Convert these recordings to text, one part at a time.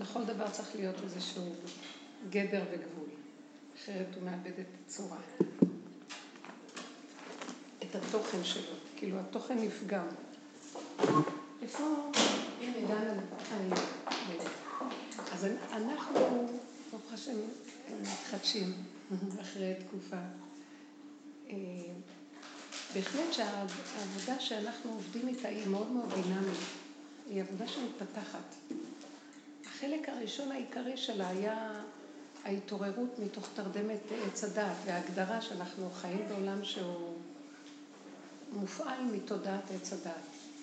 לכל דבר צריך להיות איזשהו גדר וגבול. אחרת הוא מאבד את הצורה. את התוכן שלו. כאילו התוכן נפגם. איפה? הנה, דנה. אז אנחנו, ברוך השם, מתחדשים אחרי תקופה. בהחלט שהעבודה שאנחנו עובדים איתה היא מאוד מאוד דינמית. היא עבודה שמתפתחת. החלק הראשון העיקרי שלה היה ההתעוררות מתוך תרדמת עץ הדת, וההגדרה שאנחנו חיים בעולם שהוא מופעל מתודעת עץ הדת.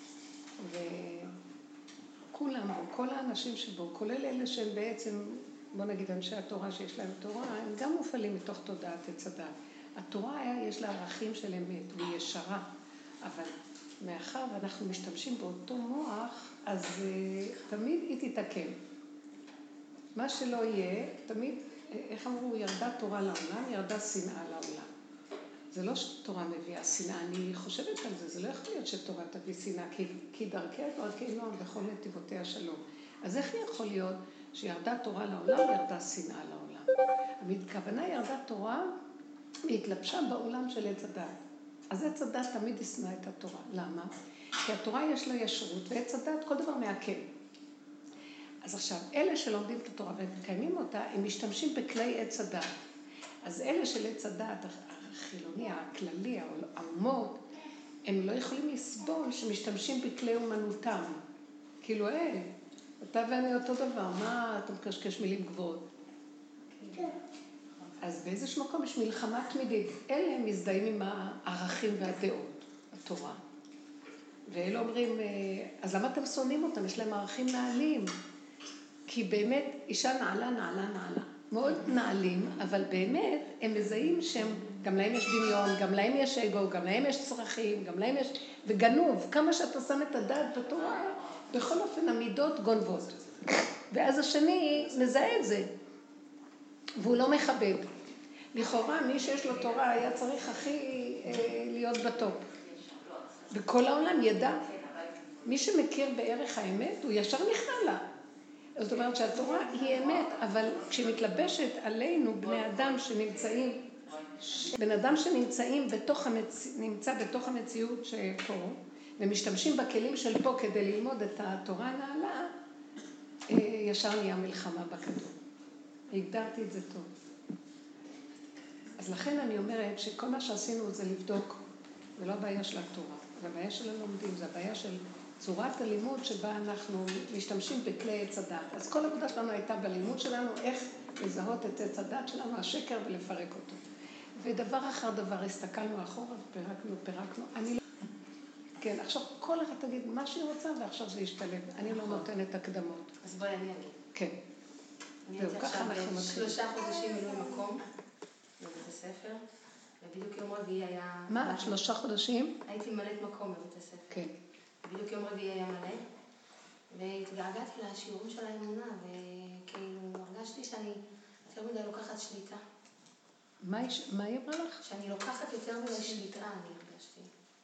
וכולם, כל האנשים שבו, כולל אלה שהם בעצם, בוא נגיד אנשי התורה שיש להם תורה, הם גם מופעלים מתוך תודעת עץ הדת. התורה יש לה ערכים של אמת, והיא ישרה, אבל מאחר ואנחנו משתמשים באותו מוח, אז תמיד היא תתעכב. מה שלא יהיה, תמיד, איך אמרו, ירדה תורה לעולם, ירדה שנאה לעולם. זה לא שתורה מביאה שנאה, אני חושבת על זה, זה לא יכול להיות שתורה תביא שנאה, כי דרכי דרכי נועם בכל נתיבותיה שלום. אז איך יכול להיות שירדה תורה לעולם, ירדה שנאה לעולם? הכוונה ירדה תורה, היא התלבשה בעולם של עץ הדת. אז עץ הדת תמיד ישנא את התורה. למה? כי התורה יש לה ישרות, ועץ הדת כל דבר מעכב. אז עכשיו, אלה שלומדים את התורה ומקיימים אותה, הם משתמשים בכלי עץ הדת. אז אלה של עץ הדת, החילוני, הכללי, האומות, הם לא יכולים לסבול שמשתמשים בכלי אומנותם. כאילו, אתה ואני אותו דבר, מה אתה מקשקש מילים גבוהות? אז באיזשהו מקום יש מלחמה תמידית. אלה הם מזדהים עם הערכים והדעות, התורה. ואלה אומרים, אז למה אתם שונאים אותם? יש להם ערכים נעלים. כי באמת אישה נעלה. מאוד נעלים, אבל באמת הם מזהים שהם, גם להם יש דמיון, גם להם יש אגו, גם להם יש צרכים, גם להם יש, וגנוב, כמה שאתה שם את הדעת בתורה, בכל אופן המידות גונבות. ואז השני מזהה את זה, והוא לא מכבד. לכאורה, מי שיש לו תורה היה צריך הכי להיות בטופ. בכל העולם ידע. מי שמכיר בערך האמת, הוא ישר נכנע לה. זאת אומרת שהתורה היא אמת, אבל כשמתלבשת עלינו בני אדם שנמצאים, בן אדם נמצא בתוך המציאות שפה, ומשתמשים בכלים של פה כדי ללמוד את התורה הנעלה, ישר נהיה מלחמה בכדור. הגדרתי את זה טוב. אז לכן אני אומרת שכל מה שעשינו זה לבדוק, זה לא הבעיה של התורה, זה הבעיה של הלומדים, זה הבעיה של צורת הלימוד שבה אנחנו משתמשים בכלי עץ הדת. אז כל העבודה שלנו הייתה בלימוד שלנו, איך לזהות את עץ הדת שלנו, השקר, ולפרק אותו. ודבר אחר דבר, הסתכלנו אחורה ופרקנו. כן, עכשיו כל אחד תגיד מה שהיא רוצה, ועכשיו זה ישתלב. אני לא נותנת הקדמות. אז בואי אני אגיד. כן. אני הייתי עכשיו 3 חודשים מילוי מקום בבית הספר, ובדיוק יום רביעי היה... מה? 3 חודשים? הייתי מלאת מקום בבית הספר. כן. בדיוק יום רביעי היה מלא, והתגעגעתי לשיעורים של האמונה, וכאילו הרגשתי שאני יותר מדי לוקחת שליטה. מה היא אמרה לך? שאני לוקחת יותר מדי שליטה, אני הרגשתי.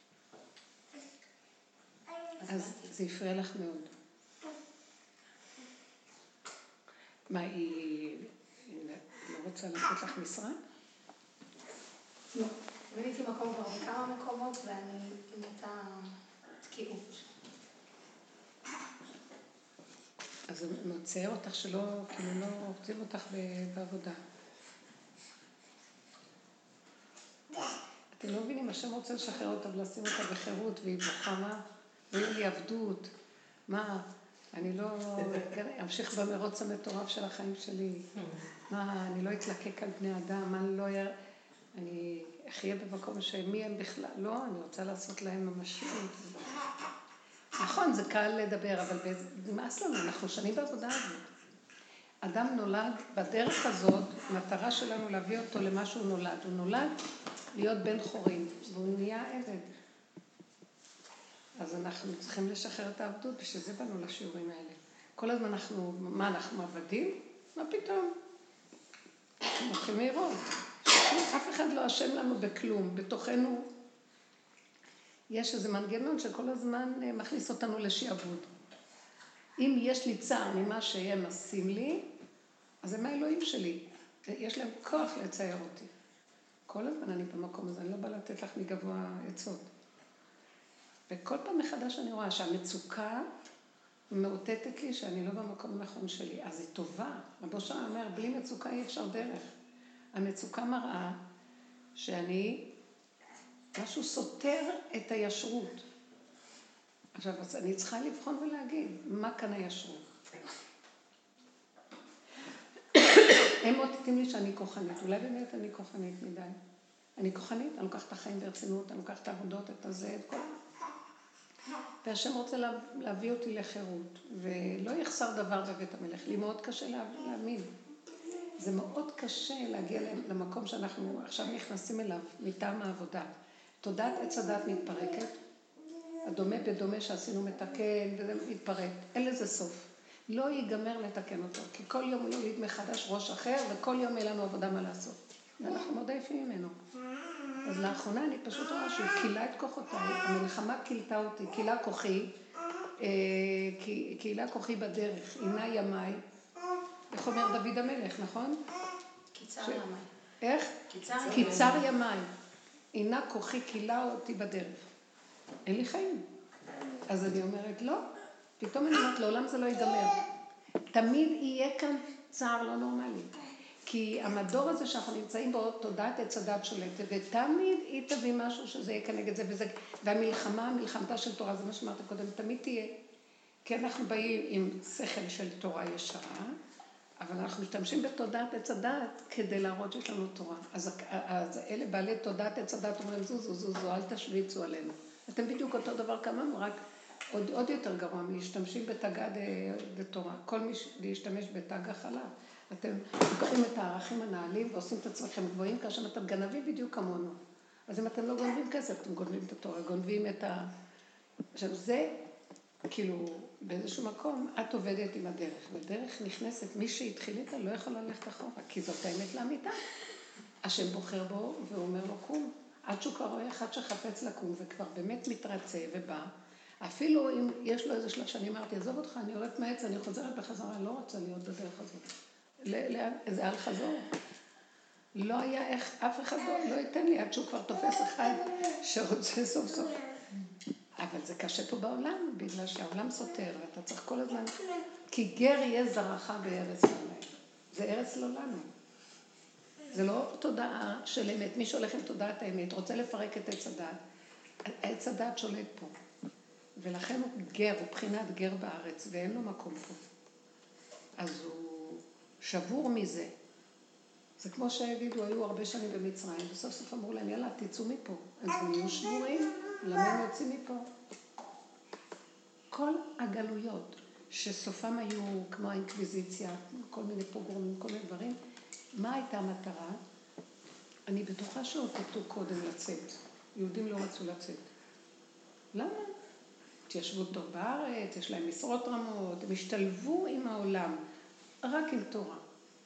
אז זה יפריע לך מאוד. מה, היא לא רוצה לתת לך משרה? לא. מילאתי מקום כבר בכמה מקומות, ואני עם אותה תקיעות. אז זה מצייר אותך שלא, כאילו לא רוצים אותך בעבודה. אתם לא מבינים, השם רוצה לשחרר אותה ולשים אותה בחירות, והיא בוחמה, ואין לי עבדות. מה, אני לא אמשיך במרוץ המטורף של החיים שלי. מה, אני לא אתלקק על בני אדם, אני אחיה במקום שמי הם בכלל. לא, אני רוצה לעשות להם ממשיות. נכון, זה קל לדבר, אבל נמאס לנו, אנחנו שנים בעבודה הזאת. אדם נולד בדרך הזאת, מטרה שלנו להביא אותו למה שהוא נולד. הוא נולד להיות בן חורים, והוא נהיה עבד. אז אנחנו צריכים לשחרר את העבדות, בשביל זה באנו לשיעורים האלה. כל הזמן אנחנו עבדים? מה פתאום? אנחנו מתחילים לראות. אף אחד לא אשם לנו בכלום. בתוכנו יש איזה מנגנון שכל הזמן מכניס אותנו לשעבוד. אם יש לי צער ממה שהם עושים לי, אז הם האלוהים שלי. יש להם כוח לצייר אותי. כל הזמן אני במקום הזה, אני לא באה לתת לך מגבוה עצות. וכל פעם מחדש אני רואה שהמצוקה מאותתת לי שאני לא במקום הנכון שלי. אז היא טובה. רבו שם אומר, בלי מצוקה אי אפשר דרך. המצוקה מראה שאני, משהו סותר את הישרות. עכשיו, אני צריכה לבחון ולהגיד, מה כאן הישרות? הם מוטטים לי שאני כוחנית. אולי באמת אני כוחנית מדי. אני כוחנית, אני לוקחת את החיים ברצינות, אני לוקחת את העבודות, את הזה, את כל... והשם רוצה להביא אותי לחירות, ולא יחסר דבר בבית המלך. לי מאוד קשה להאמין. זה מאוד קשה להגיע למקום שאנחנו עכשיו נכנסים אליו, מטעם העבודה. תודעת עץ הדת מתפרקת, הדומה בדומה שעשינו מתקן, וזה מתפרק. אין לזה סוף. לא ייגמר לתקן אותו, כי כל יום הוא יוליד מחדש ראש אחר, וכל יום אין לנו עבודה מה לעשות. ואנחנו מאוד עייפים ממנו. אז לאחרונה אני פשוט רואה שהוא קילה את כוחותיי, המלחמה קילתה אותי, קילה כוחי בדרך, עינה ימיי. איך אומר דוד המלך, נכון? קיצר ימיי. איך? קיצר ימיי. עינה כוחי קילה אותי בדרך. אין לי חיים. אז אני אומרת, לא. פתאום אני אומרת, לעולם זה לא ייגמר. תמיד יהיה כאן צער לא נורמלי. כי המדור הזה שאנחנו נמצאים בו, תודעת עץ הדת שולטת, ותמיד היא תביא משהו שזה יהיה כנגד זה וזה, והמלחמה, מלחמתה של תורה, זה מה שאמרת קודם, תמיד תהיה. כי אנחנו באים עם שכל של תורה ישרה, אבל אנחנו משתמשים בתודעת עץ הדת כדי להראות שיש לנו תורה. אז אלה בעלי תודעת עץ הדת אומרים, זו, אל תשוויצו עלינו. אתם בדיוק אותו דבר כמונו, רק עוד יותר גרוע, משתמשים בתגת בתורה. כל מי להשתמש בתג החלב. אתם לוקחים את הערכים הנעלים ועושים את עצמכם גבוהים, כאשר אתם גנבים בדיוק כמונו. אז אם אתם לא גונבים כסף, אתם גונבים את התורה, גונבים את ה... עכשיו זה, כאילו, באיזשהו מקום, את עובדת עם הדרך, ודרך נכנסת, מי שהתחיל איתה לא יכול ללכת אחורה, כי זאת האמת לאמיתה. השם בוחר בו ואומר לו קום. עד שהוא כבר רואה אחד שחפץ לקום וכבר באמת מתרצה ובא, אפילו אם יש לו איזה שלב שאני אמרתי, עזוב אותך, אני יורדת מהעץ, אני חוזרת בחזרה, לא רוצה להיות בדרך הזאת. זה על חזור. לא היה איך, אף אחד לא ייתן לי עד שהוא כבר תופס אחד שרוצה סוף סוף. אבל זה קשה פה בעולם, בגלל שהעולם סותר, ואתה צריך כל הזמן... כי גר יהיה זרעך בארץ לא להם. זה ארץ לא לנו. זה לא תודעה של אמת. מי שהולך עם תודעת האמת, רוצה לפרק את עץ הדת. עץ הדת שולט פה. ולכן הוא גר, הוא בחינת גר בארץ, ואין לו מקום פה. אז הוא שבור מזה. זה כמו שהגידו, היו הרבה שנים במצרים, בסוף סוף אמרו להם, יאללה, תצאו מפה. אז הם יהיו שבורים, למה הם יוצאים מפה? כל הגלויות שסופם היו כמו האינקוויזיציה, כל מיני פוגרומים, כל מיני דברים, מה הייתה המטרה? אני בטוחה שאותתו קודם לצאת. יהודים לא רצו לצאת. למה? התיישבו טוב בארץ, יש להם משרות רמות, הם השתלבו עם העולם, רק עם תורה.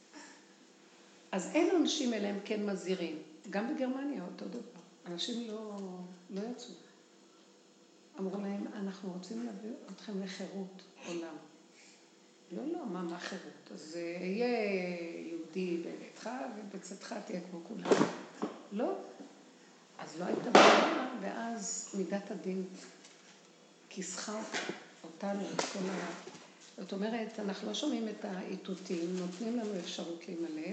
אז אין אנשים אליהם כן מזהירים. גם בגרמניה אותו דבר. אנשים לא יצאו. אמרו להם, אנחנו רוצים להביא אתכם לחירות עולם. לא, מה חירות? אז יהיה יהודי בביתך ובצאתך תהיה כמו כולם. לא. אז לא הייתה בעיה, ואז מידת הדין כיסחה אותנו את כל ה... זאת אומרת, אנחנו לא שומעים את האיתותים, נותנים לנו אפשרות להימלא.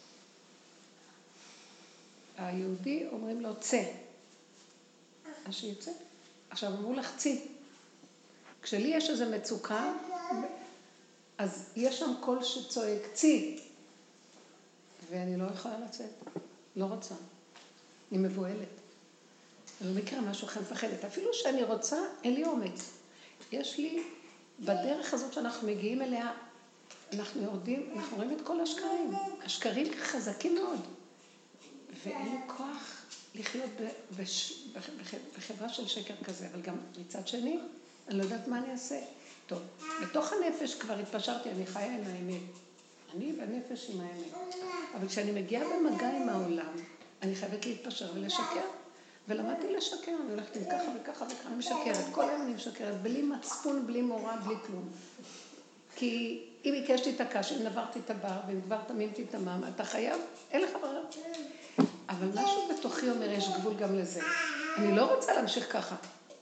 היהודי אומרים לו, צא. אז שיצא. עכשיו אמרו לך, צא. כשלי יש איזו מצוקה, אז יש שם קול שצועק, צא. ואני לא יכולה לצאת. לא רוצה. אני מבועלת. אני לא מכירה משהו אחר מפחדת. אפילו שאני רוצה, אין לי אומץ. יש לי, בדרך הזאת שאנחנו מגיעים אליה, אנחנו יורדים, אנחנו רואים את כל השקרים. השקרים חזקים מאוד. ואין לי כוח לחיות בחברה של שקר כזה. אבל גם מצד שני, אני לא יודעת מה אני אעשה. טוב, בתוך הנפש כבר התפשרתי, אני חיה עם האמת. אני בנפש עם האמת. אבל כשאני מגיעה במגע עם העולם, אני חייבת להתפשר ולשקר. ולמדתי לשקר, אני הולכת עם ככה וככה וככה, אני משקרת, כל היום אני משקרת, בלי מצפון, בלי מורה, בלי כלום. כי אם הקשתי את הקש, אם נברתי את הבר, ואם כבר תמימתי את המם, אתה חייב, אין לך ברירה. אבל משהו בתוכי אומר, יש גבול גם לזה. אני לא רוצה להמשיך ככה.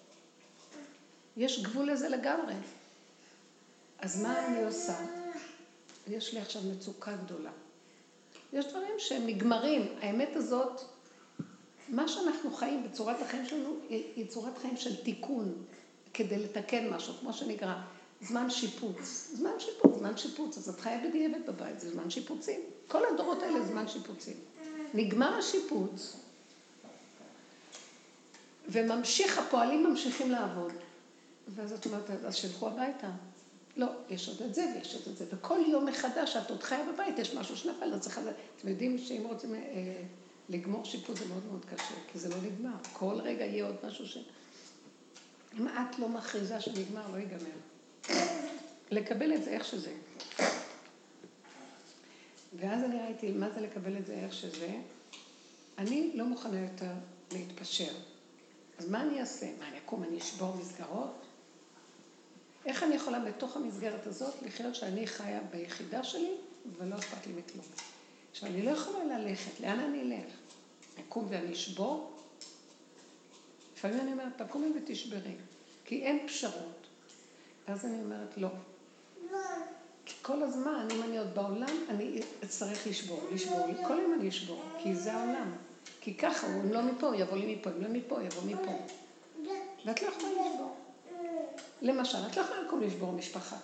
יש גבול לזה לגמרי. אז מה אני עושה? יש לי עכשיו מצוקה גדולה. יש דברים שהם נגמרים. האמת הזאת, מה שאנחנו חיים בצורת החיים שלנו, היא צורת חיים של תיקון, כדי לתקן משהו, כמו שנקרא, זמן שיפוץ. זמן שיפוץ. אז את חיה בדיעבד בבית, זה זמן שיפוצים. כל הדורות האלה זמן שיפוצים. נגמר השיפוץ, וממשיך, הפועלים ממשיכים לעבוד. ואז את אומרת, אז שלחו הביתה. לא, יש עוד את זה ויש עוד את זה. וכל יום מחדש, את עוד חיה בבית, יש משהו שנפל, אז צריך... אתם יודעים שאם רוצים לגמור שיפוץ זה מאוד מאוד קשה, כי זה לא נגמר. כל רגע יהיה עוד משהו ש... אם את לא מכריזה שנגמר, לא ייגמר. לקבל את זה איך שזה. ואז אני ראיתי מה זה לקבל את זה איך שזה. אני לא מוכנה יותר להתפשר. אז מה אני אעשה? מה, אני אקום, אני אשבור מסגרות? איך אני יכולה בתוך המסגרת הזאת לחיות שאני חיה ביחידה שלי ולא אכפת לי מכלום? עכשיו, אני לא יכולה ללכת. לאן אני אלך? אקום ואני אשבור? לפעמים אני אומרת, תקומי ותשברי, כי אין פשרות. אז אני אומרת, לא. כי כל הזמן, אם אני עוד בעולם, אני אצטרך לשבור. כל יום אני אשבור, כי זה העולם. כי ככה, אם לא מפה, יבוא לי מפה, אם לא מפה, יבוא מפה. ואת לא יכולה לשבור. למשל, את לא יכולה לקום לשבור משפחה.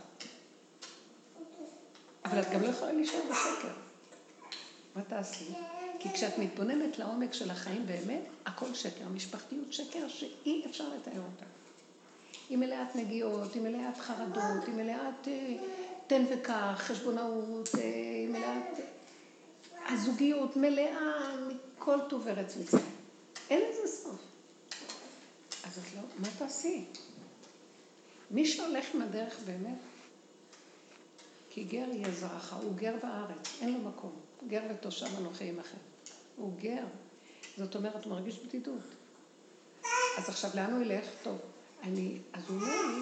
אבל את גם לא יכולה להישאר בשקר. מה תעשי? כי כשאת מתבוננת לעומק של החיים באמת, הכל שקר. המשפחתיות שקר שאי אפשר לתאר אותה. היא מלאת נגיעות, היא מלאת חרדות, היא מלאת תן וכך, חשבונאות, היא מלאת... הזוגיות מלאה מכל טוב ארץ מצרים. אין לזה סוף. אז את לא, מה תעשי? מי שהולך עם הדרך באמת, כי גר יהיה זרעך, הוא גר בארץ, אין לו מקום. גר ותושב אנוכי עמכם. הוא גר. זאת אומרת, הוא מרגיש בדידות. אז עכשיו, לאן הוא ילך? טוב. אז הוא אומר לי,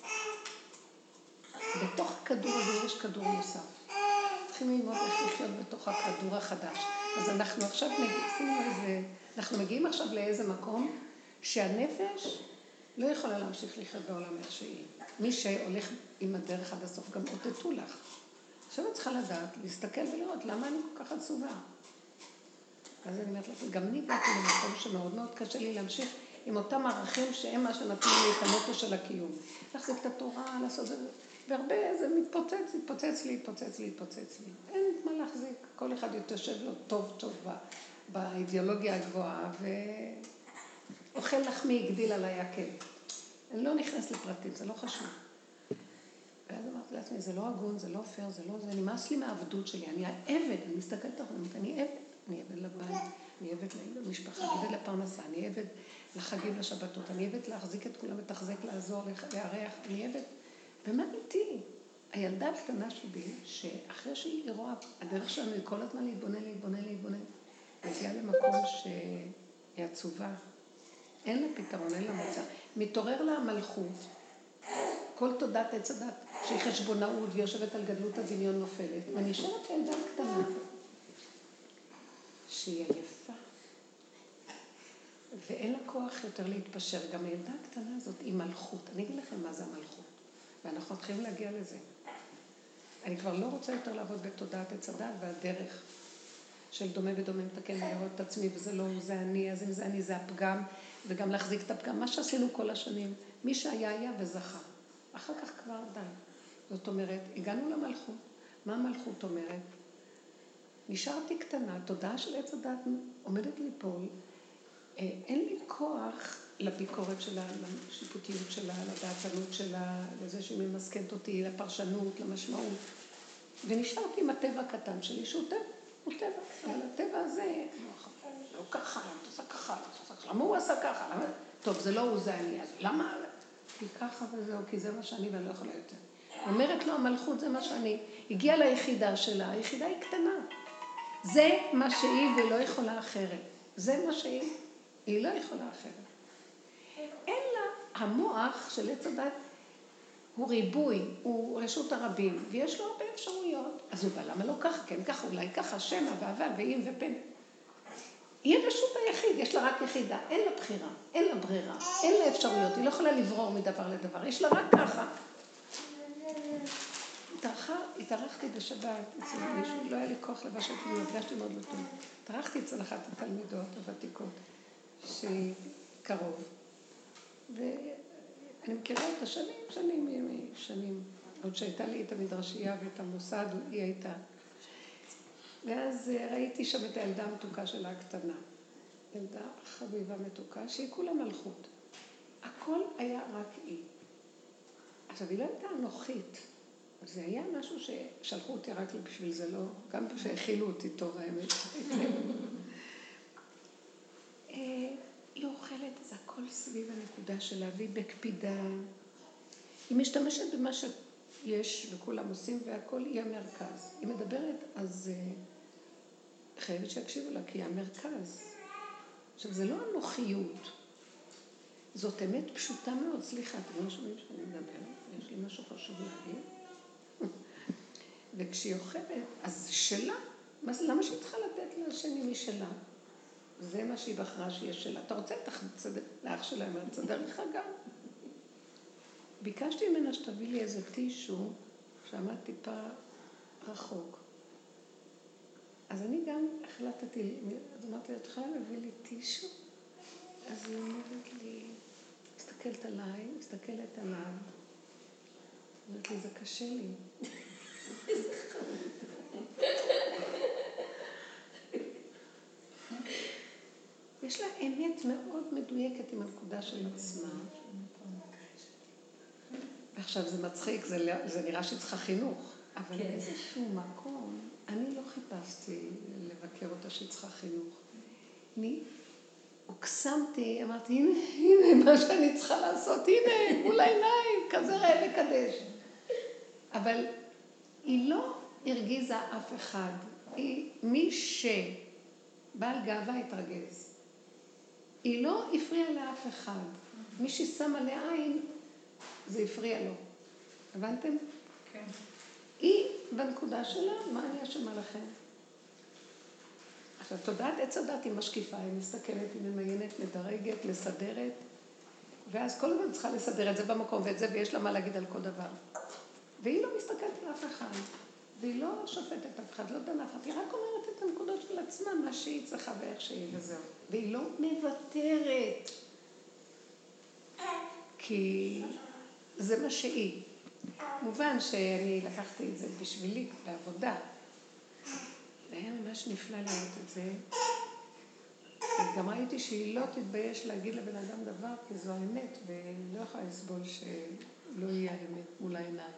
בתוך הכדור הזה יש כדור נוסף. צריכים ללמוד איך לחיות בתוך הכדור החדש. אז אנחנו עכשיו אנחנו מגיעים עכשיו לאיזה מקום שהנפש לא יכולה להמשיך לחיות בעולם איך שהיא. מי שהולך עם הדרך עד הסוף גם אותתו לך. עכשיו את צריכה לדעת, להסתכל ולראות למה אני כל כך עצובה. אז אני אומרת לך, גם אני באתי למקום שמאוד מאוד קשה לי להמשיך עם אותם ערכים שהם מה שנתנו לי את המוטו של הקיום. להחזיק את התורה, לעשות זה, והרבה זה מתפוצץ לי. אין מה להחזיק, כל אחד יתושב לו טוב באידיאולוגיה הגבוהה, ואוכל לחמי הגדיל על היקל. אני לא נכנס לפרטים, זה לא חשוב. ואז אמרתי לעצמי, זה לא הגון, זה לא פייר, זה נמאס לי מהעבדות שלי, אני העבד, אני מסתכלת אחרי, אני עבד לבית, אני עבד למשפחה, אני עבד לפרנסה, אני עבד לחגים, לשבתות, אני עבד להחזיק את כולם, לתחזק, לעזור, לארח, אני עבד. ומה איתי? הילדה הקטנה שלי, שאחרי שהיא רואה, הדרך שלנו היא כל הזמן להתבונן, מגיעה למקום שהיא עצובה, אין לה פתרון, אין לה מוצא. מתעורר לה המלכות, כל תודעת עץ הדת, שהיא חשבונאות ויושבת על גדלות הדמיון נופלת, ונשארת ילדה קטנה, שהיא עייפה, ואין לה כוח יותר להתפשר. גם הילדה הקטנה הזאת היא מלכות. אני אגיד לכם מה זה המלכות, ואנחנו מתחילים להגיע לזה. אני כבר לא רוצה יותר לעבוד בתודעת עץ הדת והדרך של דומה ודומה מתקן ולראות את עצמי, וזה לא, זה אני, אז אם זה אני, זה הפגם, וגם להחזיק את הפגם. מה שעשינו כל השנים, מי שהיה וזכה. אחר כך כבר די. זאת אומרת, הגענו למלכות. מה המלכות אומרת? נשארתי קטנה, תודעה של עץ הדת עומדת ליפול, אין לי כוח לביקורת שלה, לשיפוטיות שלה, לדעתנות שלה, לזה שהיא ממסכנת אותי, לפרשנות, למשמעות. ונשארתי עם הטבע הקטן שלי, שהוא טבע, הוא טבע. אבל הטבע הזה, לא ככה, אתה עושה ככה, למה הוא עשה ככה? טוב, זה לא הוא, זה אני, אז למה? כי ככה וזהו, כי זה מה שאני ואני לא יכולה יותר. אומרת לו, המלכות זה מה שאני. הגיעה ליחידה שלה, היחידה היא קטנה. זה מה שהיא ולא יכולה אחרת. זה מה שהיא. היא לא יכולה אחרת. אין לה, המוח של עץ הדת הוא ריבוי, הוא רשות הרבים, ויש לו הרבה אפשרויות. אז הוא בא, למה לא ככה? כן, ככה, אולי ככה, שמע ואבל ואם ופן. היא רשות היחיד, יש לה רק יחידה, אין לה בחירה, אין לה ברירה, אין לה אפשרויות, היא לא יכולה לברור מדבר לדבר, יש לה רק ככה. התארחתי בשבת אצל מישהו, לא היה לי כוח לבשת לי, הרגשתי מאוד לא טוב. התארחתי אצל אחת התלמידות הוותיקות, שהיא קרוב. ואני מכירה אותה שנים, עוד שהייתה לי את המדרשייה ואת המוסד, היא הייתה. ואז ראיתי שם את הילדה המתוקה שלה הקטנה. ילדה חביבה מתוקה, שהיא כולה מלכות. הכל היה רק היא. עכשיו, היא לא הייתה אנוכית. זה היה משהו ששלחו אותי רק בשביל זה, לא, גם שהכילו אותי טוב, האמת. היא אוכלת, זה הכל סביב הנקודה שלה, והיא בקפידה. היא משתמשת במה שיש וכולם עושים, והכל היא המרכז. היא מדברת, אז חייבת שיקשיבו לה, כי היא המרכז. עכשיו, זה לא אנוכיות. זאת אמת פשוטה מאוד. סליחה, אתם לא שומעים שאני מדברת? יש לי משהו חשוב להגיד. וכשהיא אוכלת, אז שלה. למה שהיא צריכה לתת לשני משלה? זה מה שהיא בחרה שיש שלה. אתה רוצה לאח שלה, אבל תסדר לך גם. ביקשתי ממנה שתביא לי איזה טישו, שעמד טיפה רחוק. אז אני גם החלטתי, אז אמרתי לה, את יכולה להביא לי טישו? אז היא אומרת לי, מסתכלת עליי, מסתכלת עליו. אומרת לי, זה קשה לי. יש לה אמת מאוד מדויקת עם הנקודה של עצמה. ועכשיו זה מצחיק, זה נראה שהיא צריכה חינוך. אבל באיזשהו מקום, אני לא חיפשתי לבקר אותה שהיא צריכה חינוך. אני הוקסמתי, אמרתי, הנה מה שאני צריכה לעשות, הנה, מול העיניים, כזה ראה וקדש. אבל היא לא הרגיזה אף אחד. מי שבעל גאווה התרגז. היא לא הפריעה לאף אחד. מי ששמה לעין, זה הפריע לו. הבנתם? כן. היא בנקודה שלה, מה אני אשמה לכם? עכשיו, תודעת עץ הדת היא משקיפה, היא מסתכלת, היא ממיינת, מדרגת, מסדרת, ואז כל הזמן צריכה לסדר את זה במקום ואת זה, ויש לה מה להגיד על כל דבר. והיא לא מסתכלת על אף אחד, והיא לא שופטת אף אחד, לא דנה אף אחד, היא רק אומרת את הנקודות של עצמה, מה שהיא צריכה ואיך שהיא וזהו. והיא לא מוותרת, כי זה מה שהיא. מובן שאני לקחתי את זה בשבילי, בעבודה. היה ממש נפלא לראות את זה. גם ראיתי שהיא לא תתבייש להגיד לבן אדם דבר, כי זו האמת, והיא לא יכולה לסבול שלא יהיה האמת מול העיניים.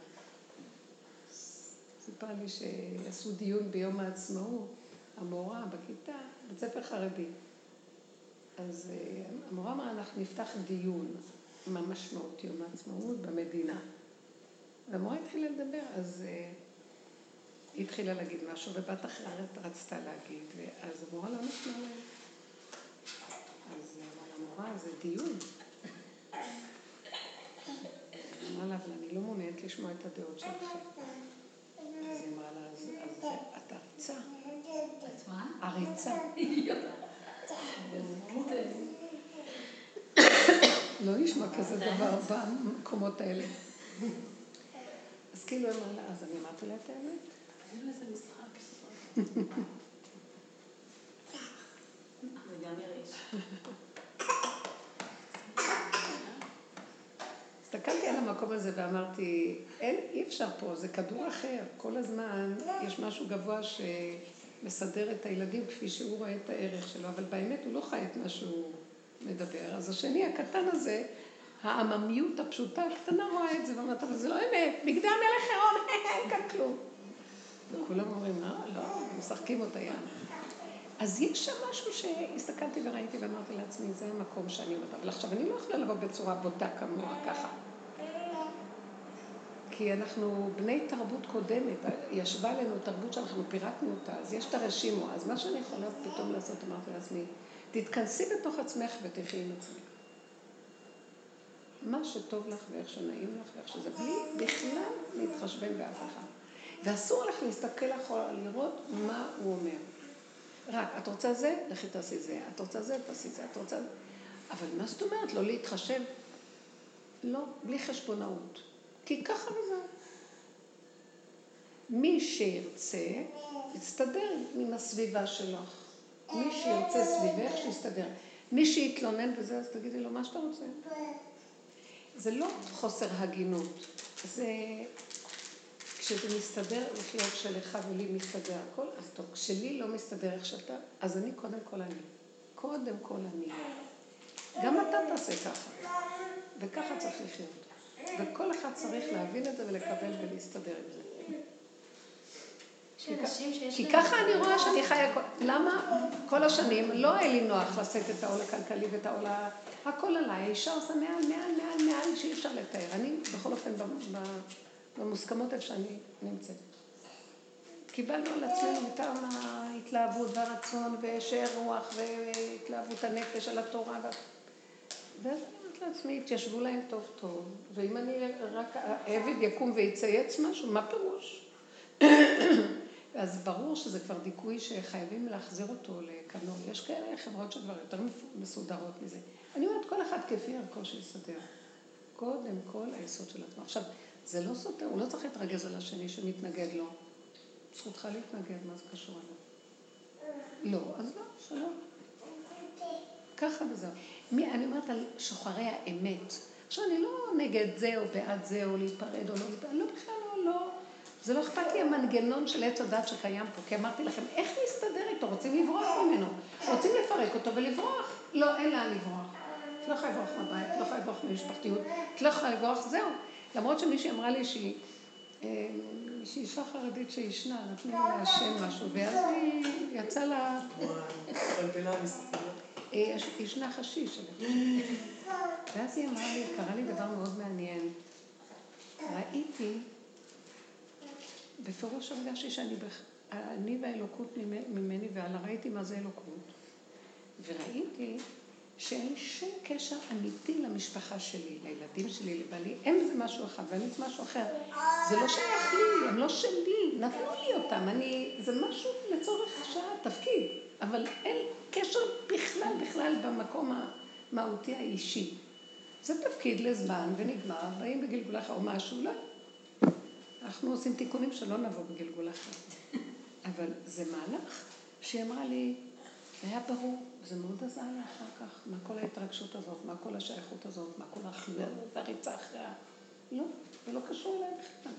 סיפר לי שעשו דיון ביום העצמאות, המורה בכיתה, בית ספר חרדי. אז המורה אמרה, אנחנו נפתח דיון מה משמעות יום העצמאות במדינה. והמורה התחילה לדבר, אז היא התחילה להגיד משהו, ובת אחרת רצתה להגיד, ואז המורה לא נתנה להם. אז המורה, זה דיון. אמרה לה, אבל אני לא מעוניינת לשמוע את הדעות שלכם. אז היא אמרה לה, אז את עריצה. את מה? עריצה. לא נשמע כזה דבר במקומות האלה. אז כאילו אמרה לה, אז אני אמרתי לה את האמת. תגידו איזה משחק. וגם יריש. הסתכלתי על המקום הזה ואמרתי, אי אפשר פה, זה כדור אחר. כל הזמן יש משהו גבוה שמסדר את הילדים כפי שהוא רואה את הערך שלו, אבל באמת הוא לא חי את מה שהוא מדבר. אז השני הקטן הזה, העממיות הפשוטה הקטנה רואה את זה, ואומרת, אבל זה לא אמת, בגדי המלך עירום, אין כאן כלום. וכולם אומרים, לא, משחקים אותה ים. אז יש שם משהו שהסתכלתי וראיתי ואמרתי לעצמי, זה המקום שאני אומרת. אבל עכשיו אני לא יכולה לבוא בצורה בוטה כמוה ככה. כי אנחנו בני תרבות קודמת, ישבה לנו תרבות שאנחנו פירקנו אותה, אז יש את הרשימו. אז מה שאני יכולה פתאום לעשות, אמרתי לעצמי, תתכנסי בתוך עצמך ותחי עם עצמך. מה שטוב לך ואיך שנעים לך ואיך שזה, בלי בכלל להתחשבן באף אחד. ואסור לך להסתכל אחורה, לראות מה הוא אומר. רק, את רוצה זה? לכי תעשי זה. את רוצה זה? תעשי זה. את רוצה... אבל מה זאת אומרת? לא להתחשב? לא, בלי חשבונאות. כי ככה וזהו. מי שירצה, יסתדר עם הסביבה שלך. מי שירצה סביבך, שיסתדר. מי שיתלונן בזה, אז תגידי לו מה שאתה רוצה. זה לא חוסר הגינות. זה... כשזה מסתדר, לחיות שלך ולי מסתדר הכל, אז טוב, כשלי לא מסתדר איך שאתה, אז אני קודם כל אני. קודם כל אני. גם אתה תעשה ככה. וככה צריך לחיות. וכל אחד צריך להבין את זה ולקבל ולהסתדר עם זה. כי ככה אני רואה שאני חיה... למה כל השנים לא היה לי נוח לשאת את העול הכלכלי ואת העול... הכל עליי, האישה עושה מעל שאי אפשר לתאר. אני בכל אופן במוסכמות איפה שאני נמצאת. קיבלנו על עצמנו מטעם ההתלהבות והרצון ושאר רוח והתלהבות הנפש על התורה. ואז אני אומרת לעצמי, התיישבו להם טוב טוב, ואם אני רק העבד יקום ויצייץ משהו, מה פירוש? אז ברור שזה כבר דיכוי שחייבים להחזיר אותו לקנון. יש כאלה חברות שכבר יותר מסודרות מזה. אני אומרת, כל אחד כפי ערכו שיסדר. קודם כל היסוד של עצמו. עכשיו, זה לא סותר, הוא לא צריך להתרגז על השני שמתנגד לו. זכותך להתנגד, מה זה קשור אליו? לא, אז לא, שלום. ככה וזהו. אני אומרת על שוחרי האמת. עכשיו, אני לא נגד זה או בעד זה או להיפרד או לא להיפרד. לא, בכלל לא. זה לא אכפת לי המנגנון של עץ הדת שקיים פה. כי אמרתי לכם, איך להסתדר איתו? רוצים לברוח ממנו. רוצים לפרק אותו ולברוח. לא, אין לאן לברוח. את לא יכולה לברוח מהבית, את לא יכולה לברוח ממשפחתיות, את לא יכולה לברוח, זהו. למרות שמישהי אמרה לי שהיא אישה חרדית שישנה, נתנו לה השם משהו, ואז היא יצאה לה... ישנה חשיש. ואז היא אמרה לי, קרה לי דבר מאוד מעניין. ראיתי, בפירוש הרגשתי שאני והאלוקות ממני ועלה, ראיתי מה זה אלוקות. וראיתי שאין שום קשר אמיתי למשפחה שלי, לילדים שלי, לבעלי. הם זה משהו אחד ואני זה משהו אחר. זה לא שייך לי, הם לא שלי, נתנו לי אותם. זה משהו לצורך שעה, תפקיד. אבל אין קשר בכלל במקום המהותי האישי. זה תפקיד לזמן ונגמר, באים בגלגול אחר או משהו, לא. אנחנו עושים תיקונים שלא נבוא בגלגול אחר. אבל זה מהלך שהיא אמרה לי, היה ברור, זה מאוד עזר לי אחר כך, מה כל ההתרגשות הזאת, מה כל השייכות הזאת, מה כל החיבור והריצה אחריה. לא, זה לא קשור אליי בכלל.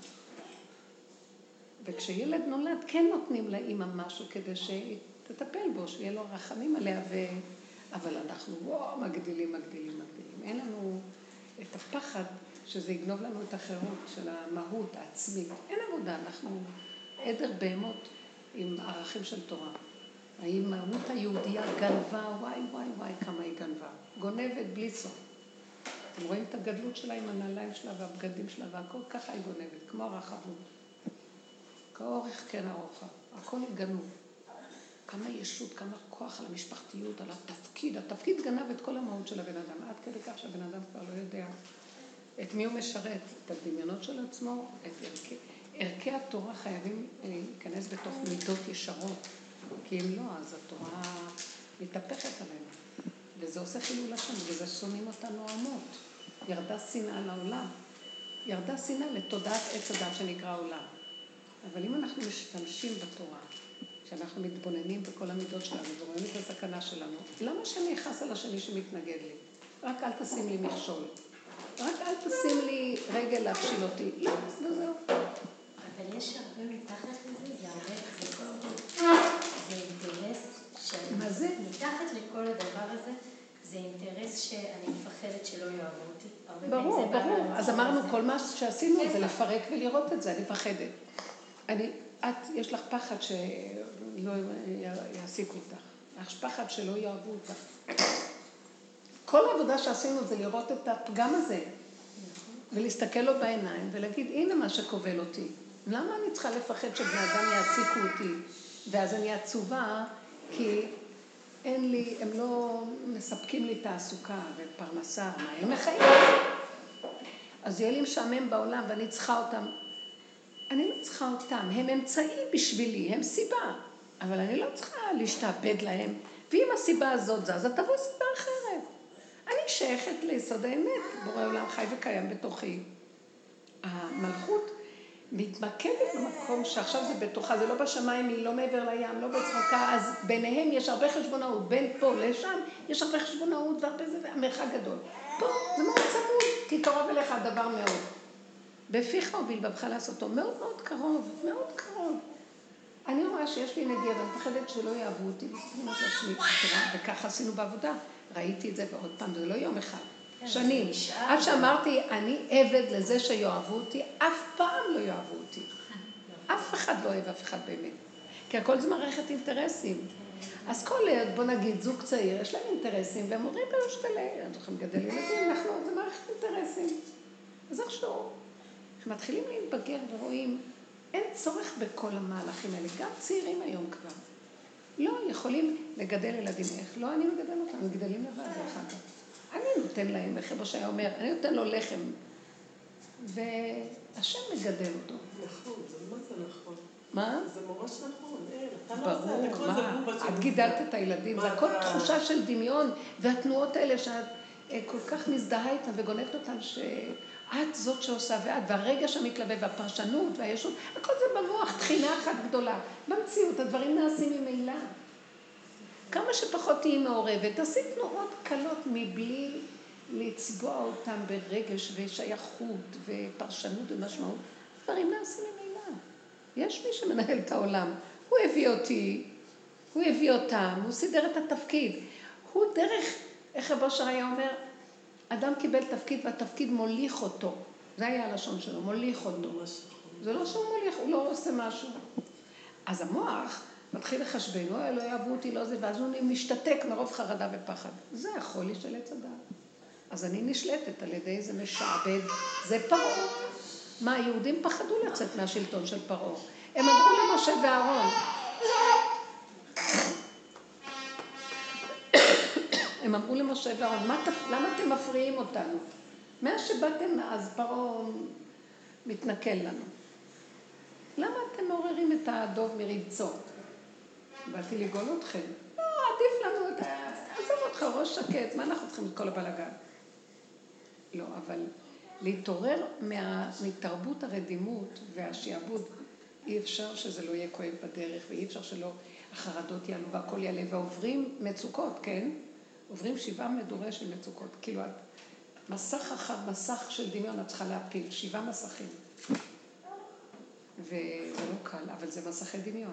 וכשילד נולד, כן נותנים לאמא משהו כדי שתטפל בו, שיהיה לו רחמים עליה, אבל אנחנו מגדילים. אין לנו את הפחד שזה יגנוב לנו את החירות של המהות העצמית. אין עבודה, אנחנו עדר בהמות עם ערכים של תורה. האימהות היהודיה גנבה, וואי, כמה היא גנבה. גונבת בלי סוף. אתם רואים את הגדלות שלה עם הנעליים שלה והבגדים שלה והכל, ככה היא גונבת, כמו הרחבות. כאורך כן הרוחב, הכל גנוב. כמה ישות, כמה כוח על המשפחתיות, על התפקיד. התפקיד גנב את כל המהות של הבן אדם, עד כדי כך שהבן אדם כבר לא יודע את מי הוא משרת, את הדמיונות של עצמו, את ערכי התורה חייבים להיכנס בתוך מידות ישרות. כי אם לא, אז התורה מתהפכת עלינו. וזה עושה חילול השם, וזה שונאים אותנו עמות. ירדה שנאה לעולם. ירדה שנאה לתודעת עץ הדת שנקרא עולם. אבל אם אנחנו משתמשים בתורה, כשאנחנו מתבוננים בכל המידות שלנו ורואים את הסכנה שלנו, למה שאני אכעס על השני שמתנגד לי? רק אל תשים לי מכשול. רק אל תשים לי רגל להפשיל אותי. לא, וזהו. אבל יש הרבה מתחת לזה, זה הרבה, זה אינטרס מה זה? מתחת לכל הדבר הזה, זה אינטרס שאני מפחדת שלא יאהבו אותי. ברור. אז אמרנו, כל מה שעשינו זה לפרק ולראות את זה, אני מפחדת. יש לך פחד שלא יעסיקו אותך. יש פחד שלא יאהבו אותך. כל העבודה שעשינו זה לראות את הפגם הזה, ולהסתכל לו בעיניים ולהגיד, הנה מה שכובל אותי. למה אני צריכה לפחד שבני אדם יעסיקו אותי? ואז אני עצובה, כי אין לי, הם לא מספקים לי תעסוקה ופרנסה, מה הם מחיים? אז יהיה לי משעמם בעולם ואני צריכה אותם. אני לא צריכה אותם, הם אמצעים בשבילי, הם סיבה. אבל אני לא צריכה להשתעבד להם. ואם הסיבה הזאת זזה, תבוא סיבה אחרת. אני שייכת ליסוד האמת, בורא עולם חי וקיים בתוכי. המלכות מתמקדת במקום שעכשיו זה בתוכה, זה לא בשמיים, היא לא מעבר לים, לא בצחוקה, אז ביניהם יש הרבה חשבונאות, בין פה לשם יש הרבה חשבונאות והרבה זה, המרחק גדול. פה זה מאוד צמוד, כי קרוב אליך הדבר מאוד. בפיך ובלבבך לעשותו, מאוד מאוד קרוב, מאוד קרוב. אני רואה שיש לי נגיעה, ואני מפחדת שלא יאהבו אותי, וככה עשינו בעבודה. ראיתי את זה ועוד פעם, זה לא יום אחד, שנים. עד שאמרתי, אני עבד לזה שיאהבו אותי, אף פעם לא יאהבו אותי. אף אחד לא אוהב אף אחד באמת. כי הכל זה מערכת אינטרסים. אז כל ליד, בוא נגיד, זוג צעיר, יש להם אינטרסים, והם אומרים במשתלה, אנחנו יכולים לגדל ילדים, אנחנו, זה מערכת אינטרסים. אז עכשיו, כשמתחילים להתבגר ורואים, אין צורך בכל המהלכים האלה, גם צעירים היום כבר. לא יכולים לגדל ילדים, איך? לא אני מגדל אותם, הם גדלים לבד דרך אגב. אני נותן להם, כמו שהיה אומר, אני נותן לו לחם, והשם מגדל אותו. נכון, מה זה נכון? מה? זה ממש נכון, ברור, מה? את גידלת את הילדים, זה הכל תחושה של דמיון, והתנועות האלה שאת כל כך מזדהה איתן וגונבת אותן, שאת זאת שעושה ואת, והרגע שמתלווה והפרשנות והישות, הכל זה במוח, תחינה אחת גדולה. במציאות, הדברים נעשים ממילא. כמה שפחות תהיי מעורבת, תעשי תנועות קלות מבלי לצבוע אותם ברגש ושייכות ופרשנות ומשמעות. דברים נעשים ממילא. יש מי שמנהל את העולם. הוא הביא אותי, הוא הביא אותם, הוא סידר את התפקיד. הוא דרך, איך רב אושר היה אומר, אדם קיבל תפקיד והתפקיד מוליך אותו. זה היה הלשון שלו, מוליך אותו. זה לא שהוא מוליך, הוא לא עושה משהו. אז המוח מתחיל לחשבן, לא יאהבו אותי, לא זה, ואז הוא משתתק מרוב חרדה ופחד. זה החולי של עץ הדעת. אז אני נשלטת על ידי איזה משעבד, זה פרעה. מה, היהודים פחדו לצאת מהשלטון של פרעה. הם אמרו למשה ואהרון. הם אמרו למשה ואהרון, למה אתם מפריעים אותנו? מאז שבאתם אז פרעה מתנכל לנו. למה אתם מעוררים את הדוב מרבצו? באתי לגאול אתכם. לא, עדיף לנו את ה... עזוב אותך, ראש שקט, מה אנחנו צריכים את כל הבלגן? לא, אבל להתעורר מתרבות הרדימות והשיעבוד, אי אפשר שזה לא יהיה כואב בדרך, ואי אפשר שלא החרדות יעלו והכל יעלה, ועוברים מצוקות, כן? עוברים 7 מדורי של מצוקות, כאילו מסך אחר מסך של דמיון את צריכה להפיל, 7 מסכים. וזה לא קל, אבל זה מסכי דמיון.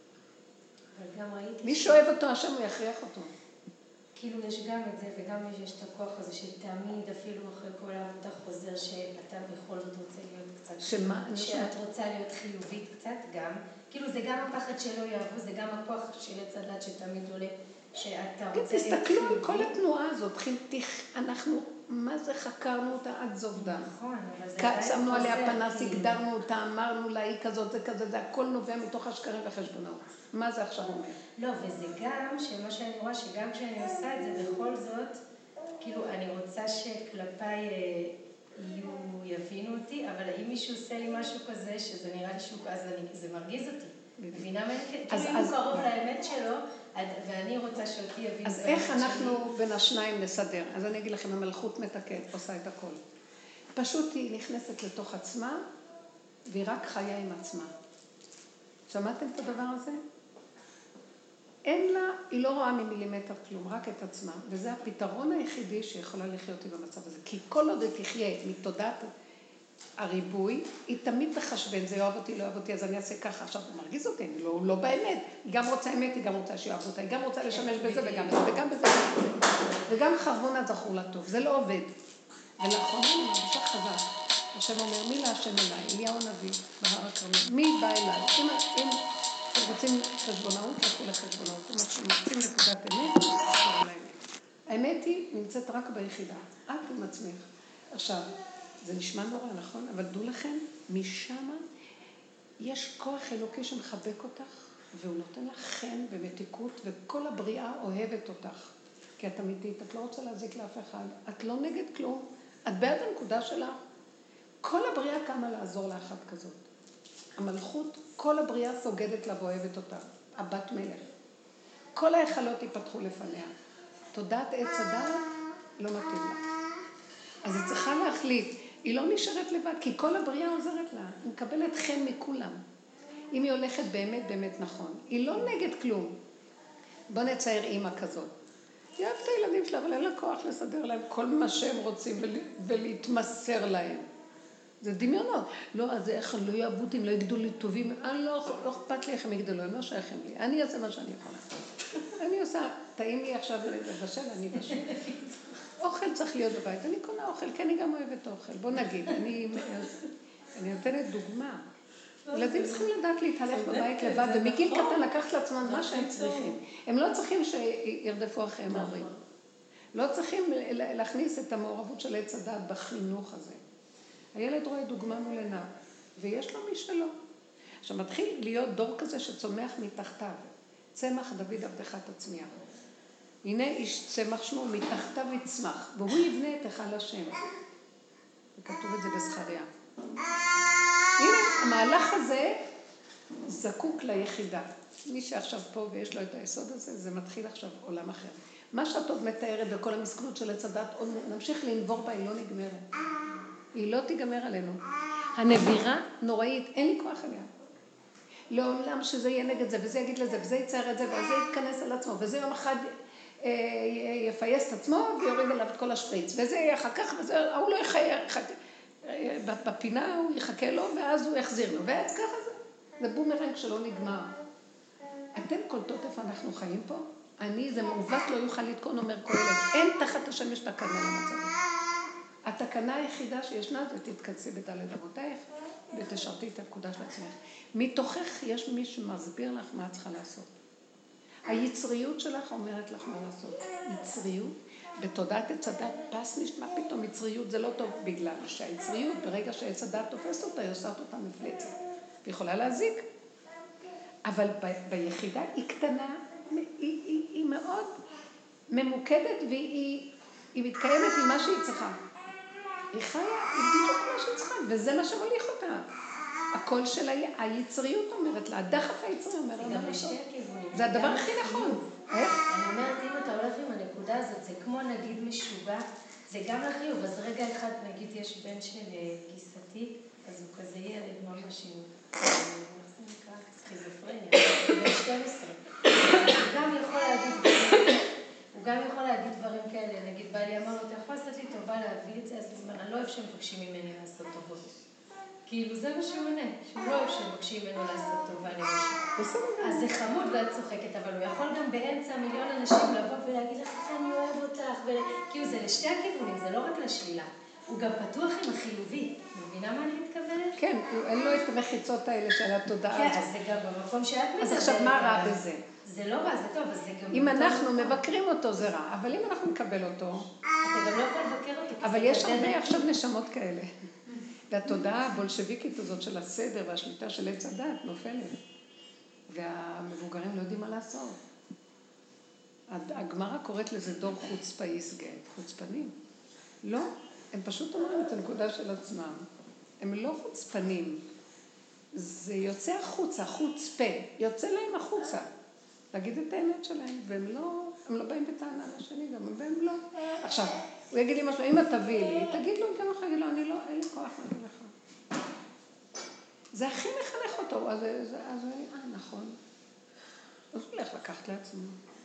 מי שאוהב אותו, השם הוא יכריח אותו. כאילו יש גם את זה, וגם יש את הכוח הזה שתמיד, אפילו אחרי כל העבודה חוזר, שאתה בכל זאת רוצה להיות קצת... שמה? שאת רוצה להיות חיובית קצת גם. כאילו זה גם הפחד שלא יאהבו, זה גם הכוח של עץ הדת שתמיד עולה, שאתה רוצה להיות חיובית. תסתכלו על כל התנועה הזאת, אנחנו, מה זה חקרנו אותה עד זובדה. נכון, אבל זה עדיין חוזר. שמנו עליה פנס, הגדרנו אותה, אמרנו לה, היא כזאת, זה כזה, זה הכל נובע מתוך השקרים וחשבונות. מה זה עכשיו אומר? לא, וזה גם, שמה שאני רואה, שגם כשאני עושה את זה, בכל זאת, כאילו, אני רוצה שכלפיי יבינו אותי, אבל אם מישהו עושה לי משהו כזה, שזה נראה לי שהוא, אז זה מרגיז אותי. מבינה מה? כאילו, אם הוא קרוב לאמת שלו, ואני רוצה שאותי יבינו. אז איך אנחנו בין השניים נסדר? אז אני אגיד לכם, המלכות מתקנת, עושה את הכל. פשוט היא נכנסת לתוך עצמה, והיא רק חיה עם עצמה. שמעתם את הדבר הזה? אין לה, היא לא רואה ממילימטר כלום, רק את עצמה. וזה הפתרון היחידי שיכולה לחיות עם המצב הזה. כי כל עוד היא תחיה מתודעת הריבוי, היא תמיד תחשבן, זה יאהב אותי, לא יאהב אותי, אז אני אעשה ככה. עכשיו, הוא מרגיז אותי, לא באמת. היא גם רוצה אמת, היא גם רוצה שיאהב אותה, היא גם רוצה לשמש בזה וגם בזה, וגם בזה. וגם חרבונה זכור לה טוב, זה לא עובד. ולאחרונה אני מרגישה חזק. השם אומר, מי להשם אליי? אליהו הנביא, בהר הכרמל. מי בא אליי? אם אתם רוצים חשבונאות, לכו לחשבונאות. אם אתם רוצים נקודת אמת, תחזור על האמת. האמת היא נמצאת רק ביחידה. את עם עצמך. עכשיו, זה נשמע נורא, נכון? אבל דעו לכם, משם יש כוח אלוקי שמחבק אותך והוא נותן לך חן ומתיקות, וכל הבריאה אוהבת אותך. כי את אמיתית, את לא רוצה להזיק לאף אחד, את לא נגד כלום, את בעד הנקודה שלך. כל הבריאה קמה לעזור לאחת כזאת. המלכות, כל הבריאה סוגדת לה ואוהבת אותה, הבת מלך. כל ההיכלות ייפתחו לפניה. תודעת עץ הדעת לא מתאים לה. אז היא צריכה להחליט, היא לא נשארת לבד, כי כל הבריאה עוזרת לה, היא מקבלת חן מכולם. אם היא הולכת באמת באמת נכון, היא לא נגד כלום. בוא נצייר אימא כזאת. היא אוהבת את הילדים שלה, אבל אין לה כוח לסדר להם כל מה שהם רוצים ולהתמסר להם. זה דמיונות. לא, אז איך לא יאהבו אותי, אם לא יגדלו לי טובים, לא אכפת לי איך הם יגדלו, הם לא שייכים לי. אני אעשה מה שאני יכולה. אני עושה, טעים לי עכשיו לבשל, אני אבשל. אוכל צריך להיות בבית, אני קונה אוכל, כי אני גם אוהבת אוכל. בוא נגיד, אני נותנת דוגמה. ילדים צריכים לדעת להתהלך בבית לבד, ומגיל קטן לקחת לעצמם מה שהם צריכים. הם לא צריכים שירדפו אחריהם ההורים. לא צריכים להכניס את המעורבות של עץ הדעת בחינוך הזה. הילד רואה דוגמה מול עיניו, ויש לו משלו. עכשיו מתחיל להיות דור כזה שצומח מתחתיו. צמח דוד עבדך תצמיח. הנה איש צמח שמו, מתחתיו יצמח, והוא יבנה את היכל השם. וכתוב את זה בזכריה. הנה, המהלך הזה זקוק ליחידה. מי שעכשיו פה ויש לו את היסוד הזה, זה מתחיל עכשיו עולם אחר. מה שאת עוד מתארת בכל המסכנות של עץ הדת, עוד נמשיך לנבור בה, היא לא נגמרת. היא לא תיגמר עלינו. הנבירה נוראית, אין לי כוח עליה. לעולם שזה יהיה נגד זה, וזה יגיד לזה, וזה יצייר את זה, וזה יתכנס על עצמו, וזה יום אחד יפייס את עצמו, ויוריד עליו את כל השפריץ, וזה יהיה אחר כך, הוא לא יחיה, בפינה הוא יחכה לו, ואז הוא יחזיר לו, ואז ככה זה בומרנג שלא נגמר. אתם קולטות איפה אנחנו חיים פה? זה מעוות לא יוכל לתקון, אומר קהלת, אין תחת השמש תקנה למצב. התקנה היחידה שישנה זה תתכנסי בדלת אבותייך ותשרתי את הפקודה של עצמך. מתוכך יש מי שמסביר לך מה את צריכה לעשות. היצריות שלך אומרת לך מה לעשות. יצריות, בתודעת עץ הדת פס נשמע פתאום יצריות, זה לא טוב בגלל שהיצריות ברגע שעץ הדת תופס אותה, היא עושה אותה מפלצת. היא יכולה להזיק. אבל ביחידה היא קטנה, היא מאוד ממוקדת והיא מתקיימת עם מה שהיא צריכה. היא חיה, היא בדיוק מה שהיא צריכה, וזה מה שמוליך אותה. הקול של היצריות אומרת לה, הדחף היצרי אומרת לה. זה גם לשתי הכיוונים. זה הדבר הכי נכון. איך? אני אומרת, אם אתה הולך עם הנקודה הזאת, זה כמו נגיד משוגע, זה גם לחיוב. אז רגע אחד, נגיד, יש בן של גיסתי, אז הוא כזה ילד ממש עם, איך זה נקרא? סכיזופרניה, בן 12. הוא גם יכול להגיד דברים כאלה, נגיד, בעלי אמר לו, אתה יכול לעשות לי טובה להביא את זה, אז הוא אומר, אני לא אוהב שמבקשים ממני לעשות טובות. כאילו זה מה שהוא עונה, שהוא לא אוהב שמבקשים ממנו לעשות טובה למשהו. אז זה חמוד ואת צוחקת, אבל הוא יכול גם באמצע מיליון אנשים לבוא ולהגיד לך, אני אוהב אותך, כאילו זה לשתי הכיוונים, זה לא רק לשלילה. הוא גם פתוח עם החיובי. מבינה מה אני מתכוונת? כן, אין לו את המחיצות האלה של התודעה. כן, אז זה גם במקום שאת מדברת. אז עכשיו מה רע בזה? זה לא רע, זה טוב, אז זה גם... אם אנחנו מבקרים אותו זה רע, אבל אם אנחנו נקבל אותו... אתה גם לא יכול לבקר אותו. אבל יש הרבה עכשיו נשמות כאלה. והתודעה הבולשביקית הזאת של הסדר והשליטה של עץ הדת נופלת. והמבוגרים לא יודעים מה לעשות. הגמרא קוראת לזה דור חוצפה יסגה, חוצפנים. לא, הם פשוט אומרים את הנקודה של עצמם. הם לא חוצפנים. זה יוצא החוצה, חוצפה. יוצא להם החוצה. להגיד את האמת שלהם, והם לא באים בטענה לשני גם, והם לא. עכשיו, הוא יגיד לי משהו, אם את תביא לי, תגיד לו, גם אחר, לא, אני לא, אין לי כוח להגיד לך. זה הכי מחנך אותו, אז אני, נכון. אז הוא הולך לקחת לעצמו.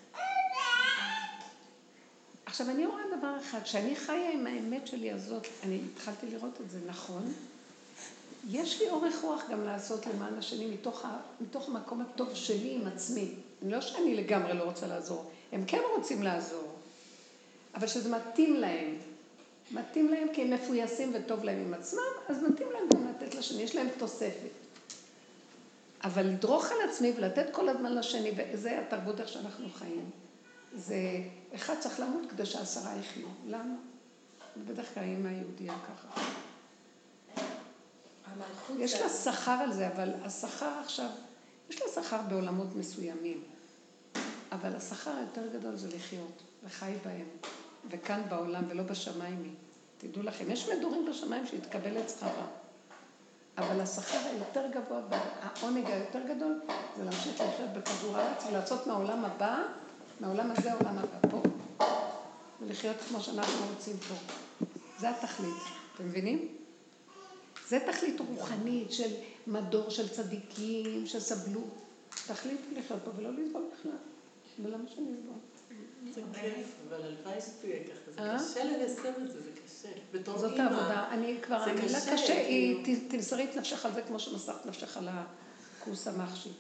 עכשיו, אני רואה דבר אחד, שאני חיה עם האמת שלי הזאת, אני התחלתי לראות את זה נכון, יש לי אורך רוח גם לעשות למען השני מתוך המקום הטוב שלי עם עצמי. לא שאני לגמרי לא רוצה לעזור, הם כן רוצים לעזור, אבל שזה מתאים להם. מתאים להם כי הם מפויסים וטוב להם עם עצמם, אז מתאים להם גם לתת לשני, יש להם תוספת. אבל לדרוך על עצמי ולתת כל הזמן לשני, וזה התרבות איך שאנחנו חיים. זה, אחד צריך למות כדי ש10 יחיו. למה? בדרך כלל אימא יהודיה ככה. יש לה שכר על זה, אבל השכר עכשיו יש לה שכר בעולמות מסוימים, אבל השכר היותר גדול זה לחיות, וחי בהם, וכאן בעולם ולא בשמיים. תדעו לכם, יש מדורים בשמיים שהתקבל את שכרה, אבל השכר היותר גבוה והעונג היותר גדול זה להמשיך לחיות בכדור הארץ ולעשות מהעולם הבא, מהעולם הזה העולם הבא פה, ולחיות כמו שאנחנו רוצים פה. זה התכלית, אתם מבינים? זה תכלית רוחנית של מדור של צדיקים שסבלו. תכלית לחיות פה ולא לסבול בכלל. ולמה שאני אסבול? זה כיף, אבל הלוואי שתהיה ככה. זה קשה ליישם את זה, זה קשה. בתור זאת אימא. העבודה. אני כבר, המילה קשה, כאילו. תמסרי את נפשך על זה כמו שמסרת נפשך על הכוס המחשי.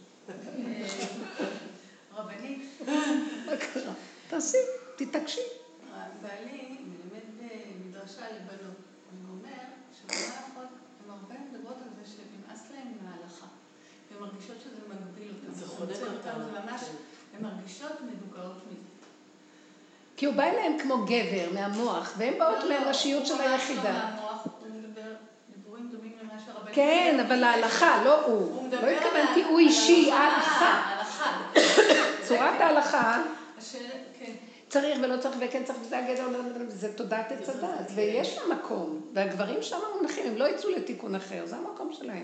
רבנית. מה קרה? תעשי, תתעקשי. בעלי מלמד במדרשה לבנות. הוא אומר שבמה יכול, הם הרבה מדברות על זה שנמאס להם מההלכה. הן מרגישות שזה מגביל אותם. זה חונק אותם. זה ממש, הן מרגישות מדוכאות מזה. כי הוא בא אליהם כמו גבר מהמוח, והם באות מהנשיות של היחידה. הוא מהמוח, הוא מדבר דיבורים דומים למה שהרבנית. כן, אבל ההלכה, לא הוא. לא התכוונתי, הוא אישי, ההלכה. ההלכה. צורת ההלכה. כן. צריך ולא צריך וכן צריך, וזה הגדול, זה תודעת עץ הדעת, ויש לה מקום, והגברים שם מונחים, הם לא יצאו לתיקון אחר, זה המקום שלהם.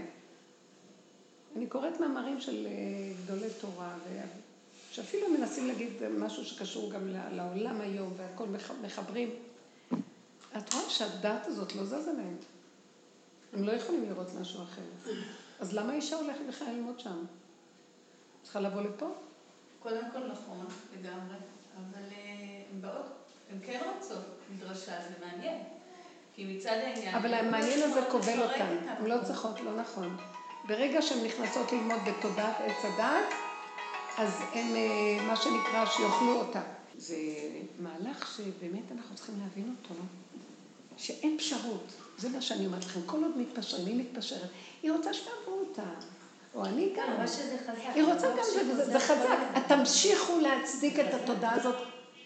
אני קוראת מאמרים של גדולי תורה, שאפילו מנסים להגיד משהו שקשור גם לעולם היום, והכל מחברים. את רואה שהדעת הזאת לא זזה להם. הם לא יכולים לראות משהו אחר. אז למה האישה הולכת בכלל ללמוד שם? צריכה לבוא לפה? קודם כל נכון, לגמרי, אבל הן באות, הן כן רוצות מדרשה, זה מעניין. כי מצד העניין... אבל המעניין הזה כובל אותן, הן לא צריכות, לא נכון. ברגע שהן נכנסות ללמוד בתודעת עץ הדעת, אז הן, מה שנקרא, שיוכלו אותה. זה מהלך שבאמת אנחנו צריכים להבין אותו, לא? שאין פשרות. זה מה שאני אומרת לכם, כל עוד מתפשרים, היא מתפשרת. היא רוצה שתעברו אותה. או אני גם. מה שזה חזק. היא רוצה גם, זה חזק. תמשיכו להצדיק את התודעה הזאת.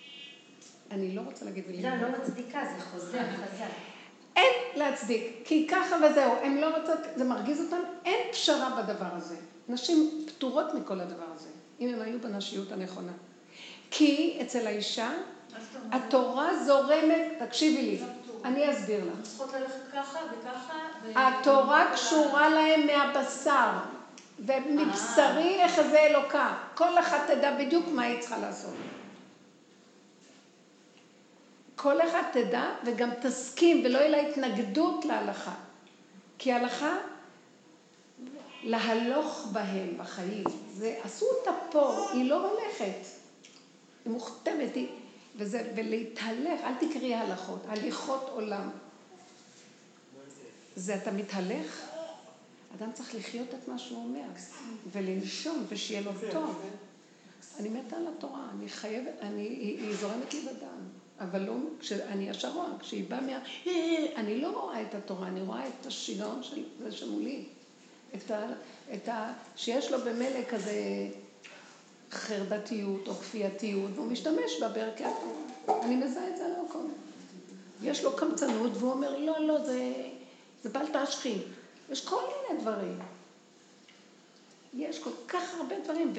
אני לא רוצה להגיד מילים. לא מצדיקה, זה חוזר חזק. אין להצדיק, כי ככה וזהו, הם לא רוצות, זה מרגיז אותם, אין פשרה בדבר הזה. נשים פטורות מכל הדבר הזה, אם הם היו בנשיות הנכונה. כי אצל האישה, התורה זורמת, תקשיבי לי, אני אסביר לך. צריכות ללכת ככה וככה. התורה קשורה להם מהבשר, ומבשרי אחזה אלוקה. כל אחת תדע בדיוק מה היא צריכה לעשות. כל אחד תדע וגם תסכים ולא יהיה לה התנגדות להלכה. כי ההלכה, להלוך בהם בחיים, זה עשו אותה פה, היא לא הולכת. היא מוכתמת, ולהתהלך, אל תקראי הלכות, הליכות עולם. זה אתה מתהלך, אדם צריך לחיות את מה שהוא אומר, ולנשום ושיהיה לו טוב. אני מתה על התורה, אני חייבת, היא זורמת לי בדם. אבל לא, כשאני ישר רואה, כשהיא באה אני לא רואה את התורה, אני רואה את השיגעון של זה שמולי. שיש לו במלא כזה חרדתיות או כפייתיות, והוא משתמש בה בערכי התורה. אני מזהה את זה על המקום. יש לו קמצנות, והוא אומר, לא, זה בל תשחי. יש כל מיני דברים. יש כל כך הרבה דברים,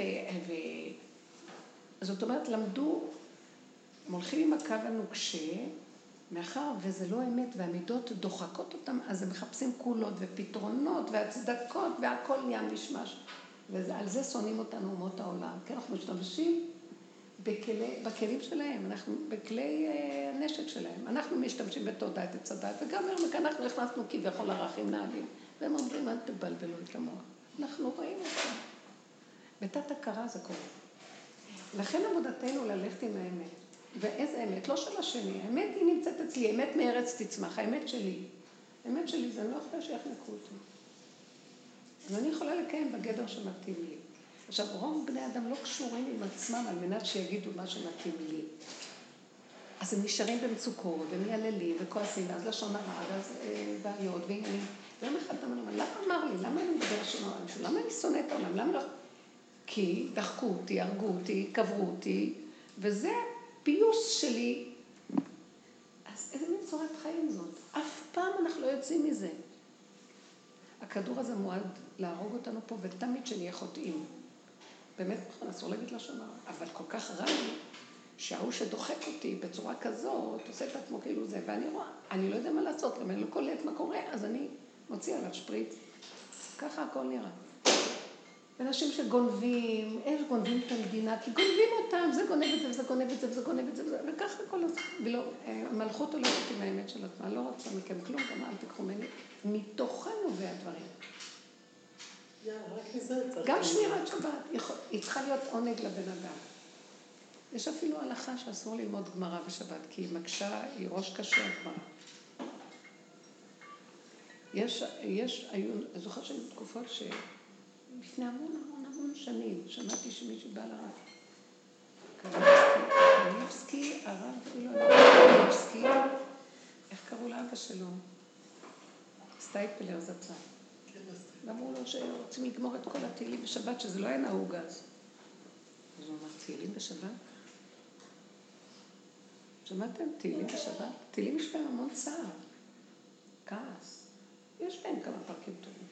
זאת אומרת, למדו, הם הולכים עם הקו הנוקשה, מאחר וזה לא אמת, והמידות דוחקות אותם, אז הם מחפשים קולות ופתרונות והצדקות, והכל נהיה משמש. ועל זה שונאים אותנו אומות העולם. כי אנחנו משתמשים בכלים שלהם, אנחנו בכלי הנשק שלהם. אנחנו משתמשים בתודעת עץ הדעת, וגם אנחנו הכנסנו כביכול ערכים נעלים. והם אומרים, אל תבלבלו את המוח. אנחנו רואים אותם. בתת הכרה זה קורה. לכן עבודתנו ללכת עם האמת. ואיזה אמת? לא של השני. האמת היא נמצאת אצלי, אמת מארץ תצמח, האמת שלי. האמת שלי זה לא אחרי שיחנקו אותי. אז אני יכולה לקיים בגדר שמתאים לי. עכשיו, רוב בני אדם לא קשורים עם עצמם על מנת שיגידו מה שמתאים לי. אז הם נשארים במצוקות, ומייללים וכועסים, ואז לשון הרע, ואז בעיות ועניינים. ויום אחד אתה אומר, למה אמר לי? למה אני מדבר לשון הרע? למה אני שונא את העולם? למה לא? כי דחקו אותי, הרגו אותי, קברו אותי, וזה פיוס שלי. אז איזה מין צורת חיים זאת? אף פעם אנחנו לא יוצאים מזה. הכדור הזה מועד להרוג אותנו פה, ותמיד שנהיה חוטאים. באמת נכון, אסור להגיד לשון הרע. אבל כל כך רע לי, שההוא שדוחק אותי בצורה כזאת, עושה את עצמו כאילו זה, ואני רואה, אני לא יודע מה לעשות, גם אני לא קולט מה קורה, אז אני מוציא עליו שפריץ. ככה הכל נראה. אנשים שגונבים, איך גונבים את המדינה? כי גונבים אותם, זה גונב את זה, וזה גונב את זה, וזה גונב את זה, וככה הכל הזה. ולא, המלכות הולכת עם האמת של עצמה, לא רוצה מכם כלום, גם אל תקחו ממני. מתוכנו והדברים. גם שמירת שבת, היא צריכה להיות עונג לבן אדם. יש אפילו הלכה שאסור ללמוד גמרא בשבת, כי היא מקשה, היא ראש קשה הגמרא. אני זוכרת שהיו תקופות לפני המון שנים, שמעתי שמישהו בא לרב. קרניבסקי, הרב, קרניבסקי, איך קראו לאבא שלו? סטייפלר זצ"ל. ואמרו לו שרוצים לגמור את כל התהילים בשבת, שזה לא היה נהוג אז. אז הוא אמר, תהילים בשבת? שמעתם? תהילים בשבת? תהילים יש בהם המון צער, כעס. יש בהם כמה פרקים טובים.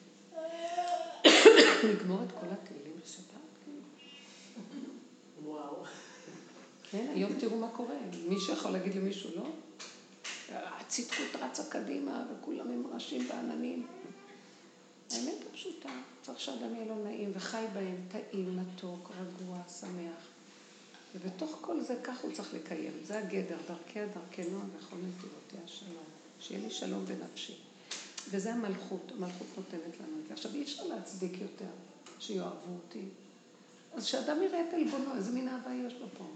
לגמור את כל התהילים בשבת? וואו. כן, היום תראו מה קורה. מישהו יכול להגיד למישהו, לא? הצדקות רצה קדימה, וכולם הם ראשים בעננים. האמת הפשוטה, צריך שאדם יהיה לו נעים וחי בהם, טעים, מתוק, רגוע, שמח. ובתוך כל זה כך הוא צריך לקיים. זה הגדר, דרכנו וכל נתיבותיה השלום. שיהיה לי שלום בנפשי. וזה המלכות נותנת לנו את זה. עכשיו אי אפשר להצדיק יותר שיואהבו אותי. אז שאדם יראה את עלבונו, איזה מין אהבה יש לו פה.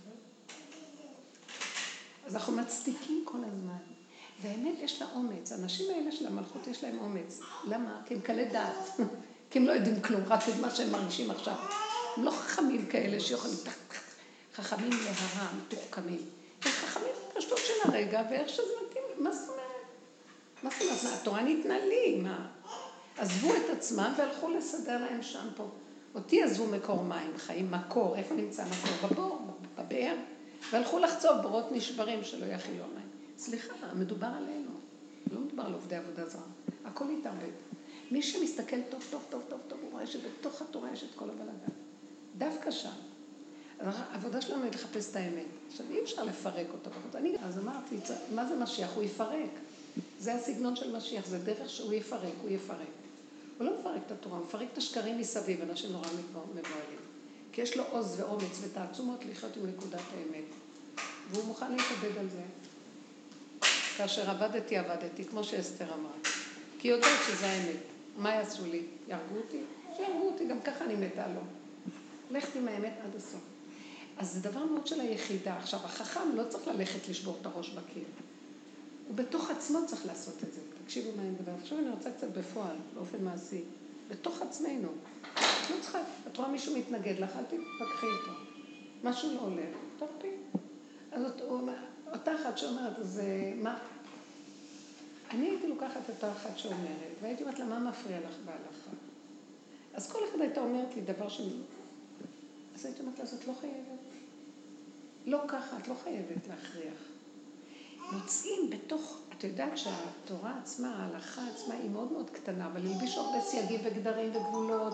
אז אנחנו מצדיקים כל הזמן. והאמת יש לה אומץ. האנשים האלה של המלכות יש להם אומץ. למה? כי הם קלי דעת. כי הם לא יודעים כלום, רק את מה שהם מרגישים עכשיו. הם לא חכמים כאלה שיכולים... חכמים להרע, מתוחכמים. הם חכמים פשוט של הרגע, ואיך שזה מתאים. מה זאת אומרת? מה זאת אומרת? התורה ניתנה לי, מה? עזבו את עצמם והלכו לסדר להם שם פה. אותי עזבו מקור מים, חיים מקור. איפה נמצא מקור? בבור, בבאר. והלכו לחצוב בורות נשברים שלא יכילו מים. סליחה, מדובר עלינו. לא מדובר על עובדי עבודה זרה. הכל יתערבב. מי שמסתכל טוב, הוא רואה שבתוך התורה יש את כל הבלגן. דווקא שם. העבודה שלנו היא לחפש את האמת. עכשיו, אי אפשר לפרק אותה. אז אמרתי, מה זה משיח? הוא יפרק. זה הסגנון של משיח, זה דרך שהוא יפרק, הוא יפרק. הוא לא מפרק את התורה, הוא מפרק את השקרים מסביב, אנשים נורא מבועלים. כי יש לו עוז ואומץ ותעצומות לחיות עם נקודת האמת. והוא מוכן להתאבד על זה. כאשר עבדתי, כמו שאסתר אמרה. כי יודעת שזה האמת. מה יעשו לי? יהרגו אותי? שיהרגו אותי, גם ככה אני מתה לו. לכת עם האמת עד הסוף. אז זה דבר מאוד של היחידה. עכשיו, החכם לא צריך ללכת לשבור את הראש בקיר. הוא בתוך עצמו צריך לעשות את זה. תקשיבו מה אני מדבר. עכשיו אני רוצה קצת בפועל, באופן מעשי. בתוך עצמנו. לא צריכה, את רואה מישהו מתנגד לך, אל תתפקחי איתו. משהו לא הולך, תרפי. אז אותה אחת שאומרת, אז מה? אני הייתי לוקחת את אותה אחת שאומרת, והייתי אומרת לה, מה מפריע לך בהלכה? אז כל אחד הייתה אומרת לי דבר ש... אז הייתי אומרת לה, אז את לא חייבת. לא ככה, את לא חייבת להכריח. מוצאים בתוך, את יודעת שהתורה עצמה, ההלכה עצמה היא מאוד מאוד קטנה, אבל היא הלביש הרבה סייגים וגדרים וגבולות,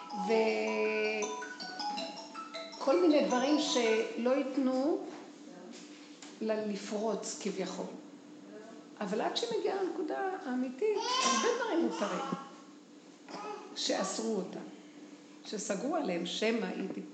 וכל מיני דברים שלא ייתנו לה לפרוץ כביכול. אבל עד שמגיעה הנקודה האמיתית, הרבה דברים מותרים, שאסרו אותם, שסגרו עליהם שמא,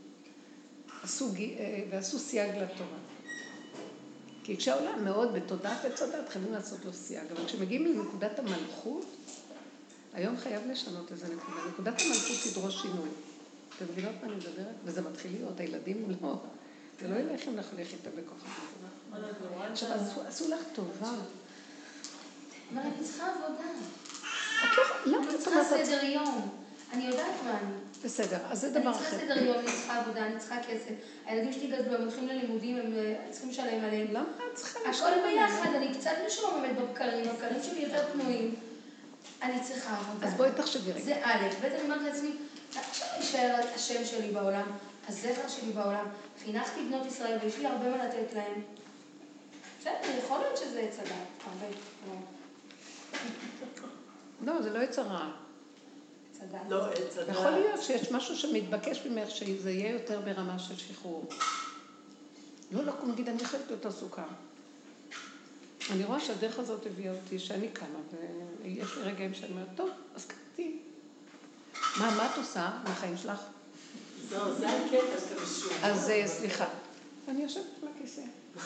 ועשו סייג לתורה. כי כשהעולם מאוד בתודעת וצדת, חייבים לעשות לו סייג. אבל כשמגיעים לנקודת המלכות, היום חייב לשנות איזה נקודה. נקודת המלכות תדרוש שינוי. אתם מבינות מה אני מדברת? וזה מתחיל להיות, הילדים לא. זה לא ילך אם אנחנו נלך איתה בכוח. עכשיו, עשו לך טובה. אבל אני צריכה עבודה. אני צריכה סדר יום. אני יודעת מה אני. בסדר, אז זה דבר אחר. אני צריכה סדר יום, אני צריכה עבודה, אני צריכה כסף. הילדים שלי גדלו, הם הולכים ללימודים, הם צריכים לשלם עליהם. למה את צריכה לשלם? הכל ביחד, אני קצת משועממת בבקרים, הבקרים שלי יותר פנויים. אני צריכה עבודה. אז בואי תחשבי רגע. זה א', ב' אני אומרת לעצמי, עכשיו יישאר השם שלי בעולם, הזכר שלי בעולם, חינכתי בנות ישראל ויש לי הרבה מה לתת להם. בסדר, יכול להיות שזה יצדה, הרבה. לא, זה לא יצרה. לא, עץ הדעת. יכול להיות שיש משהו שמתבקש ממך שזה יהיה יותר ברמה של שחרור. לא לקום, נגיד, אני חייבת יותר סוכר. אני רואה שהדרך הזאת הביאה אותי שאני קמה, ויש לי רגעים שאני אומרת, טוב, אז קמתי. מה את עושה מהחיים שלך? זהו, זה הקטע שאתה משום. אז סליחה. אני יושבת על הכיסא.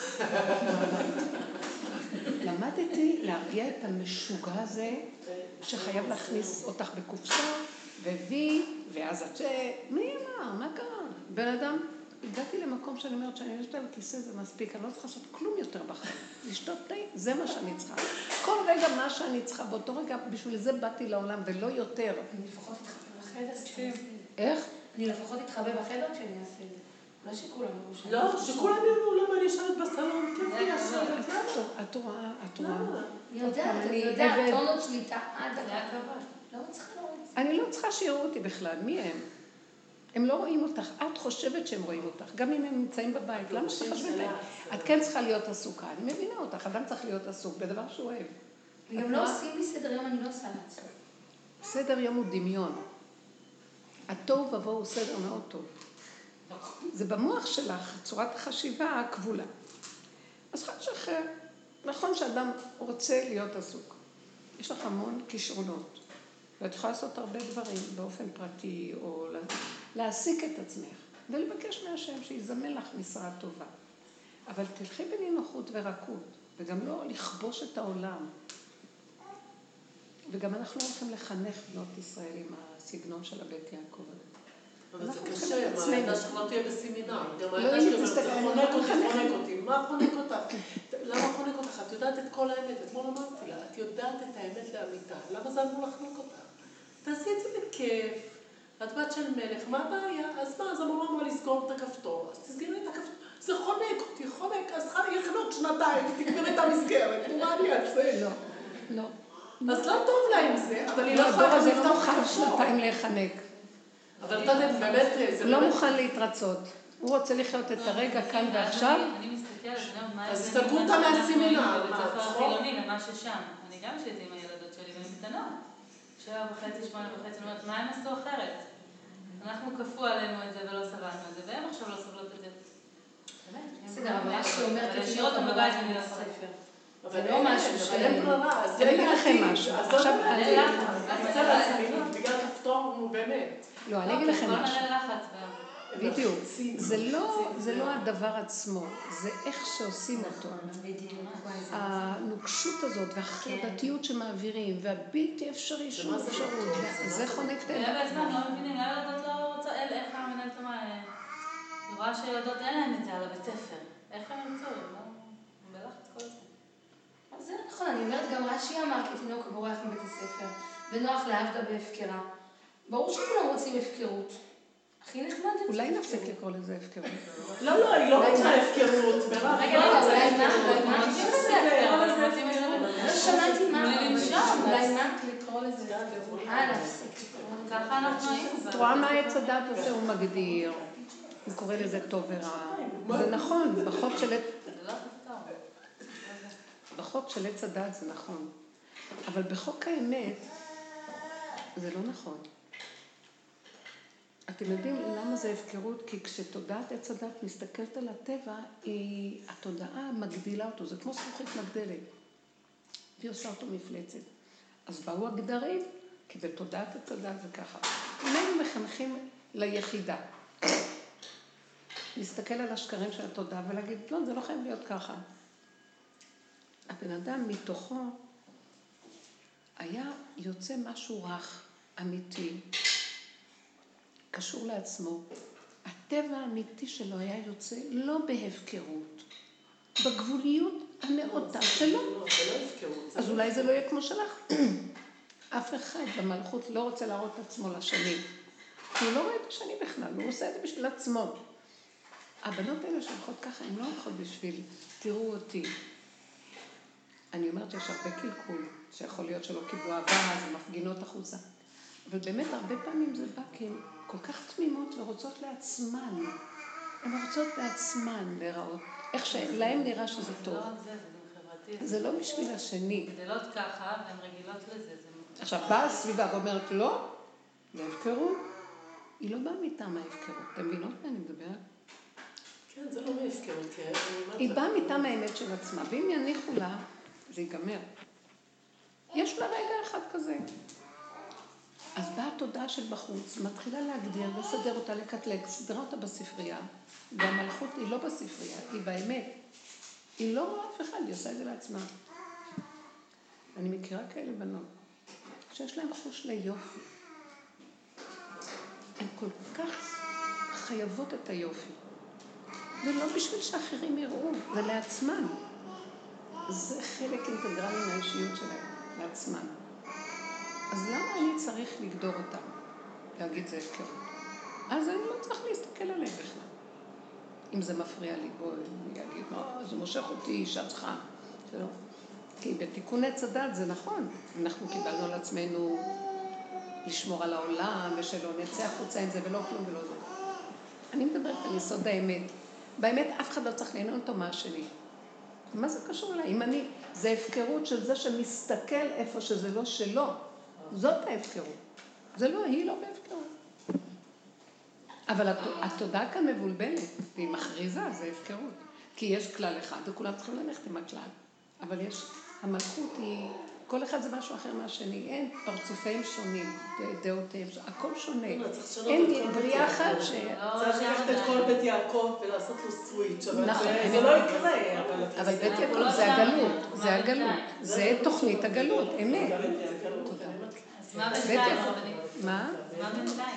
למדתי להרגיע את המשוגע הזה, שחייב להכניס אותך בקופסה, ואז את מי אמר? מה קרה? בן אדם, הגעתי למקום שאני אומרת שאני יושבת על הכיסא, זה מספיק, אני לא צריכה לעשות כלום יותר בחיים. לשתות תה, זה מה שאני צריכה. כל רגע מה שאני צריכה, באותו רגע, בשביל זה באתי לעולם, ולא יותר. אני לפחות אתחבא בחדר כשאני אעשה את זה. איך? אני לפחות אתחבא בחדר כשאני אעשה את זה. לא שכולם יראו שאני... לא, שכולם יראו, למה אני יושבת בסלון? כיף לי לשבת. את רואה. אני יודעת, טונות שליטה עד הכבוד. לא צריכה לראות. אני לא צריכה שיראו אותי בכלל, מי הם? הם לא רואים אותך, את חושבת שהם רואים אותך, גם אם הם נמצאים בבית, למה שתחשבי להם? את כן צריכה להיות עסוקה, אני מבינה אותך, אדם צריך להיות עסוק בדבר שהוא אוהב. וגם לא עושים לי סדר יום, אני לא עושה לעצמי. סדר יום הוא דמיון. התוהו ובוהו הוא סדר מאוד טוב. זה במוח שלך, צורת החשיבה הכבולה. אז חד שחרר, נכון שאדם רוצה להיות עסוק. יש לך המון כישרונות, ואת יכולה לעשות הרבה דברים באופן פרטי, או להעסיק את עצמך, ולבקש מהשם שיזמן לך משרה טובה. אבל תלכי בנינוחות ורקות, וגם לא לכבוש את העולם. וגם אנחנו לא הולכים לחנך בנות ישראל עם הסגנון של הבית יעקב הזה. אבל זה קשה, מה, הילדה שלך לא תהיה בסמינר. גם לא, הילדה שלי אני אומרת, חונק אותי. מה חונק אותך? למה חונק אותך? את יודעת את כל האמת. אתמול אמרתי לה, את יודעת את האמת לאמיתה. למה זה אמור לחנוק אותך? תעשי את זה בכיף. את בת של מלך, מה הבעיה? אז מה? אז המורה אמרה לסגור את הכפתור. אז תסגרי את הכפתור. זה חונק. אז יחנות שנתיים, תגמרי את המסגרת. מה אני אעשה? לא. אז לא טוב לה עם זה, אבל היא לא הדור יכולה הזה לא לפתוח מוכן כפתור. שנתיים להיחנק. אבל אתה באמת... לא מוכן להתרצות. הוא רוצה לחיות את הרגע כאן ועכשיו. אני מסתכלת, מה אז תסתכלו אותה מהסמינר. בבית ספר החילוני ומה ששם. אני גם יושבת עם הילדות שלי והן קטנות. 7:30, 8:30, אני אומרת, מה הם עשו אחרת? אנחנו כפו עלינו את זה ולא סבלנו את זה, והם עכשיו לא סובלות את זה. בסדר, אבל מה שאומרת... להשאיר אותם בבית ואני לספר. זה לא משהו ש... אבל אין ברירה, אז אני אגיד לכם משהו. עכשיו אני רוצה להסמינר בגלל כפתור הוא באמת. לא, אני אגיד לכם כל משהו. מלא לחץ. בדיוק. זה לא הדבר עצמו, זה איך שעושים אותו. הנוקשות הזאת והחרדתיות שמעבירים, והבלתי אפשרי שום אפשרות, זה חונק את הם בעצמם לא מבינים, הילדות לא רוצה, איך המנהלת אמרה, היא רואה שילדות אין להם את זה על הבית ספר. איך הם ימצאו? הם בלחץ כל הזמן. זה נכון, אני אומרת גם רש"י אמר כי תינוק בורח מבית הספר, ונוח לעבדה בהפקרה. ברור שכולם רוצים הפקרות. הכי נחמד זה... אולי נפסיק לקרוא לזה הפקרות. לא, היא לא רוצה הפקרות. רגע, אולי מה? לא שמעתי מה. אולי מה? לקרוא לזה. להפסיק. ככה אנחנו היינו. את רואה מה עץ הדת הזה הוא מגדיר, הוא קורא לזה טוב ורע. זה נכון, בחוק של עץ הדת זה נכון, אבל בחוק האמת זה לא נכון. אתם יודעים למה זה הפקרות? כי כשתודעת עץ הדת מסתכלת על הטבע, התודעה מגדילה אותו, זה כמו זכוכית מגדלת. והיא עושה אותו מפלצת. אז באו הגדרים, כי בתודעת עץ הדת זה ככה. איננו מחנכים ליחידה. להסתכל על השקרים של התודעה ולהגיד, לא, זה לא חייב להיות ככה. הבן אדם מתוכו היה יוצא משהו רך, אמיתי, קשור לעצמו. הטבע האמיתי שלו היה יוצא לא בהפקרות, בגבוליות הנאותה שלו. אז אולי זה לא יהיה כמו שלך. אף אחד במלכות לא רוצה להראות את עצמו לשני. כי הוא לא רואה את השני בכלל, הוא עושה את זה בשביל עצמו. הבנות האלה שהולכות ככה, הן לא הולכות בשביל, תראו אותי. אני אומרת שיש הרבה קלקול, שיכול להיות שלא קיבלו אהבה, אז הן מפגינות אחוזה. אבל באמת הרבה פעמים זה בא כי הן כל כך תמימות ורוצות לעצמן. הן רוצות לעצמן להיראות. איך שלהם נראה שזה טוב. זה לא רק זה, זה גם חברתי. זה לא בשביל השני. גדלות ככה והן רגילות לזה. עכשיו באה הסביבה ואומרת לא, וההפקרות, היא לא באה מטעם ההפקרות. אתם מבינות מה אני מדברת? כן, זה לא מהפקרות, כי היא באה מטעם האמת של עצמה, ואם יניחו לה, זה ייגמר. יש לה רגע אחד כזה. אז באה התודעה של בחוץ, מתחילה להגדיר, לסדר אותה, לקטלג, סדרה אותה בספרייה, והמלכות היא לא בספרייה, היא באמת. היא לא רואה אף אחד, היא עושה את זה לעצמה. אני מכירה כאלה בנות, שיש להם חוש ליופי. הן כל כך חייבות את היופי. זה לא בשביל שאחרים יראו, זה לעצמן. זה חלק אינטגרלי מהאישיות שלהם, לעצמן. אז למה אני צריך לגדור אותם? להגיד זה הפקרות. אז אני לא צריך להסתכל עליהם בכלל. אם זה מפריע לי, בואי, אני אגיד, זה מושך אותי, שעצך. שלא. כי בתיקוני צדת זה נכון. אנחנו קיבלנו על עצמנו לשמור על העולם, ושלא נצא החוצה עם זה ולא כלום ולא זה. אני מדברת על יסוד האמת. באמת אף אחד לא צריך לעניין אותו מהשני. מה זה קשור אליי? אם אני, זה הפקרות של זה שמסתכל איפה שזה לא שלו. זאת ההפקרות. זה לא, היא לא בהפקרות. אבל התודעה כאן מבולבלת, והיא מכריזה, זה הפקרות. כי יש כלל אחד, וכולם צריכים ללכת עם הכלל. אבל יש, המלכות היא, כל אחד זה משהו אחר מהשני. אין פרצופיהם שונים, דעותיהם, הכל שונה. אין בריאה אחת ש... צריך לקחת את כל בית יעקב ולעשות לו סוויץ', אבל נכון, זה לא יקרה. אבל בית יעקב זה הגלות, זה הגלות. זה תוכנית הגלות, אמת. תודה. אז מה בינתיים, רבנית? מה? מה בינתיים?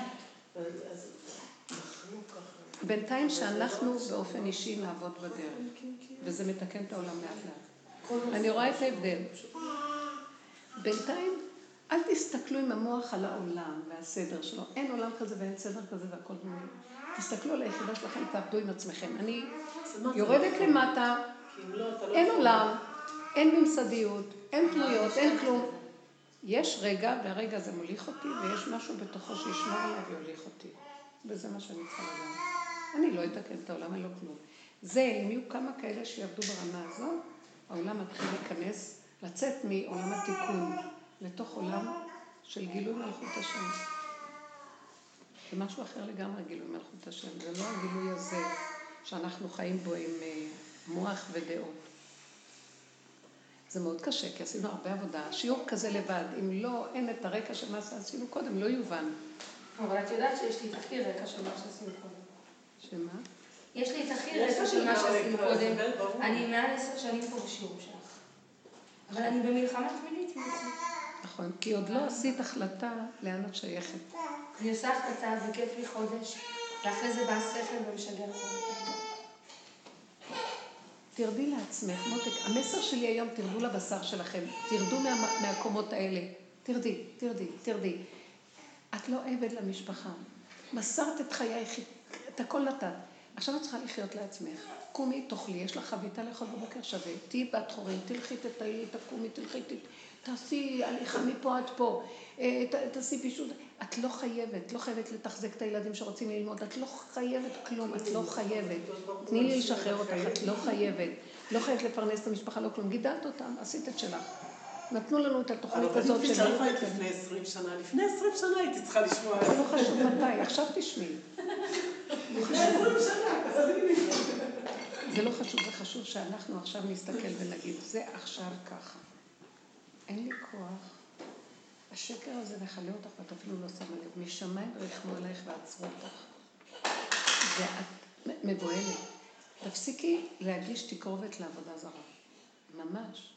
בינתיים שאנחנו באופן אישי נעבוד בדרך, וזה מתקן את העולם לאט לאט. אני רואה את ההבדל. בינתיים, אל תסתכלו עם המוח על העולם והסדר שלו. אין עולם כזה ואין סדר כזה והכל דמי. תסתכלו על היחידה שלכם, תעבדו עם עצמכם. אני יורדת למטה, אין עולם, אין ממסדיות, אין תלויות, אין כלום. יש רגע, והרגע הזה מוליך אותי, ויש משהו בתוכו שישמור עליו ויוליך אותי. וזה מה שאני צריכה לדעת. אני לא אתקן את העולם, אין לו כלום. זה, אם יהיו כמה כאלה שיעבדו ברמה הזאת, העולם מתחיל להיכנס, לצאת מעולם התיקון, לתוך עולם של גילוי מלכות השם. זה משהו אחר לגמרי, גילוי מלכות השם. זה לא הגילוי הזה שאנחנו חיים בו עם מוח ודעות. זה מאוד קשה, כי עשינו הרבה עבודה. שיעור כזה לבד, אם לא, אין את הרקע של מה שעשינו קודם, לא יובן. אבל את יודעת שיש לי את הכי רקע של מה שעשינו קודם. שמה? יש לי את הכי רקע של מה שעשינו קודם. אני מעל 10 שנים פה בשיעור שלך. אבל אני במלחמה תמידית עם עצמי. נכון, כי עוד לא עשית החלטה לאן את שייכת. אני עושה החלטה וכיף לי חודש, ואחרי זה בא השכל ומשגר חודש. תרדי לעצמך, מותק, המסר שלי היום, תרדו לבשר שלכם, תרדו מהקומות האלה, תרדי. את לא עבד למשפחה, מסרת את חייך, את הכל נתת. עכשיו את צריכה לחיות לעצמך, קומי, תאכלי, יש לך חביתה לאכול בבוקר שווה, תהי בת חורים, תלכי, תטיילי, תקומי, תלכי, תעשי הליכה מפה עד פה, תעשי פישוט. את לא חייבת לתחזק את הילדים שרוצים ללמוד, את לא חייבת כלום, את לא חייבת. תני לי לשחרר אותך, את לא חייבת לפרנס את המשפחה, לא כלום, גידלת אותם, עשית את שלך. נתנו לנו את התוכנית הזאת של... אבל אני חושבת לפני 20 שנה, לפני 20 שנה הייתי צריכה לשמוע. זה לא חשוב מתי, עכשיו תשמעי. לפני 20 שנה, זה לא חשוב, זה חשוב שאנחנו עכשיו נסתכל ונגיד, זה עכשיו ככה. אין לי כוח. השקר הזה נחלה אותך ואת אפילו לא שמה לב. משמיים רחמו עלייך ועצרו אותך. ואת מבוהלת. תפסיקי להגיש תקרובת לעבודה זרה. ממש.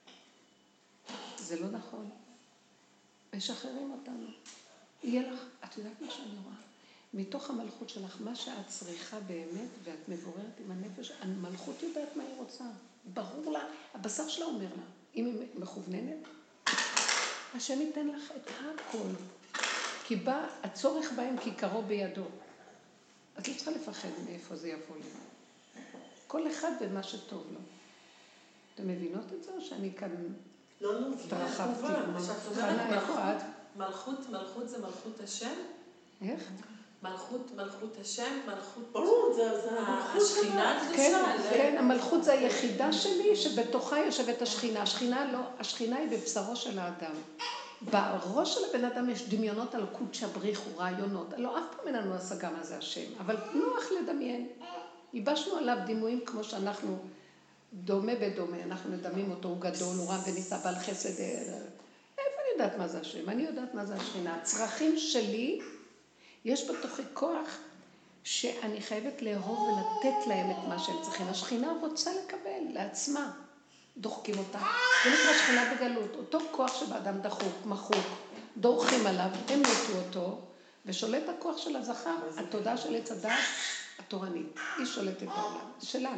זה לא נכון. משחררים אותנו. יהיה לך, את יודעת מה שאני רואה? מתוך המלכות שלך, מה שאת צריכה באמת, ואת מבוררת עם הנפש, המלכות יודעת מה היא רוצה. ברור לה, הבשר שלה אומר לה, אם היא מכווננת, השם ייתן לך את הכל. כי בא הצורך בהם כיכרו בידו. את לא צריכה לפחד מאיפה זה יבוא לי. כל אחד במה שטוב לו. אתם מבינות את זה או שאני כאן התרחבתי? חנה, איפה את? מלכות זה מלכות השם? איך? מלכות השם, ברור, זה השכינה הקדושה. כן, המלכות זה היחידה שלי שבתוכה יושבת השכינה. השכינה היא בבשרו של האדם. בראש של הבן אדם יש דמיונות על קודשא בריחו, רעיונות. לא, אף פעם אין לנו השגה מה זה השם, אבל נוח לדמיין. ייבשנו עליו דימויים כמו שאנחנו דומה בדומה, אנחנו מדמים אותו, הוא גדול, הוא רם ונישא בעל חסד. איפה אני יודעת מה זה השם? אני יודעת מה זה השכינה. הצרכים שלי, יש בתוכי כוח שאני חייבת לאהוב ולתת להם את מה שהם צריכים. השכינה רוצה לקבל לעצמה. דוחקים אותה. זה נקרא שכינה בגלות. אותו כוח שבאדם דחוק, מחוק, דורכים עליו, הם נטו אותו, ושולט הכוח של הזכר, התודעה של עץ הדת התורנית. היא שולטת בעולם, שלנו.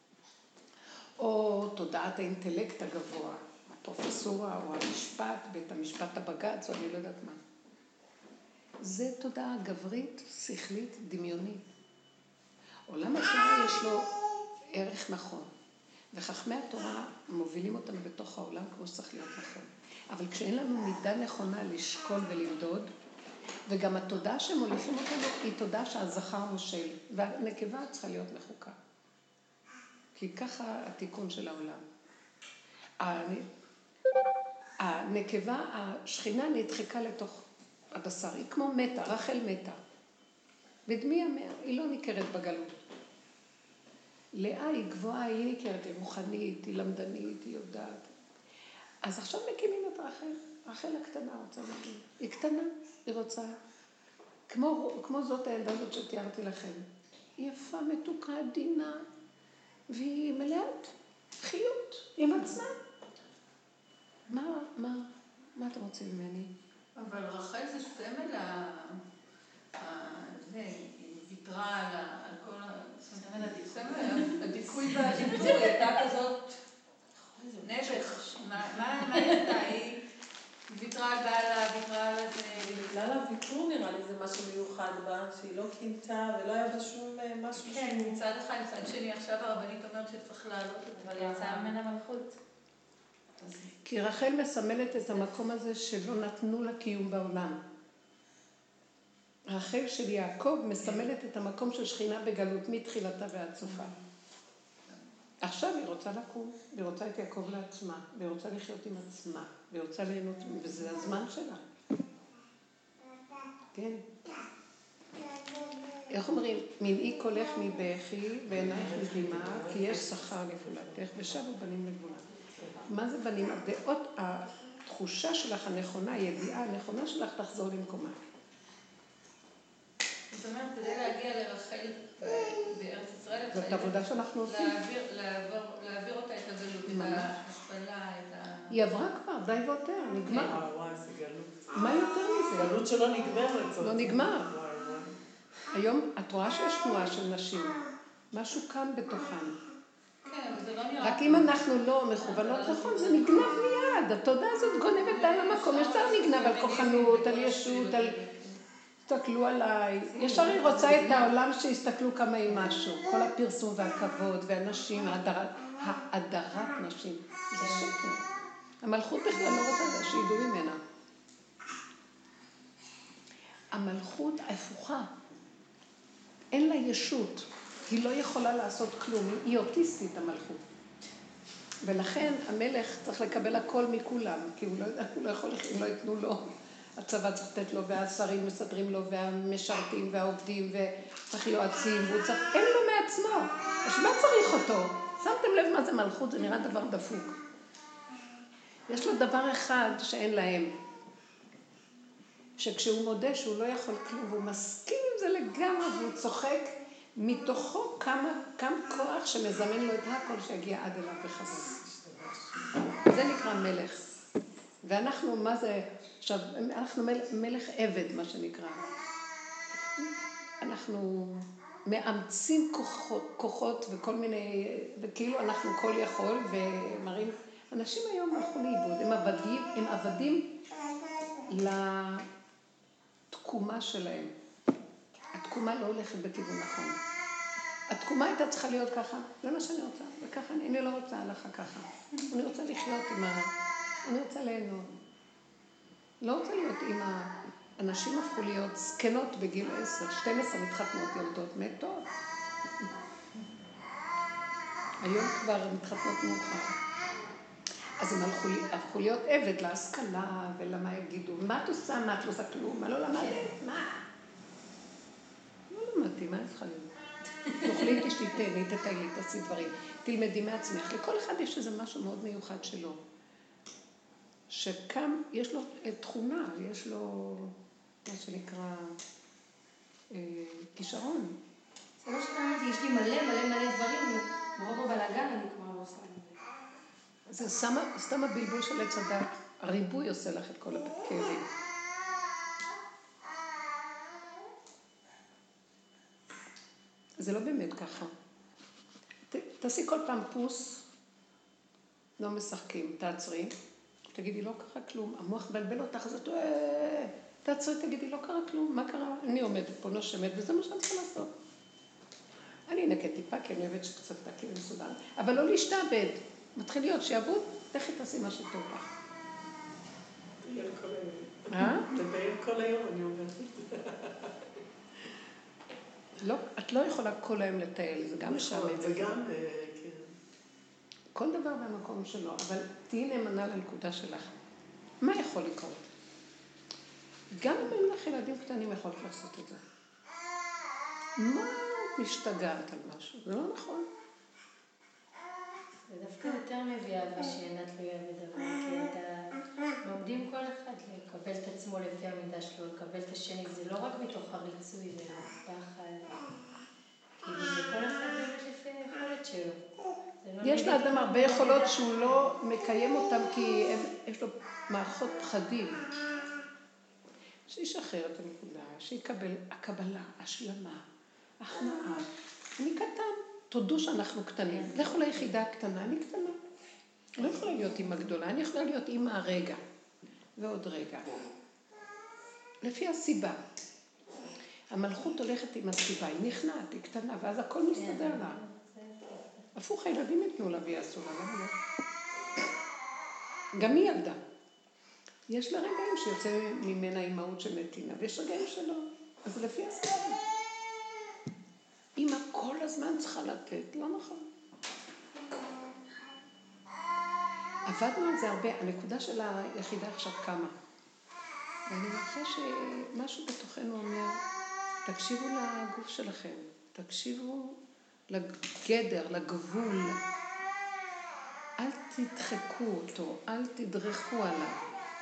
או תודעת האינטלקט הגבוה, הפרופסורה או המשפט, בית המשפט הבג"ץ, או אני לא יודעת מה. זה תודעה גברית, שכלית, דמיונית. עולם התורה יש לו ערך נכון. וחכמי התורה מובילים אותנו בתוך העולם כמו שצריך להיות נכון. אבל כשאין לנו מידה נכונה לשקול ולמדוד, וגם התודעה שמוליכים אותנו היא תודעה שהזכר מושל, והנקבה צריכה להיות מחוקה. כי ככה התיקון של העולם. הנקבה, השכינה נדחקה לתוך הבשר, היא כמו מתה, רחל מתה. בדמי המאה, היא לא ניכרת בגלות. לאה היא גבוהה, היא ניכרת, היא רוחנית, היא למדנית, היא יודעת. אז עכשיו מקימים את רחל. רחל הקטנה רוצה להגיד. היא קטנה, היא רוצה. כמו זאת הילדה הזאת שתיארתי לכם. היא יפה, מתוקה, עדינה, והיא מלאת חיות עם עצמה. מה אתם רוצים ממני? אבל רחל זה סמל היא ויתרה על כל סמל הדיכוי והדיבור, היא הייתה כזאת נבך. מה היא הייתה? היא ויתרה על בעלה, ויתרה על זה. בגלל הוויתור נראה לי זה משהו מיוחד בה, שהיא לא קינתה ולא היה בה שום משהו. כן, מצד אחד, מצד שני, עכשיו הרבנית אומרת שצריך לעלות את זה. אבל יצאה ממנה מלכות. כי רחל מסמלת את המקום הזה שלא נתנו לה קיום בעולם. רחל של יעקב מסמלת את המקום של שכינה בגלות מתחילתה ועד סופה. עכשיו היא רוצה לקום, והיא רוצה את יעקב לעצמה, והיא רוצה לחיות עם עצמה, והיא רוצה ליהנות, וזה הזמן שלה. כן. איך אומרים? מנעי קולך מבכי ועינייך מדמעה, כי יש שכר לפעולתך, ושבו בנים לגבולה. מה זה בנים? הדעות, התחושה שלך הנכונה, הידיעה הנכונה שלך תחזור למקומה. זאת אומרת, כדי להגיע לרחל בארץ ישראל, זאת עבודה שאנחנו עושים. להעביר אותה את הגלות, את ההשפלה, את ה... היא עברה כבר, די ויותר, נגמר. וואי, זה גלות. מה יותר מזה? גלות שלא נגמרת. לא נגמר. היום את רואה שיש תנועה של נשים. משהו כאן בתוכן. כן, אבל זה לא נראה... רק אם אנחנו לא מכוונות נכון, זה נגנב מיד. התודעה הזאת גונבת על המקום. ישר נגנב על כוחנות, על ישות, על... תסתכלו עליי. ישר היא רוצה את העולם שיסתכלו כמה עם משהו. כל הפרסום והכבוד והנשים, הדרת נשים. זה שקר. המלכות בכלל לא רוצה שידעו ממנה. המלכות הפוכה. אין לה ישות. היא לא יכולה לעשות כלום. היא אוטיסטית המלכות. ולכן המלך צריך לקבל הכל מכולם. כי הוא לא יכול, אם לא ייתנו לו. הצבא צריך לתת לו, והשרים מסדרים לו, והמשרתים והעובדים, וצריך יועצים, והוא צריך... אין לו מעצמו. אז מה צריך אותו? שמתם לב מה זה מלכות? זה נראה דבר דפוק. יש לו דבר אחד שאין להם. שכשהוא מודה שהוא לא יכול כלום, והוא מסכים עם זה לגמרי, והוא צוחק, מתוכו קם כוח שמזמן לו את הכל שיגיע עד אליו בחזרה. זה נקרא מלך. ואנחנו, מה זה... עכשיו, אנחנו מלך עבד, מה שנקרא. אנחנו מאמצים כוחות וכל מיני... וכאילו אנחנו כל יכול ומראים... אנשים היום הלכו לאיבוד, הם עבדים לתקומה שלהם. התקומה לא הולכת בכיוון נכון. התקומה הייתה צריכה להיות ככה, זה מה שאני רוצה, וככה אני לא רוצה הלכה ככה. אני רוצה לחיות עם אני רוצה ליהנות. לא רוצה להיות עם האנשים הפכו להיות זקנות בגיל 10, 12 מתחתנות ילדות מתות. היום כבר מתחתנות מאוחר. אז הם הפכו להיות עבד להשכלה ולמה יגידו, מה את עושה, מה את לא עושה כלום, מה לא למדת, מה? לא למדתי, מה את צריכה להיות? תאכלי איתי שתיתני, תטיילי, תעשי דברים, תלמדי מעצמך. לכל אחד יש איזה משהו מאוד מיוחד שלו. שקם, יש לו תכונה, יש לו, מה שנקרא, כישרון. זה מה שאתה אמרתי, יש לי מלא דברים, מרוב בלאגן אני כבר לא עושה את זה. זה סתם הבלבול של עץ הדת. הריבוי עושה לך את כל הכאבים. זה לא באמת ככה. תעשי כל פעם פוס, לא משחקים, תעצרי, תגידי לא קרה כלום, המוח בלבל אותך, אז את תעצרי, תגידי לא קרה כלום, מה קרה? אני עומדת פה, נושמת, וזה מה שאני צריכה לעשות. אני אנקה טיפה, כי אני אוהבת שקצת תקיע מסודר, אבל לא להשתעבד. מתחיל להיות שיעבוד, תכף תעשי מה שטוב לך. תדבר כל היום. תדבר כל היום, אני אומרת. לא, את לא יכולה כל היום לטייל, זה גם משעמם. זה גם, כן. כל דבר במקום שלו, אבל תהיי נאמנה לנקודה שלך. מה יכול לקרות? גם אם אין לך ילדים קטנים יכולת לעשות את זה. מה את משתגעת על משהו? זה לא נכון. זה דווקא יותר מביא אהבה שאינה תלויה בדבר, כי אתה לומדים כל אחד לקבל את עצמו לפי המידה שלו, לקבל את השני, זה לא רק מתוך הריצוי והפחד, כאילו זה כל אחד באמת לפי היכולת שלו. יש לאדם הרבה יכולות שהוא לא מקיים אותם כי יש לו מערכות פחדים. שישחרר את הנקודה, שיקבל הקבלה, השלמה, הכנעה. אני קטן, תודו שאנחנו קטנים. לכו ליחידה הקטנה, אני קטנה. לא יכולה להיות אימא גדולה, אני יכולה להיות אימא הרגע. ועוד רגע. לפי הסיבה. המלכות הולכת עם הסיבה, היא נכנעת, היא קטנה, ואז הכל מסתדר לה. הפוך, הילדים יתנו לה ויעשו לה, למה לא? גם היא ילדה. יש לה רגעים שיוצא ממנה אימהות של נתינה, ויש רגעים שלא. אז לפי הסיבה. אמא כל הזמן צריכה לתת, לא נכון. עבדנו על זה הרבה, הנקודה של היחידה עכשיו קמה. ואני מרגישה שמשהו בתוכנו אומר, תקשיבו לגוף שלכם, תקשיבו לגדר, לגבול, אל תדחקו אותו, אל תדרכו עליו.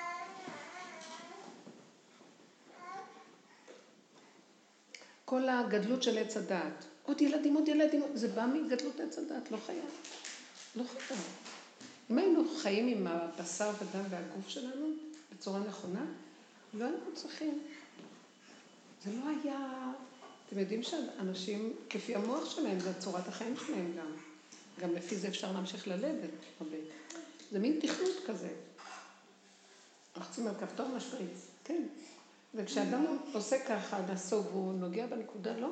כל הגדלות של עץ הדעת, עוד ילדים, זה בא מגדלות עץ הדעת, לא חייב. לא חייב. אם היינו חיים עם הבשר ודם והגוף שלנו בצורה נכונה, לא היינו צריכים. זה לא היה... אתם יודעים שאנשים, כפי המוח שלהם, זה צורת החיים שלהם גם. גם לפי זה אפשר להמשיך ללדת הרבה. זה מין תכנות כזה. לחצים על כפתור משפריץ, כן. וכשאדם עושה ככה, נסוג, הוא נוגע בנקודה, לא?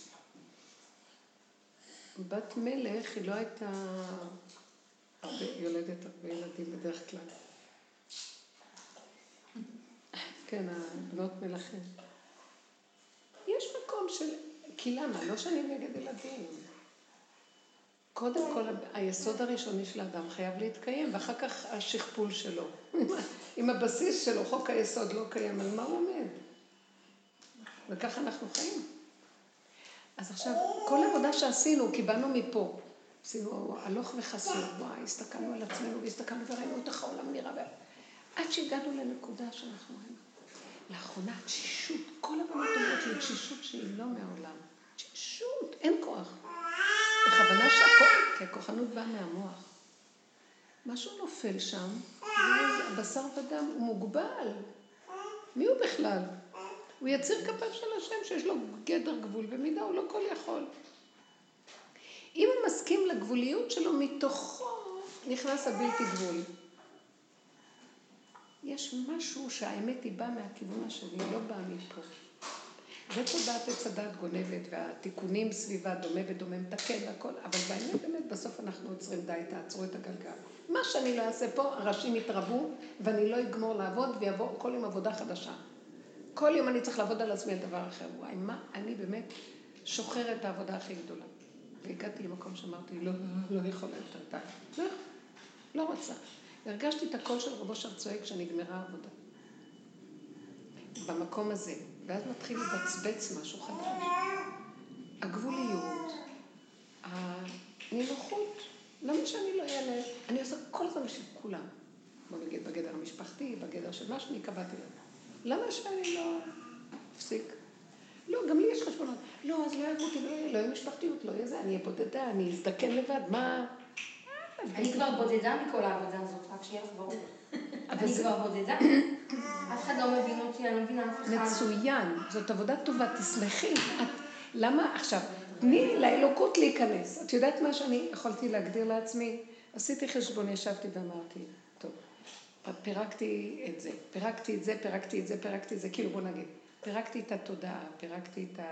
בת מלך היא לא הייתה יולדת הרבה ילדים בדרך כלל. כן, הבנות מלכים. יש מקום של... כי למה? לא שאני נגד ילדים. קודם כל, היסוד הראשוני של האדם חייב להתקיים, ואחר כך השכפול שלו. אם הבסיס שלו, חוק היסוד לא קיים, על מה הוא עומד? וככה אנחנו חיים. אז עכשיו, כל עבודה שעשינו, קיבלנו מפה. עשינו הלוך וחסור, וואי, הסתכלנו על עצמנו והסתכלנו וראינו איך העולם נראה. עד שהגענו לנקודה שאנחנו ראינו. לאחרונה, תשישות, כל הבנות אומרות לי תשישות שהיא לא מהעולם. תשישות, אין כוח. בכוונה שהכוח, כי הכוחנות באה מהמוח. משהו נופל שם, הבשר ודם הוא מוגבל. מי הוא בכלל? הוא יציר כפיו של השם שיש לו גדר גבול, במידה הוא לא כל יכול. אם הוא מסכים לגבוליות שלו, מתוכו נכנס הבלתי גבול. יש משהו שהאמת היא באה מהכיוון השני, לא באה מפה. ותודעת עץ הדת גונבת, והתיקונים סביבה דומה ודומה מתקן והכל, אבל באמת בסוף אנחנו עוצרים די, תעצרו את הגלגל. מה שאני לא אעשה פה, הראשים יתרבו, ואני לא אגמור לעבוד, ויבוא כל יום עבודה חדשה. כל יום אני צריך לעבוד על עצמי על דבר אחר. וואי, מה? אני באמת שוחרת את העבודה הכי גדולה. והגעתי למקום שאמרתי, לא יכולה יותר די. לא רוצה. הרגשתי את הקול של רב אושר צועק כשנגמרה העבודה. במקום הזה. ואז מתחיל לבצבץ משהו חדש. הגבוליות, הנינוחות, למה שאני לא אעלה? אני עושה כל הזמן בשביל כולם. בוא נגיד בגדר המשפחתי, בגדר של מה שאני קבעתי להם. למה שאני לא אפסיק? לא, גם לי יש חשבונות. לא, אז לא יעברו אותי, לא יהיה משפחתיות, לא יהיה זה, אני אהיה בודדה, אני אזדקן לבד, מה? אני כבר בודדה מכל העבודה הזאת, רק שיהיה לך ברור. אני כבר בודדה. אף אחד לא מבין אותי, אני לא מבינה אף אחד. מצוין, זאת עבודה טובה, תשמחי. למה עכשיו? תני לאלוקות להיכנס. את יודעת מה שאני יכולתי להגדיר לעצמי? עשיתי חשבון, ישבתי ואמרתי, טוב, פירקתי את זה, פירקתי את זה, פירקתי את זה, פירקתי את זה, כאילו בוא נגיד, פירקתי את התודעה, פירקתי את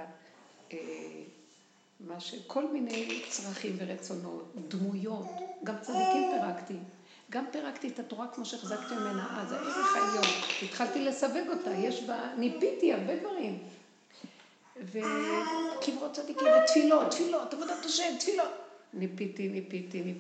כל מיני צרכים ורצונות, דמויות, גם צדיקים פירקתי. גם פירקתי את התורה כמו שהחזקתי ממנה אז, הערך העליון. התחלתי לסווג אותה, יש בה, ניפיתי הרבה דברים. וקברות צדיקים ותפילות, עבודת השם, תפילות. ניפיתי.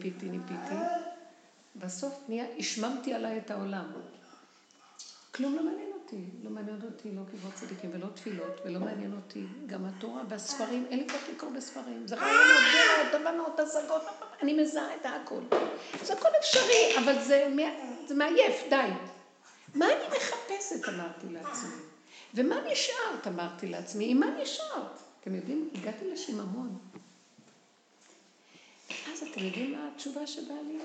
בסוף השממתי עליי את העולם. כלום לא מעניין אותי. לא מעניין אותי לא קברות צדיקים ולא תפילות, ולא מעניין אותי גם התורה והספרים. אין לי כבר לקרוא בספרים. זה רעיונות, דעות, הבנות, השגות, אני מזהה את הכל. זה הכל אפשרי, אבל זה מעייף, די. מה אני מחפשת, אמרתי לעצמי. ומה נשארת, אמרתי לעצמי. עם מה נשארת? אתם יודעים, הגעתי לשיממון. אז אתם יודעים מה התשובה שבאה לי?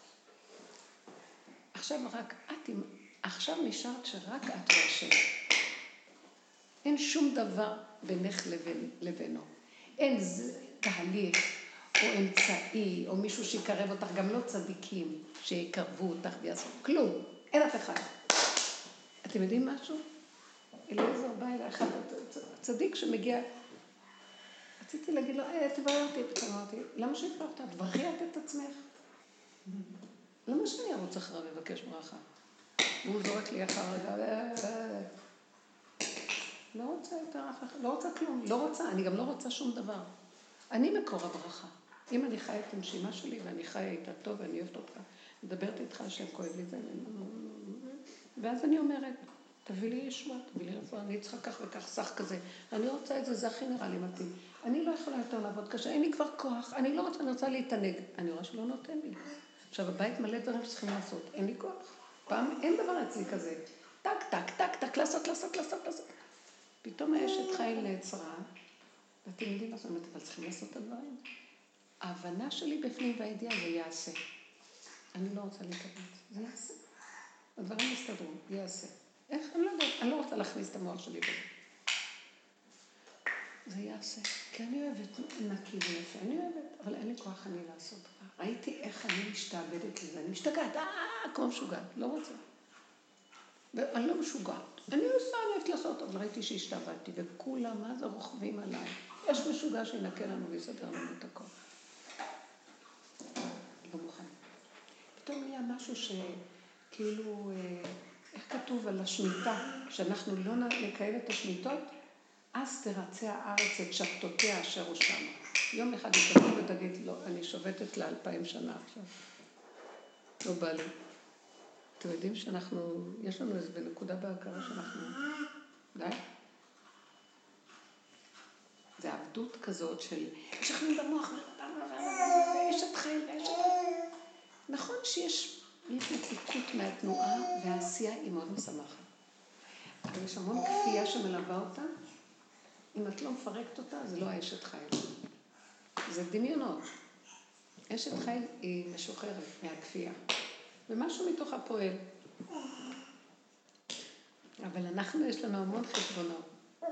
עכשיו נשארת שרק את והשם. אין שום דבר בינך לבינו. אין תהליך או אמצעי או מישהו שיקרב אותך, גם לא צדיקים שיקרבו אותך ויעשו. כלום, אין אף אחד. אתם יודעים משהו? אליעזר בא אליי אחד, צדיק שמגיע, רציתי להגיד לו, תברר אותי, אמרתי, למה שהתברת? תברכי את עצמך. למה שאני ארוץ אחריו לבקש ברכה? והוא זורק לי אחר רגע, לא רוצה יותר אף אחד, לא רוצה כלום, לא רוצה, אני גם לא רוצה שום דבר. אני מקור הברכה. אם אני חיה את הנשימה שלי ואני חיה איתה טוב ואני אוהבת אותך, מדברת איתך השם כואב לי זה, ואז אני אומרת, תביא לי ישועה, תביא לי רפואה, אני צריכה כך וכך סך כזה, אני רוצה את זה, זה הכי נראה לי מתאים. אני לא יכולה יותר לעבוד קשה, אין לי כבר כוח, אני לא רוצה, אני רוצה להתענג. אני רואה שלא נותן לי. עכשיו, הבית מלא דברים שצריכים לעשות, אין לי כוח. פעם אין דבר אצלי כזה. טק, לעשות. פתאום האשת חיל נעצרה, ואתם יודעים מה זאת אומרת, אבל צריכים לעשות את הדברים. ההבנה שלי בפנים והידיעה זה יעשה. אני לא רוצה להתאמץ, זה יעשה. הדברים יסתדרו, יעשה. איך? אני לא יודעת, אני לא רוצה להכניס את המוח שלי בזה. זה יעשה. כי אני אוהבת נקי ויפה, אני אוהבת, אבל אין לי כוח אני לעשות. ראיתי איך אני משתעבדת לזה, אני משתגעת, כמו משוגעת, לא רוצה. ואני לא משוגעת. אני אוהבת לעשות, אבל ראיתי שהשתעבדתי, וכולם, מה זה רוכבים עליי? יש משוגע שינקה לנו ויסדר לנו את הכל. לא מוכן. פתאום היה משהו שכאילו, איך כתוב על השמיטה, שאנחנו לא נקיים את השמיטות, אז תרצה הארץ את שבתותיה אשר הוא שמה. יום אחד היא תגיד ותגיד, לא, אני שובתת ל2000 שנה עכשיו. לא בא לי. אתם יודעים שאנחנו, יש לנו איזה בנקודה בהכרה שאנחנו, די? זה עבדות כזאת של, יש לכם במוח, אשת חיל. נכון שיש מתיקות מהתנועה והעשייה היא מאוד משמחת. אבל יש המון כפייה שמלווה אותה. אם את לא מפרקת אותה, זה לא האשת חיל. זה דמיונות. אשת חיל היא משוחררת מהכפייה. ומשהו מתוך הפועל. אבל אנחנו, יש לנו המון חשבונות.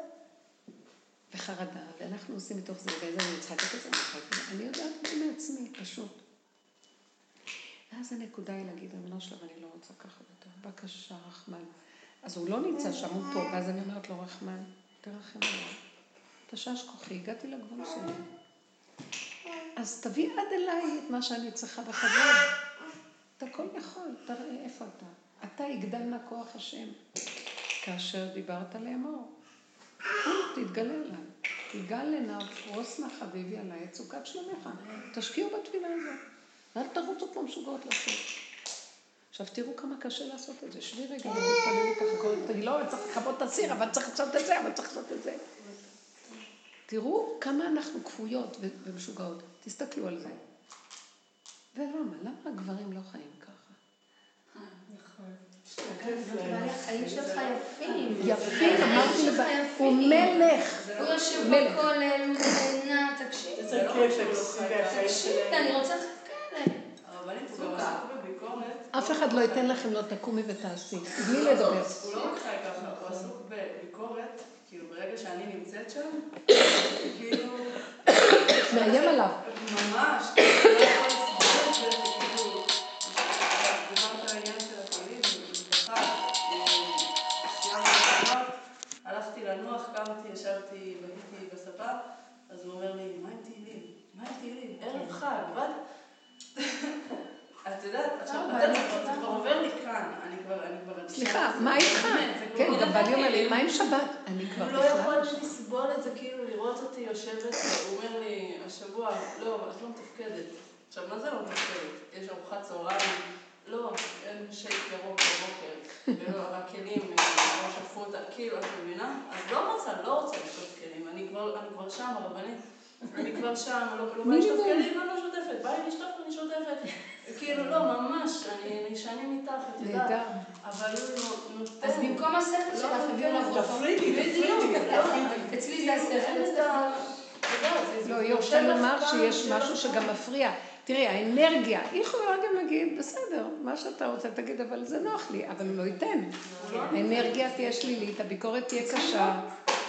וחרדה, ואנחנו עושים מתוך זה, ואיזה אני מצחקת את זה, אני יודעת את זה מעצמי, פשוט. ואז הנקודה היא להגיד, אמנה שלו, ואני לא רוצה ככה יותר. בבקשה, רחמן. אז הוא לא נמצא שם, הוא פה, ואז אני אומרת לו, רחמן, תרחם עליו. תשש כוחי, הגעתי לגבול שלי. אז תביא עד אליי את מה שאני צריכה בכבוד. אתה הכל יכול, תראה איפה אתה. אתה יגדל נא כוח השם. כאשר דיברת לאמור. תתגלה אליי. תיגל לנא ופרוס נא חביבי עליי את סוכת שלומך. תשקיעו בתפילה הזאת. אל תרוצו כמו משוגעות לעשות. עכשיו תראו כמה קשה לעשות את זה. שבי רגע, ומתפללים ככה, תגיד, לא, צריך לכבות את הסיר, אבל צריך לעשות את זה, אבל צריך לעשות את זה. תראו כמה אנחנו כפויות ומשוגעות. תסתכלו על זה. למה הגברים לא חיים ככה? נכון. החיים שלך יפים. יפים, אמרתי לך, הוא מלך. הוא יושב בכולל, הוא נהנה, תקשיב. איזה כיף, תקשיב, אני רוצה לך כאלה. הרבנית, הוא גם עסוק בביקורת. אף אחד לא ייתן לכם לא תקומי ותעשי, בלי לדבר. הוא לא רק חי ככה, הוא עסוק בביקורת, כאילו ברגע שאני נמצאת שם, כאילו... מאיים עליו. ממש, כאילו, לא יכול לסבול את זה, כאילו... דיברת על העניין של הכלים, ובכלל, סיימתי לשנות, הלכתי לנוח, קמתי, ישבתי, בהיתי בספה, אז הוא אומר לי, מה עם תהילים? מה עם תהילים? ערב חג, אבל... את יודעת, עכשיו, זה כבר עובר לי כאן, אני כבר... סליחה, מה איתך? כן, גם בעלי אומר לי, מה עם שבת? אני כבר הוא לא יכול לסבול את זה, כאילו, לראות אותי יושבת, הוא אומר לי, השבוע, לא, את לא מתפקדת. עכשיו, מה זה לא מתפקדת? יש ארוחת צהריים, לא, אין שייק ירוק בבוקר, ולא, הכלים, לא שפו אותה, כאילו, את מבינה? אז לא רוצה לשתות כלים, אני כבר שם, הרבנית. אני כבר שם, לא בא לשתות כלים, אני לא שוטפת, בא לי לשתות, אני שוטפת. כאילו, לא, ממש, אני שנים איתך, את יודעת. אבל הוא נותן. אז במקום השכל שלך, הביאו לך אותו. בדיוק. אצלי זה השכל. לא, היא רוצה לומר שיש משהו שגם מפריע. תראי, האנרגיה, היא יכולה גם להגיד, בסדר, מה שאתה רוצה תגיד, אבל זה נוח לי, אבל הוא לא ייתן. האנרגיה תהיה שלילית, הביקורת תהיה קשה.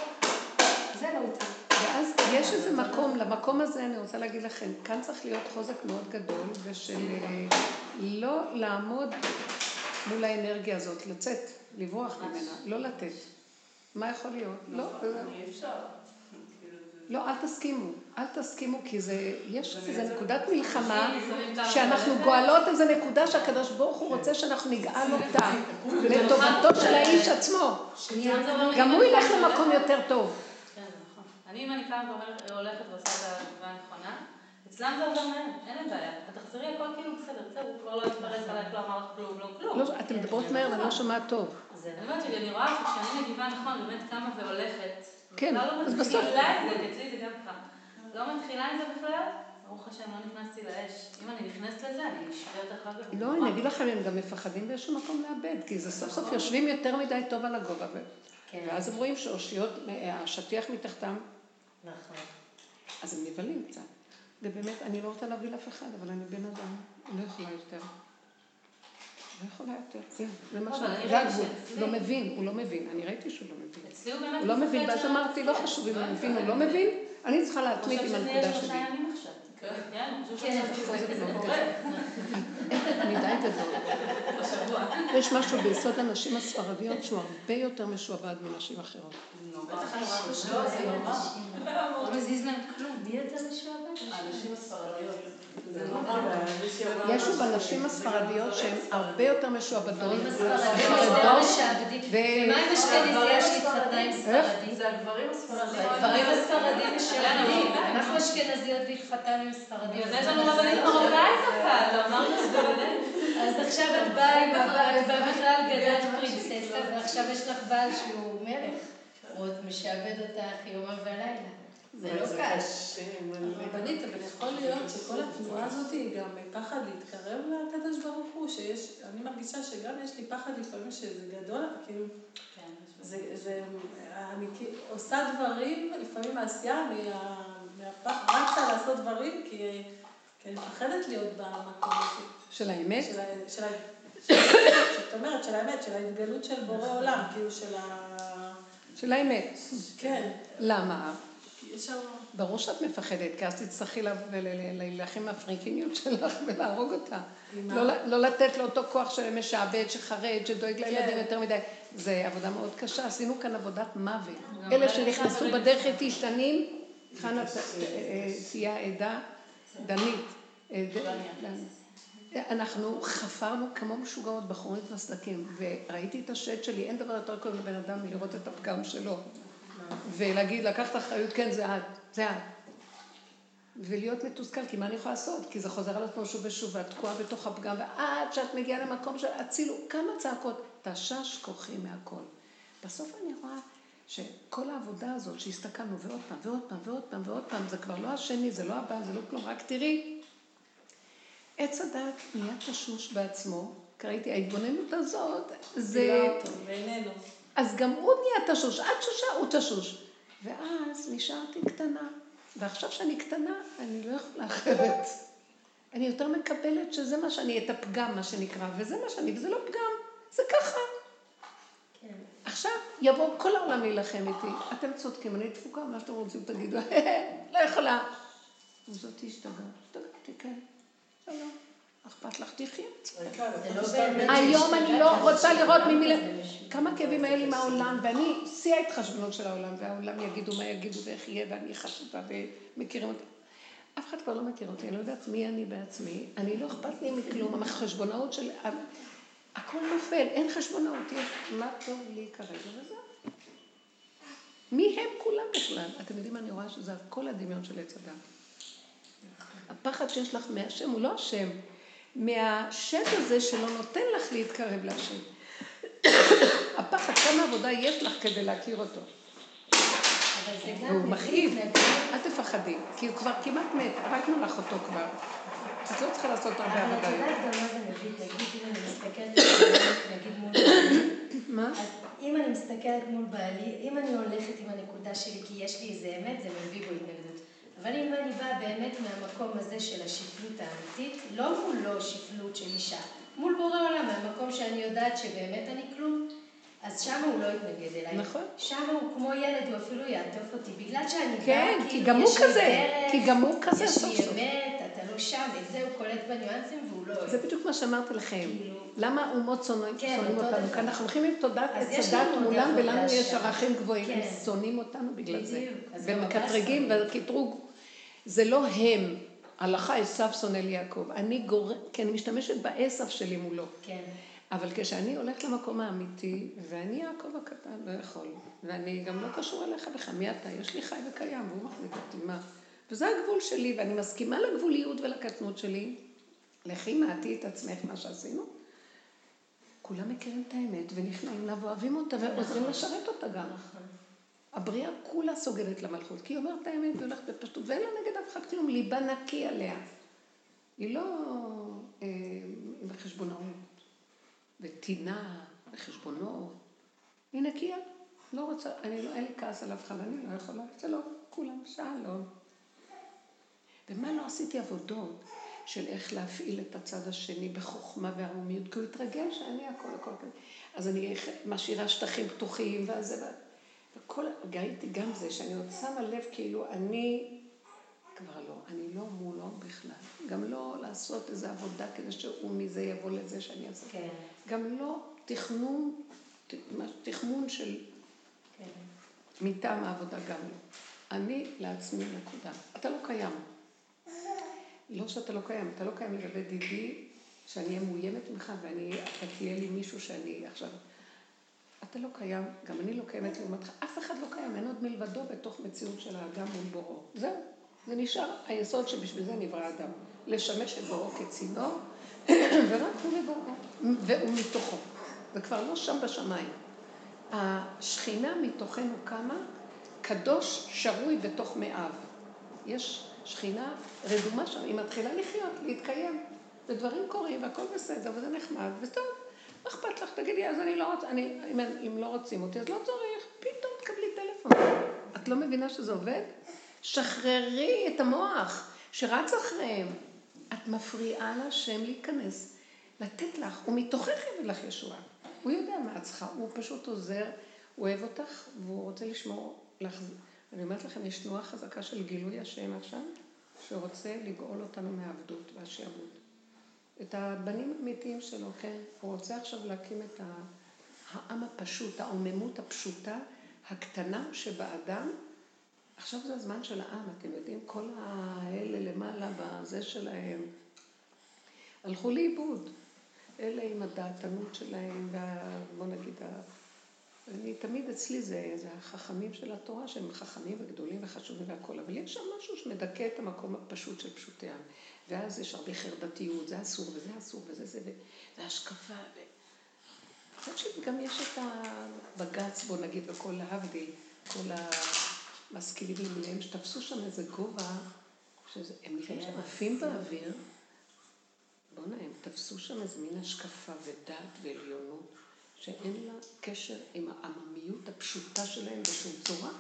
זה לא ייתן. ואז יש איזה מקום, למקום הזה אני רוצה להגיד לכם, כאן צריך להיות חוזק מאוד גדול, ושל לא לעמוד מול האנרגיה הזאת, לצאת, לברוח ממנה, לא לתת. מה יכול להיות? לא, אי אפשר. לא, אל תסכימו, כי יש איזו נקודת מלחמה, שאנחנו גואלות איזו נקודה שהקדוש ברוך הוא רוצה שאנחנו נגאל אותה, לטובתו של האיש עצמו. גם הוא ילך למקום יותר טוב. אם אני קמה והולכת ועושה את התגובה הנכונה, אצלם זה עובר מהר, אין להם בעיה. את תחזרי הכל כאילו בסדר, הוא כבר לא יתפרץ עליי, לא אמר לך כלום. לא, אתם מדברות מהר, אני לא שומעת טוב. אני אומרת שאני רואה שכשאני מגיבה נכון, באמת קמה והולכת, כן, אז בסוף. לא מתחילה את זה, אצלי זה גם ככה. לא מתחילה עם זה בכלל, ברוך השם, לא נכנסתי לאש. אם אני נכנסת לזה, אני אשווה יותר חזק. לא, אני אגיד לכם, הם גם מפחדים באיזשהו מקום לאבד, כי זה סוף סוף יושבים יותר מדי טוב על הגובה. ואז הם רואים שאושיות, השטיח מתחתם, נכון. אז הם נבלים קצת. ובאמת, אני לא רוצה להביא לאף אחד, אבל אני בן אדם, אני לא יכולה יותר. לא יכולה יותר. זה מה זה הגבול. הוא לא מבין. אני ראיתי שהוא לא מבין. הוא לא מבין, ואז אמרתי, לא חשוב אם הוא מבין או לא מבין, אני צריכה להתמיד עם הנקודה שלי. כן, מדי גדול. יש משהו ביסוד הנשים הספרדיות שהוא הרבה יותר משועבד מנשים אחרות. לא מזיז להם כלום, מי יותר משועבד? הנשים הספרדיות. יש בנשים הספרדיות שהן הרבה יותר משועבדות. ומה עם אשכנזיה שהתחתנה עם ספרדי? זה הגברים הספרדיים. הגברים הספרדים משועבדים. אנחנו אשכנזיות והתחתנו עם ספרדיות. יש לנו רבנית מרוקאית אבל, לא אמרנו את זה. אז עכשיו את באה עם הבעל, ובכלל גדלת פרינססה, ועכשיו יש לך בעל שהוא מלך. עוד משעבד אותך יומם ולילה. זה לא קש. רבנית, אבל יכול להיות שכל התנועה הזאת היא גם פחד להתקרב לקדוש ברוך הוא, אני מרגישה שגם יש לי פחד לפעמים שזה גדול, כאילו, אני עושה דברים, לפעמים העשייה, מהפחד, רצה לעשות דברים, כי אני מפחדת להיות במקום הזה. של האמת? שאת אומרת, של האמת, של ההתגלות של בורא עולם, כאילו של האמת. כן. למה? ברור שאת מפחדת, כי אז תצטרכי להילחם מהפרינקיניות שלך ולהרוג אותה. לא לתת לו אותו כוח שמשעבד, שחרד, שדואג לילדים יותר מדי. זה עבודה מאוד קשה, עשינו כאן עבודת מוות. אלה שנכנסו בדרך איתי שנים, חנה תהיה עדה דנית. אנחנו חפרנו כמו משוגעות בחורית וסדקים, וראיתי את השד שלי, אין דבר יותר כואב לבן אדם מלראות את הפגם שלו. ולהגיד, לקחת אחריות, כן, זה את. ולהיות מתוסכל, כי מה אני יכולה לעשות? כי זה חוזר על עצמו שוב ושוב, ואת תקועה בתוך הפגם, ועד שאת מגיעה למקום של הצילו, כמה צעקות, תשש כוחי מהכל. בסוף אני רואה שכל העבודה הזאת שהסתכלנו ועוד פעם ועוד פעם ועוד פעם ועוד פעם, זה כבר לא השני, זה לא הבא, זה לא כלום, רק תראי. עץ הדעת נהיה תשוש בעצמו, כראיתי, ההתבוננות הזאת, זה... בעינינו. אז גם הוא נהיה תשוש, עד שושה הוא תשוש. ואז נשארתי קטנה, ועכשיו שאני קטנה, אני לא יכולה אחרת. אני יותר מקבלת שזה מה שאני, את הפגם, מה שנקרא, וזה מה שאני, וזה לא פגם, זה ככה. כן. עכשיו יבוא כל העולם להילחם איתי, אתם צודקים, אני דפוקה, מה שאתם רוצים תגידו, לא יכולה. וזאת השתגעתי, כן, שלום, אכפת לך תחי. היום אני לא רוצה לראות ממי, כמה כאבים היה לי מהעולם, ואני שיא ההתחשבנות של העולם, והעולם יגידו מה יגידו ואיך יהיה, ואני חשובה ומכירים אותי. אף אחד כבר לא מכיר אותי, אני לא יודעת מי אני בעצמי, אני לא אכפת לי מכלום, החשבונאות של... הכל נופל, אין חשבונאות, יש מה טוב לי כרגע, וזהו. מי הם כולם בכלל? אתם יודעים מה אני רואה שזה כל הדמיון של עץ הדת. הפחד שיש לך מהשם הוא לא השם, מהשם הזה שלא נותן לך להתקרב להשם. הפחד, כמה עבודה יש לך כדי להכיר אותו. אבל זה גם... והוא מכאיב, אל תפחדי, כי הוא כבר כמעט מת, הרגנו לך אותו כבר. את לא צריכה לעשות הרבה עבודה. אבל את יודעת גם מה זה מביא, נגיד אם אני מסתכלת נגיד מול בעלי. מה? אז אם אני מסתכלת מול בעלי, אם אני הולכת עם הנקודה שלי, כי יש לי איזה אמת, זה מביא בו התנגדות. אבל אם אני באה באמת מהמקום הזה של השפלות האמיתית, לא מולו שפלות של אישה, מול בורא עולם, מהמקום שאני יודעת שבאמת אני כלום, אז שמה הוא לא יתנגד אליי. נכון. שמה הוא כמו ילד, הוא אפילו יעטוף אותי, בגלל שאני כן, באה, כי גם הוא כזה, כי גם הוא כזה יש סוף לי סוף. אמת, אתה לא שם, את זה הוא קולט בניואנסים והוא לא... זה בדיוק מה שאמרתי לכם. למה אומות שונאים אותנו? כי אנחנו הולכים עם תודעת עץ הדת מולם, ולנו יש ערכים גבוהים. הם שונאים אותנו בגלל זה. ומקטרגים, והקטרוג, זה לא הם. הלכה עשיו שונא לי יעקב. כי אני משתמשת בעשב שלי מולו. כן. אבל כשאני הולכת למקום האמיתי, ואני יעקב הקטן לא יכול, ואני גם לא קשור אליך בכלל, מי אתה? יש לי חי וקיים, והוא מחזיק אותי, מה? וזה הגבול שלי, ואני מסכימה לגבוליות ולקטנות שלי. לכי מעטי את עצמך מה שעשינו. כולם מכירים את האמת, ונכנעים לה ואוהבים אותה, ועוזרים לשרת אותה גם. הבריאה כולה סוגדת למלכות, כי היא אומרת את האמת, והיא הולכת בפשטות, ואין לה נגד אף אחד כלום, ליבה נקי עליה. היא לא עם החשבונאות, וטינה, וחשבונות. היא נקייה, לא רוצה, אין לי כעס על אף אחד, אני לא יכולה, זה לא, כולם, שלום. ומה לא עשיתי עבודות של איך להפעיל את הצד השני בחוכמה והרומיות, כי הוא התרגל שאני הכל כזה. אז אני משאירה שטחים פתוחים, ראיתי גם זה, שאני עוד שמה לב כאילו אני כבר לא, אני לא מולו בכלל. גם לא לעשות איזו עבודה כדי שהוא מזה יבוא לזה שאני אעשה. כן. גם לא תכמון של מטעם העבודה גם לא. אני לעצמי נקודה. אתה לא קיים. לא שאתה לא קיים, אתה לא קיים לגבי דידי, שאני אהיה מאוימת ממך ואתה תהיה לי מישהו שאני עכשיו... אתה לא קיים, גם אני לא קיימת לעומתך, אף אחד לא קיים, אין עוד מלבדו בתוך מציאות של האדם מול בוראו. זהו, זה נשאר היסוד שבשביל זה נברא האדם. לשמש את בוראו כצינור, ורק הוא לבוראו, והוא מתוכו. זה כבר לא שם בשמיים. השכינה מתוכנו קמה, קדוש שרוי בתוך מאב. יש שכינה רדומה שם, היא מתחילה לחיות, להתקיים. ודברים קורים והכל בסדר, וזה נחמד, וטוב. מה אכפת לך? תגידי, אז אני לא רוצה, אם לא רוצים אותי, אז לא צריך, פתאום תקבלי טלפון. את לא מבינה שזה עובד? שחררי את המוח שרץ אחריהם. את מפריעה להשם להיכנס, לתת לך, ומתוכך יביא לך ישועה. הוא יודע מה את צריכה, הוא פשוט עוזר, הוא אוהב אותך, והוא רוצה לשמור לך. אני אומרת לכם, יש תנועה חזקה של גילוי השם עכשיו, שרוצה לגאול אותנו מהעבדות והשעבוד. את הבנים האמיתיים שלו, כן? הוא רוצה עכשיו להקים את העם הפשוט, העוממות הפשוטה, הקטנה שבאדם. עכשיו זה הזמן של העם, אתם יודעים, כל האלה למעלה בזה שלהם, הלכו לאיבוד. אלה עם הדעתנות שלהם, בוא נגיד, אני תמיד אצלי זה החכמים של התורה, שהם חכמים וגדולים וחשובים והכל, אבל יש שם משהו שמדכא את המקום הפשוט של פשוטי העם. ואז יש הרבה חרדתיות, זה אסור וזה אסור וזה זה, והשקפה. אני חושבת שגם יש את הבג"ץ, בוא נגיד, וכל להבדיל, כל המשכילים למיניהם, שתפסו שם איזה גובה, הם נראים שהם עפים באוויר, בוא'נה, הם תפסו שם איזה מין השקפה ודעת ועליונות, שאין לה קשר עם העממיות הפשוטה שלהם בשום צורה.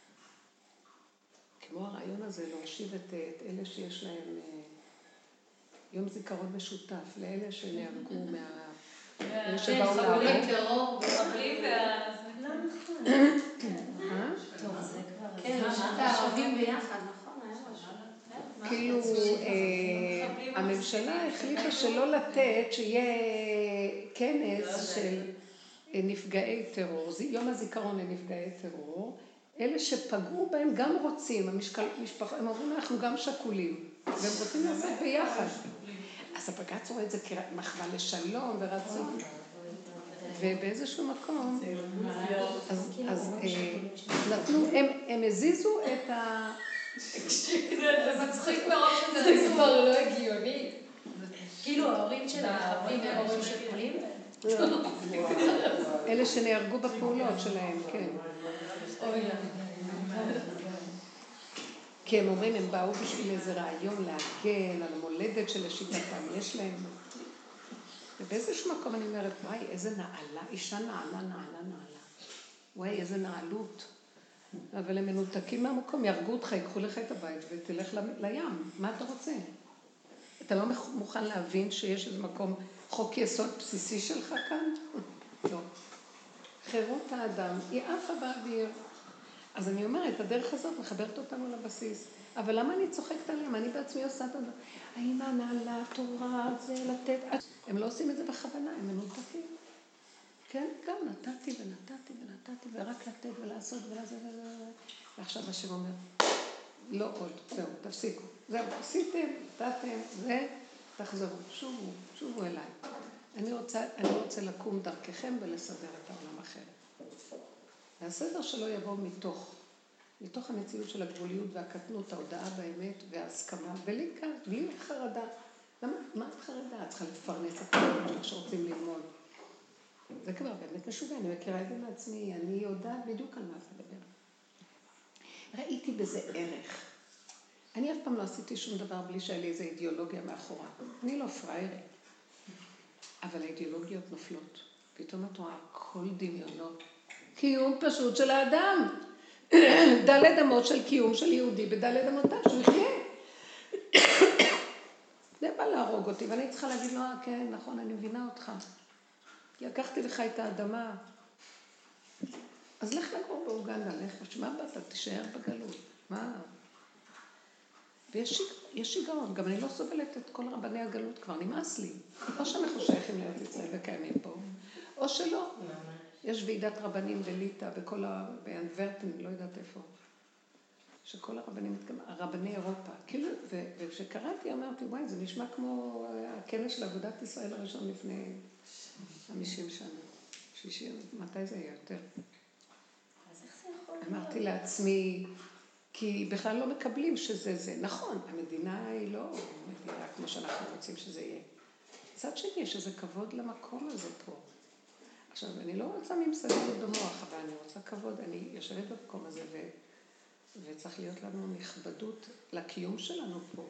כמו הרעיון הזה להושיב את אלה שיש להם יום זיכרון משותף, לאלה שנהרגו אלה שבאו להרוג. מחבלים לא נכון. טוב, זה כבר... כן, הערבים ביחד, נכון? היה משהו. כאילו, הממשלה החליטה שלא לתת שיהיה כנס של נפגעי טרור, יום הזיכרון לנפגעי טרור, אלה שפגעו בהם גם רוצים, הם אומרים אנחנו גם שקולים, והם רוצים לעשות ביחד. אז הבג"ץ רואה את זה כמחווה לשלום ורצו, ובאיזשהו מקום, אז נתנו, הם הזיזו את ה... זה מצחיק מאוד שזה זה כבר לא הגיוני. כאילו ההורים של המחבלים הם הורים שכולים? אלה שנהרגו בפעולות שלהם, כן. כי הם אומרים, הם באו בשביל איזה רעיון להגן על המולדת של השיטתם, יש להם. ובאיזשהו מקום אני אומרת, וואי, איזה נעלה, אישה נעלה. וואי, איזה נעלות. אבל הם מנותקים מהמקום, ירגו אותך, ייקחו לך את הבית ותלך לים. מה אתה רוצה? אתה לא מוכן להבין שיש איזה מקום, חוק יסוד בסיסי שלך כאן? לא. חירות האדם היא עפה באוויר. אז אני אומרת, הדרך הזאת מחברת אותנו לבסיס. אבל למה אני צוחקת עליהם? אני בעצמי עושה את זה. האמא נעלה, תורה, זה לתת. הם לא עושים את זה בכוונה, הם מנותקים. כן, גם נתתי, ורק לתת ולעשות ולעשות. ועכשיו השם אומר, לא עוד, זהו, תפסיקו. זהו, עשיתם, נתתם, זה, תחזרו, שובו אליי. אני רוצה לקום דרככם ולסדר את העולם אחרת. והסדר שלו יבוא מתוך המציאות של הגבוליות והקטנות, ההודעה באמת וההסכמה, בלי חרדה. למה? מה את חרדה? את צריכה לפרנס את הילדים שלך שרוצים ללמוד. זה כבר באמת משוגע, אני מכירה את זה מעצמי, אני יודעת בדיוק על מה את מדבר. ראיתי בזה ערך. אני אף פעם לא עשיתי שום דבר בלי שהיה לי איזו אידיאולוגיה מאחורה. אני לא פריירית. אבל האידיאולוגיות נופלות. פתאום את רואה כל דמיונות. קיום פשוט של האדם. דלת אמות של קיום של יהודי בדלת אמותיו, שהוא יחיה. זה בא להרוג אותי, ואני צריכה להגיד לו, כן, נכון, אני מבינה אותך. לקחתי לך את האדמה. אז לך לגור באוגנדה, לך, שמה באת? תישאר בגלות. מה? ויש שיגעון, גם אני לא סובלת את כל רבני הגלות, כבר נמאס לי. או שאנחנו שייכים לארץ ישראל וקיימים פה, או שלא. יש ועידת רבנים בליטא, באנוורפן, לא יודעת איפה. שכל רבני אירופה. כאילו, וכשקראתי אמרתי, וואי, זה נשמע כמו הכנס של עבודת ישראל הראשון לפני 50 שנה. 60, מתי זה היה יותר? אז איך זה יכול להיות? אמרתי לעצמי, כי בכלל לא מקבלים שזה זה. נכון, המדינה היא לא מדינה כמו שאנחנו רוצים שזה יהיה. מצד שני, יש איזה כבוד למקום הזה פה. עכשיו, אני לא רוצה ממסדות במוח, אבל אני רוצה כבוד. אני יושבת במקום הזה וצריך להיות לנו נכבדות לקיום שלנו פה.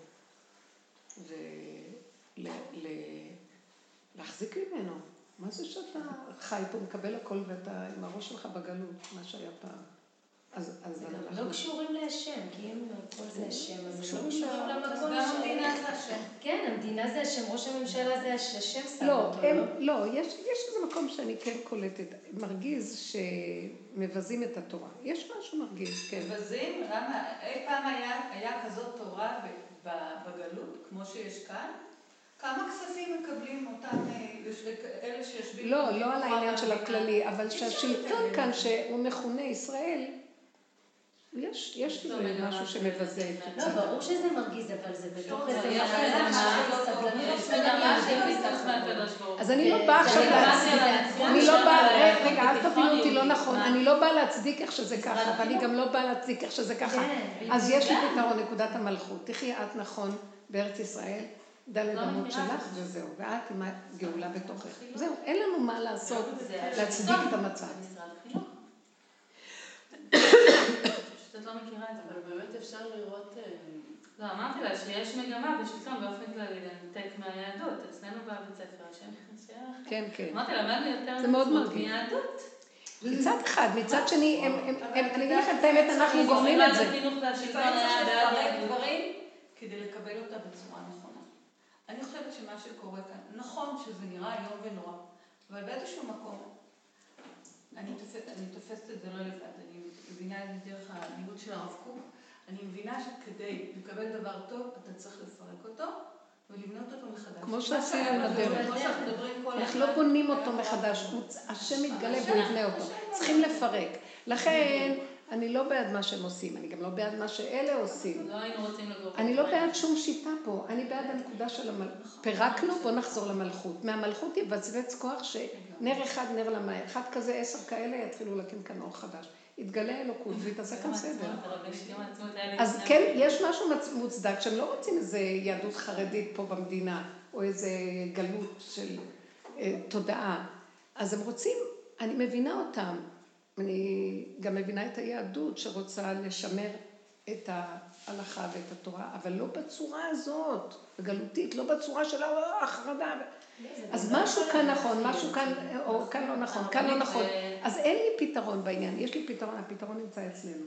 ולהחזיק ממנו. מה זה שאתה חי פה, מקבל הכל ואתה עם הראש שלך בגלות, מה שהיה פעם. אז אנחנו לא קשורים להשם, כי אם כל זה השם, אז קשורים לא קשורים למקום גם שלי. המדינה זה השם. כן, המדינה זה השם, ראש הממשלה זה השם שם לא, אותו, לא, יש איזה מקום שאני כן קולטת, מרגיז שמבזים את התורה. יש משהו מרגיז, כן. מבזים? למה? אי פעם היה כזאת תורה בגלות, כמו שיש כאן? כמה כספים מקבלים אותם אלה שיושבים? לא על העניין של הכללי, אבל שהשלטון כאן שהוא מכונה ישראל, יש לי משהו שמבזה את לא, ברור שזה מרגיז, אבל זה בתוך איזה יש אז אני לא באה עכשיו להצדיק, אני לא באה, רגע, אל תבינו אותי לא נכון, אני לא באה להצדיק איך שזה ככה, ואני גם לא באה להצדיק איך שזה ככה. אז יש לי פתרון, נקודת המלכות. תחי את נכון בארץ ישראל, דלת אמות שלך וזהו, ואת עם הגאולה בתוכך. זהו, אין לנו מה לעשות, להצדיק את המצב. את לא מכירה את זה. אבל באמת אפשר לראות... לא, אמרתי לה שיש מגמה בשלטון באופן כללי לנתק מהיהדות. אצלנו בבית ספר כן, כן. אמרתי לה, למדנו יותר זה מאוד נצרות מרגיש. מיהדות. מצד אחד, מצד שני, אני אגיד לכם את האמת, אנחנו גורמים את זה. החינוך והשלטון לפעמים היה צריך בעד לפרק יהדות. דברים כדי לקבל אותה בצורה נכונה. אני חושבת שמה שקורה כאן, נכון שזה נראה איום ונורא, אבל באיזשהו מקום, אני תופסת את זה לא לבד, אני מבינה את זה דרך הניהול של הרב קוק, אני מבינה שכדי לקבל דבר טוב, אתה צריך לפרק אותו ולבנות אותו מחדש. כמו שעשינו בדרך. איך לא בונים אותו מחדש, השם מתגלה והוא יבנה אותו. צריכים לפרק. לכן, אני לא בעד מה שהם עושים, אני גם לא בעד מה שאלה עושים. לא היינו רוצים לגור. אני לא בעד שום שיטה פה, אני בעד הנקודה של המלכות. פירקנו, בוא נחזור למלכות. מהמלכות יבצבץ כוח שנר אחד נר למים. אחד כזה, 10 כאלה יתחילו להקים כאן אור חדש. יתגלה אלוקות ויתעשה כאן סדר. אז כן, יש משהו מוצדק, שהם לא רוצים איזה יהדות חרדית פה במדינה, או איזה גלות של תודעה. אז הם רוצים, אני מבינה אותם. אני גם מבינה את היהדות שרוצה לשמר את ההלכה ואת התורה, אבל לא בצורה הזאת, הגלותית, לא בצורה של החרדה. אז משהו כאן נכון, משהו כאן, או כאן לא נכון, כאן לא נכון. אז אין לי פתרון בעניין, יש לי פתרון, הפתרון נמצא אצלנו.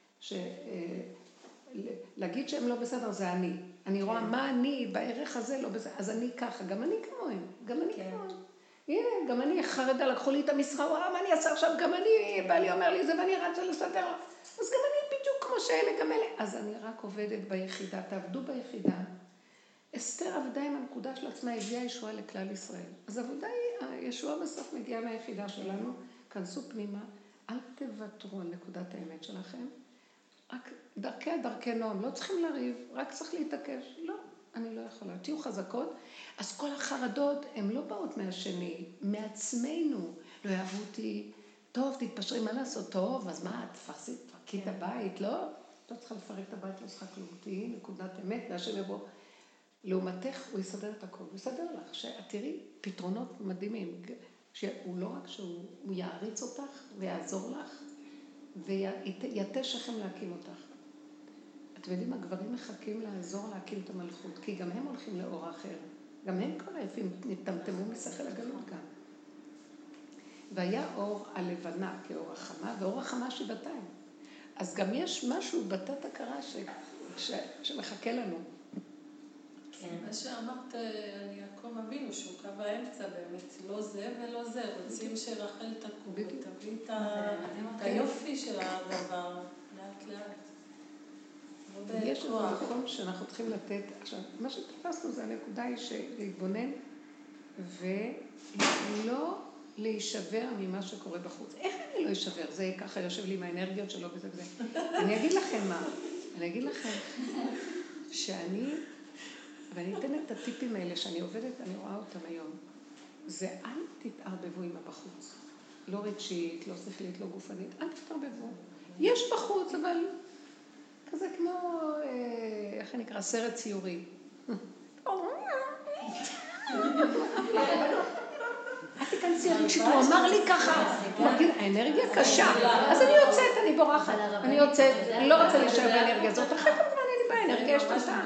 להגיד שהם לא בסדר זה אני. אני רואה מה אני בערך הזה לא בסדר, אז אני ככה, גם אני כמוהם, גם אני כמוהם. הנה, גם אני חרדה, לקחו לי את המשרה, וואו, מה אני אעשה עכשיו? גם אני, בעלי אומר לי זה ואני רצה לסדר לו. אז גם אני בדיוק כמו שאלה, גם אלה. אז אני רק עובדת ביחידה, תעבדו ביחידה. אסתר עבדה עם הנקודה של עצמה, הביאה ישועה לכלל ישראל. אז עבודה היא, הישועה בסוף מגיעה מהיחידה שלנו, כנסו פנימה, אל תוותרו על נקודת האמת שלכם. רק דרכי נועם, לא צריכים לריב, רק צריך להתעקש. לא, אני לא יכולה. תהיו חזקות. אז כל החרדות הן לא באות מהשני, מעצמנו. לא יאהבו אותי, טוב, תתפשרי, מה לעשות? טוב, אז מה, תפרקי את הבית, לא? לא צריכה לפרק את הבית, לא צריכה כלום. תהיי נקודת אמת, והשם יבוא. לעומתך, הוא יסדר את הכל. הוא יסדר לך, שאת תראי פתרונות מדהימים. שהוא לא רק שהוא יעריץ אותך ויעזור לך, ויתה שכם להקים אותך. אתם יודעים, הגברים מחכים לעזור להקים את המלכות, כי גם הם הולכים לאור אחר. גם הם כל היפים נטמטמו משכל הגלות גם. והיה אור הלבנה כאור החמה, ואור החמה שבעתיים. אז גם יש משהו בתת הכרה שמחכה לנו. מה שאמרת על יעקב אבינו, שהוא קו האמצע באמת, לא זה ולא זה, רוצים שרחל תקום ותביא את היופי של הדבר, לאט לאט. יש איזה מקום שאנחנו צריכים לתת, עכשיו, מה שתפסנו זה הנקודה היא להתבונן ולא להישבר ממה שקורה בחוץ. איך אני לא אשבר? זה ככה יושב לי עם האנרגיות שלו וזה וזה. אני אגיד לכם מה, אני אגיד לכם שאני, ואני אתן את הטיפים האלה שאני עובדת, אני רואה אותם היום. זה אל תתערבבו עם הבחוץ. לא רגשית, לא שכלית, לא גופנית, אל תתערבבו. יש בחוץ, אבל כזה כמו, איך נקרא, סרט ציורי. אל תיכנסי רגשית, הוא אמר לי ככה. האנרגיה קשה. אז אני יוצאת, אני בורחת. אני יוצאת, אני לא רוצה להישאר באנרגיה הזאת. אחרי כמובן אני באנרגיה, יש תודה.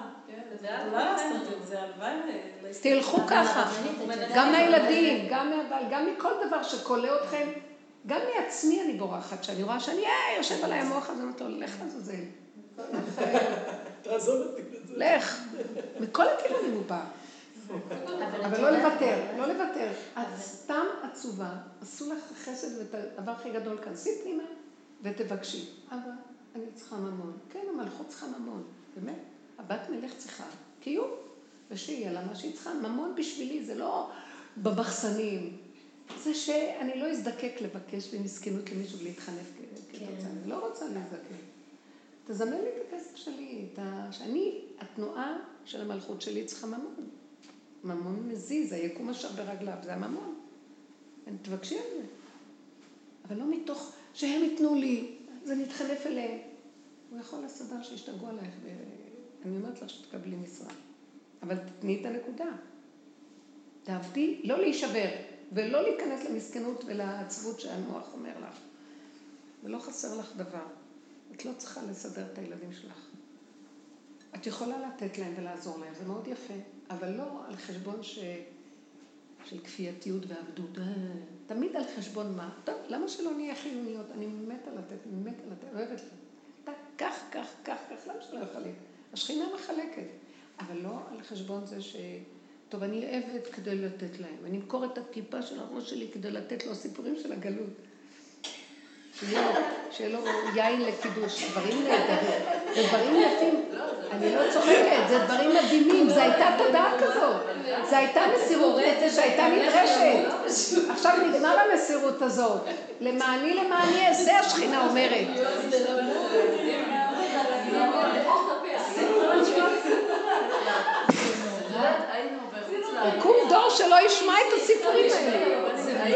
תלכו ככה, גם מהילדים, גם מהבעל, גם מכל דבר שקולה אתכם, גם מעצמי אני בורחת, שאני רואה שאני יושב עליי המוח הזה, ואומרת לו, לך לזוזל. תעזור אותי לזה. לך, מכל הכיוונים הוא בא. אבל לא לוותר, לא לוותר. את סתם עצובה, עשו לך חסד ואת הדבר הכי גדול כאן, סי פנימה ותבקשי. אבא, אני צריכה ממון. כן, המלכות צריכה ממון, באמת. הבת מלך צריכה קיום, ושיהיה לה מה שהיא צריכה. ממון בשבילי זה לא במחסנים. זה שאני לא אזדקק לבקש במסכנות למישהו ולהתחנף כתוצאה. אני לא רוצה להזדקק. תזמן לי את הכסף שלי, שאני, התנועה של המלכות שלי צריכה ממון. ממון מזיז, היקום אשר ברגליו, זה הממון. תבקשי על זה. אבל לא מתוך שהם ייתנו לי, זה נתחנף אליהם. הוא יכול לסדר שישתגעו עלייך, ואני אומרת לך שתקבלי משרה. אבל תתני את הנקודה. תעבדי, לא להישבר, ולא להיכנס למסכנות ולעצבות שהמוח אומר לך. ולא חסר לך דבר. את לא צריכה לסדר את הילדים שלך. את יכולה לתת להם ולעזור להם, זה מאוד יפה, אבל לא על חשבון של כפייתיות ועבדות. תמיד על חשבון מה? טוב, למה שלא נהיה חיוניות? אני מתה לתת, אוהבת לתת. כך, למה שלא יכולים? השכינה מחלקת, אבל לא על חשבון זה טוב, אני אוהבת כדי לתת להם. אני אמכור את הכיפה של הראש שלי כדי לתת לו סיפורים של הגלות. שיהיה לו יין לקידוש, דברים נהדרים, זה דברים יפים, אני לא צוחקת, זה דברים מדהימים, זה הייתה תודעה כזאת, זה הייתה מסירות נפש שהייתה נדרשת, עכשיו נגמר המסירות הזאת, למעני, זה השכינה אומרת. יקום דור שלא ישמע את הסיפורים האלה.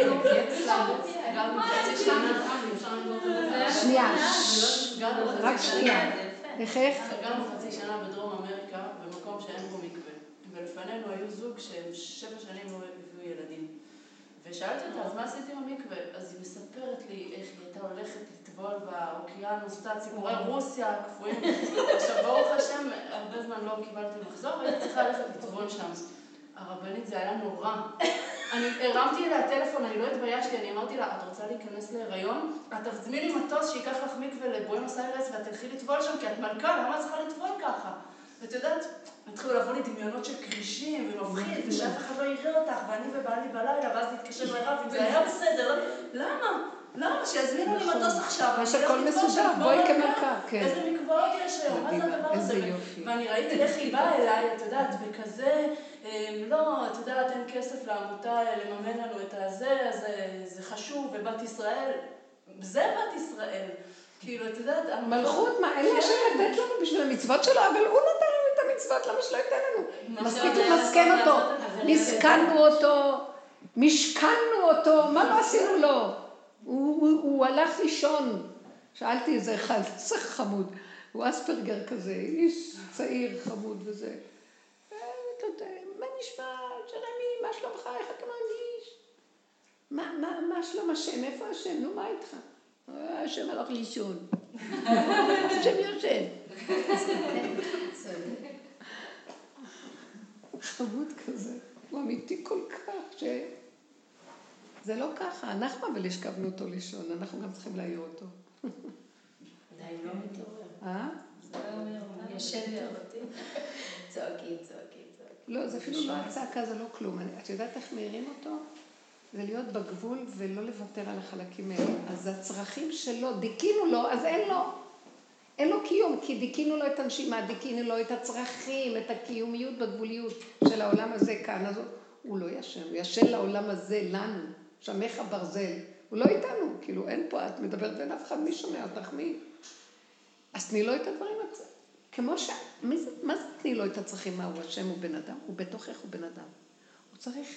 שנייה, רק שנייה. גרנו חצי שנה בדרום אמריקה, במקום שאין בו מקווה. ולפנינו היו זוג שהם 7 שנים לא הביאו ילדים. ושאלתי אותה, אז מה עשיתי עם המקווה? אז היא מספרת לי איך היא הייתה הולכת לטבול באוקיינוס, סיפורי רוסיה, קפואים. עכשיו, ברוך השם, הרבה זמן לא קיבלתי מחזור, והייתי צריכה ללכת לטבול שם. הרבנית, זה היה נורא. אני הרמתי אליה טלפון, אני לא התביישתי, אני אמרתי לה, את רוצה להיכנס להיריון? את תזמיני מטוס שיקח לך מקווה לבואנוס איירס ואת תלכי לטבול שם, כי את מלכה, למה את צריכה לטבול ככה? ואת יודעת, התחילו לבוא לי דמיונות של כרישים ומפחיד, ושאף אחד לא יראה אותך, ואני ובעלי בלילה, ואז להתקשר לרב, אם זה היה בסדר, למה? למה? שיזמינו לי מטוס עכשיו. יש הכל מסודר, בואי כמלכה, כן. איזה מקוואות יש היום, מה זה הדבר הזה? ואני ראיתי איך היא באה אליי, את יודעת, בכזה, לא, את יודעת, אין כסף לעמותה לממן לנו את הזה, אז זה חשוב, ובת ישראל, זה בת ישראל. כאילו, את יודעת, מלכות, מה, אין לה לתת לנו בשביל המצוות שלו, אבל הוא נתן לנו את המצוות, למה שלא ייתן לנו? מספיק למסכן אותו, מסכנו אותו, משכנו אותו, מה לא עשינו לו? הוא הלך לישון, שאלתי איזה אחד, זה חמוד, הוא אספרגר כזה, איש צעיר חמוד וזה. מה נשמע, ג'רמי, מה שלומך, איך אתה מרגיש? מה שלום השם, איפה השם? נו, מה איתך? השם הלך לישון. השם יושן. חמוד כזה, הוא אמיתי כל כך, זה לא ככה, אנחנו אבל השכבנו אותו לישון, אנחנו גם צריכים להעיר אותו. די, לא מתעורר. ישן אותי. צועקי. לא, זה אפילו לא הצעקה, זה לא כלום. את יודעת איך מעירים אותו? זה להיות בגבול ולא לוותר על החלקים האלה. אז הצרכים שלו, דיכינו לו, אז אין לו קיום, כי דיכינו לו את הנשימה, דיכינו לו את הצרכים, את הקיומיות בגבוליות של העולם הזה כאן. אז הוא לא ישן, הוא ישן לעולם הזה, לנו, שמך ברזל. הוא לא איתנו, כאילו אין פה, את מדברת בין אף אחד, מי שומע אותך, מי? אז תני לו את הדברים הצרכים. כמו מה זה תני לו את הצרכים? מה הוא השם? הוא בן אדם? הוא בתוכך, הוא בן אדם. הוא צריך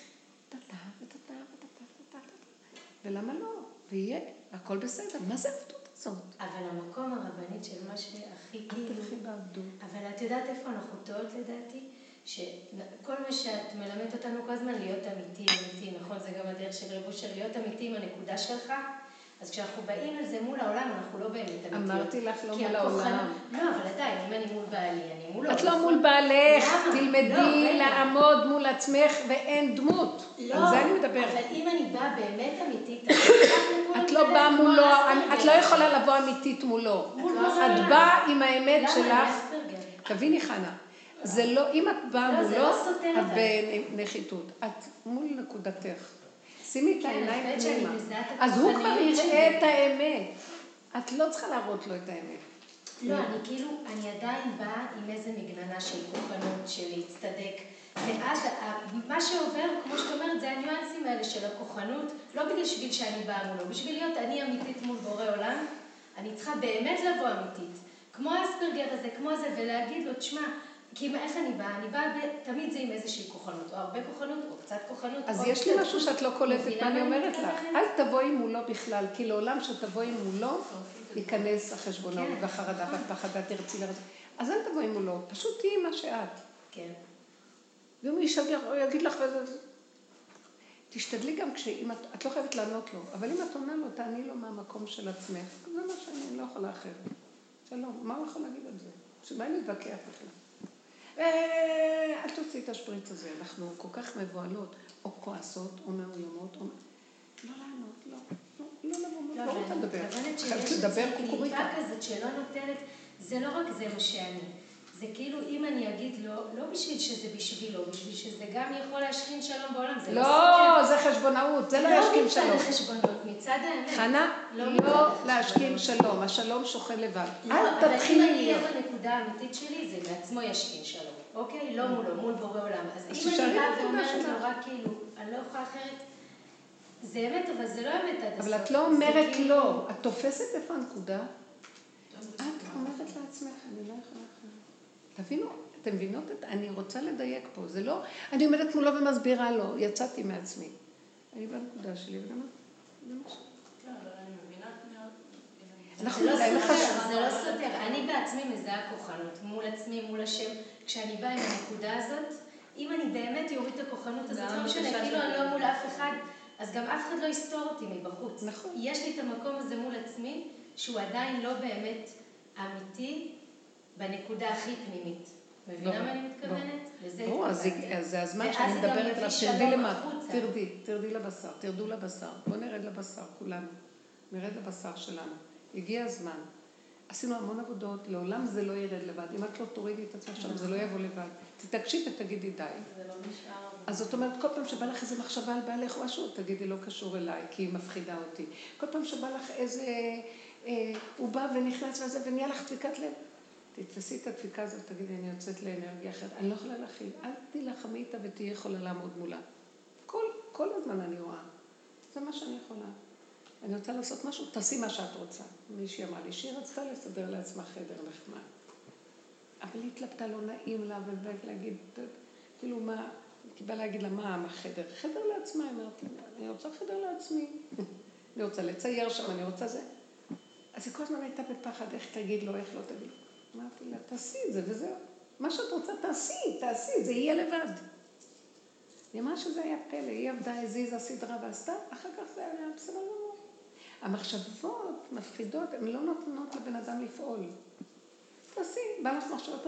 ולמה לא? ויהיה, הכל בסדר. מה זה העבדות הזאת? אבל המקום הרבנית של מה שהכי כאילו... תלכי בעבדות. אבל את יודעת איפה אנחנו טועות לדעתי? שכל מה שאת מלמדת אותנו כל הזמן להיות אמיתי, נכון? זה גם הדרך של רב אושר, להיות אמיתי עם הנקודה שלך. אז כשאנחנו באים על זה מול העולם, אנחנו לא באמת אמיתיות. אמרתי לך לא מול העולם. לא, אבל עדיין, אם אני מול בעלי, אני מולו. את לא מול בעלך, תלמדי לעמוד מול עצמך ואין דמות. על זה אני מדברת. אבל אם אני באה באמת אמיתית, את לא באה מולו, את לא יכולה לבוא אמיתית מולו. את באה עם האמת שלך. תביני חנה, זה לא, אם את באה מולו, את בנחיתות. את מול נקודתך. שימי את העיניים פנימה. אז הוא כבר יראה את האמת. את לא צריכה להראות לו את האמת. לא, אני עדיין באה עם איזה מגננה של קורבנות, של להצטדק. ואז מה שעובר, כמו שאת אומרת, זה הניואנסים האלה של הכוחנות, לא בשביל שאני באה מולו, בשביל להיות אני אמיתית מול בורא עולם, אני צריכה באמת לבוא אמיתית. כמו האספרגר הזה, כמו זה, ולהגיד לו, תשמע, כי איך אני באה? אני באה, תמיד זה עם איזושהי כוחנות, או הרבה כוחנות, או קצת כוחנות. אז יש לי משהו שאת לא קולטת, מה אני אומרת לך? אל תבואי מולו בכלל, כי לעולם שתבואי מולו, ייכנס החשבונות והחרדה והפחד, תרצי לרצות. אז אל תבואי מולו, פשוט תהיי מה שאת. כן. ואם הוא יגיד לך, תשתדלי גם כשאם את לא חייבת לענות לו, אבל אם את עונה לו, תעני לו מהמקום של עצמך. זה מה שאני לא יכולה אחרת. שלום, מה הוא יכול להגיד על זה? שמה אני מתווכח בכלל? אל תוציא את השפריץ הזה, אנחנו כל כך מבועלות, או כועסות, או מאוימות, או... לא לענות, לא לבוא, לא רוצה לדבר. חייבת לדבר קוקוריקה. קליפה כזאת שלא נותנת, זה לא רק זה מה שאני. זה כאילו אם אני אגיד לו, לא בשביל שזה בשבילו, בשביל שזה גם יכול להשכין שלום בעולם, זה לא, זה חשבונאות, זה לא ישכין שלום. לא מצד החשבונות, מצד האמת. חנה, לא להשכין שלום, השלום שוכן לבד. אבל אם אני אהיה בנקודה האמיתית שלי, זה בעצמו ישכין שלום, אוקיי? לא מולו, מול בורא עולם. אז אם אני באה ואומרת לו רק כאילו, אני לא יכולה אחרת, זה אמת, אבל זה לא אמת עד הסוף. אבל את לא אומרת לא, את תופסת איפה הנקודה? את אומרת לעצמך, אני לא יכולה אחרת. תבינו, אתם מבינות? אני רוצה לדייק פה, זה לא, אני עומדת מולו ומסבירה לו, יצאתי מעצמי. אני בנקודה שלי, וגם זה מה ש... כן, אבל אני מבינה זה לא סותר, אני בעצמי מזהה כוחנות, מול עצמי, מול השם, כשאני באה עם הנקודה הזאת, אם אני באמת יוריד את הכוחנות הזאת, לא משנה, כאילו אני לא מול אף אחד, אז גם אף אחד לא יסתור אותי מבחוץ. נכון. יש לי את המקום הזה מול עצמי, שהוא עדיין לא באמת אמיתי, בנקודה הכי פנימית. מבינה מה אני מתכוונת? ברור, אז זה הזמן שאני מדברת עליו, תרדי למטה, תרדי לבשר, תרדו לבשר, בוא נרד לבשר, כולנו, נרד לבשר שלנו. הגיע הזמן. עשינו המון עבודות, לעולם זה לא ירד לבד. אם את לא תורידי את עצמך שם, זה לא יבוא לבד. תתקשי ותגידי די. זה לא נשאר. אז זאת אומרת, כל פעם שבא לך איזה מחשבה על בעלך או משהו, תגידי לא קשור אליי, כי היא מפחידה אותי. כל פעם שבא לך איזה... הוא בא ונכנס וזה, ונהיה לך דפיקת לב. תתפסי את הדפיקה הזאת, תגידי, אני יוצאת לאנרגיה אחרת. אני לא יכולה להכיל. אל תילחמי איתה ותהיי יכולה לעמוד מולה. כל הזמן אני רואה. זה מה שאני יכולה. אני רוצה לעשות משהו, תעשי מה שאת רוצה. מישהי אמרה לי, שהיא רצתה לסדר לעצמה חדר נחמד. אבל היא התלבטה, לא נעים לה, ולהגיד, כאילו מה, כי בא להגיד לה, מה החדר? חדר לעצמה, אמרתי, אני רוצה חדר לעצמי. אני רוצה לצייר שם, אני רוצה זה. אז היא כל הזמן הייתה בפחד, איך תגיד לו, איך לא תגיד. אמרתי לה, תעשי את זה וזהו. מה שאת רוצה, תעשי, זה יהיה לבד. היא אמרה שזה היה פלא, היא עבדה, הזיזה סדרה ועשתה, אחר כך זה היה בסדר גמור. המחשבות מפחידות, הן לא נותנות לבן אדם לפעול. תעשי, בא לך מחשבות,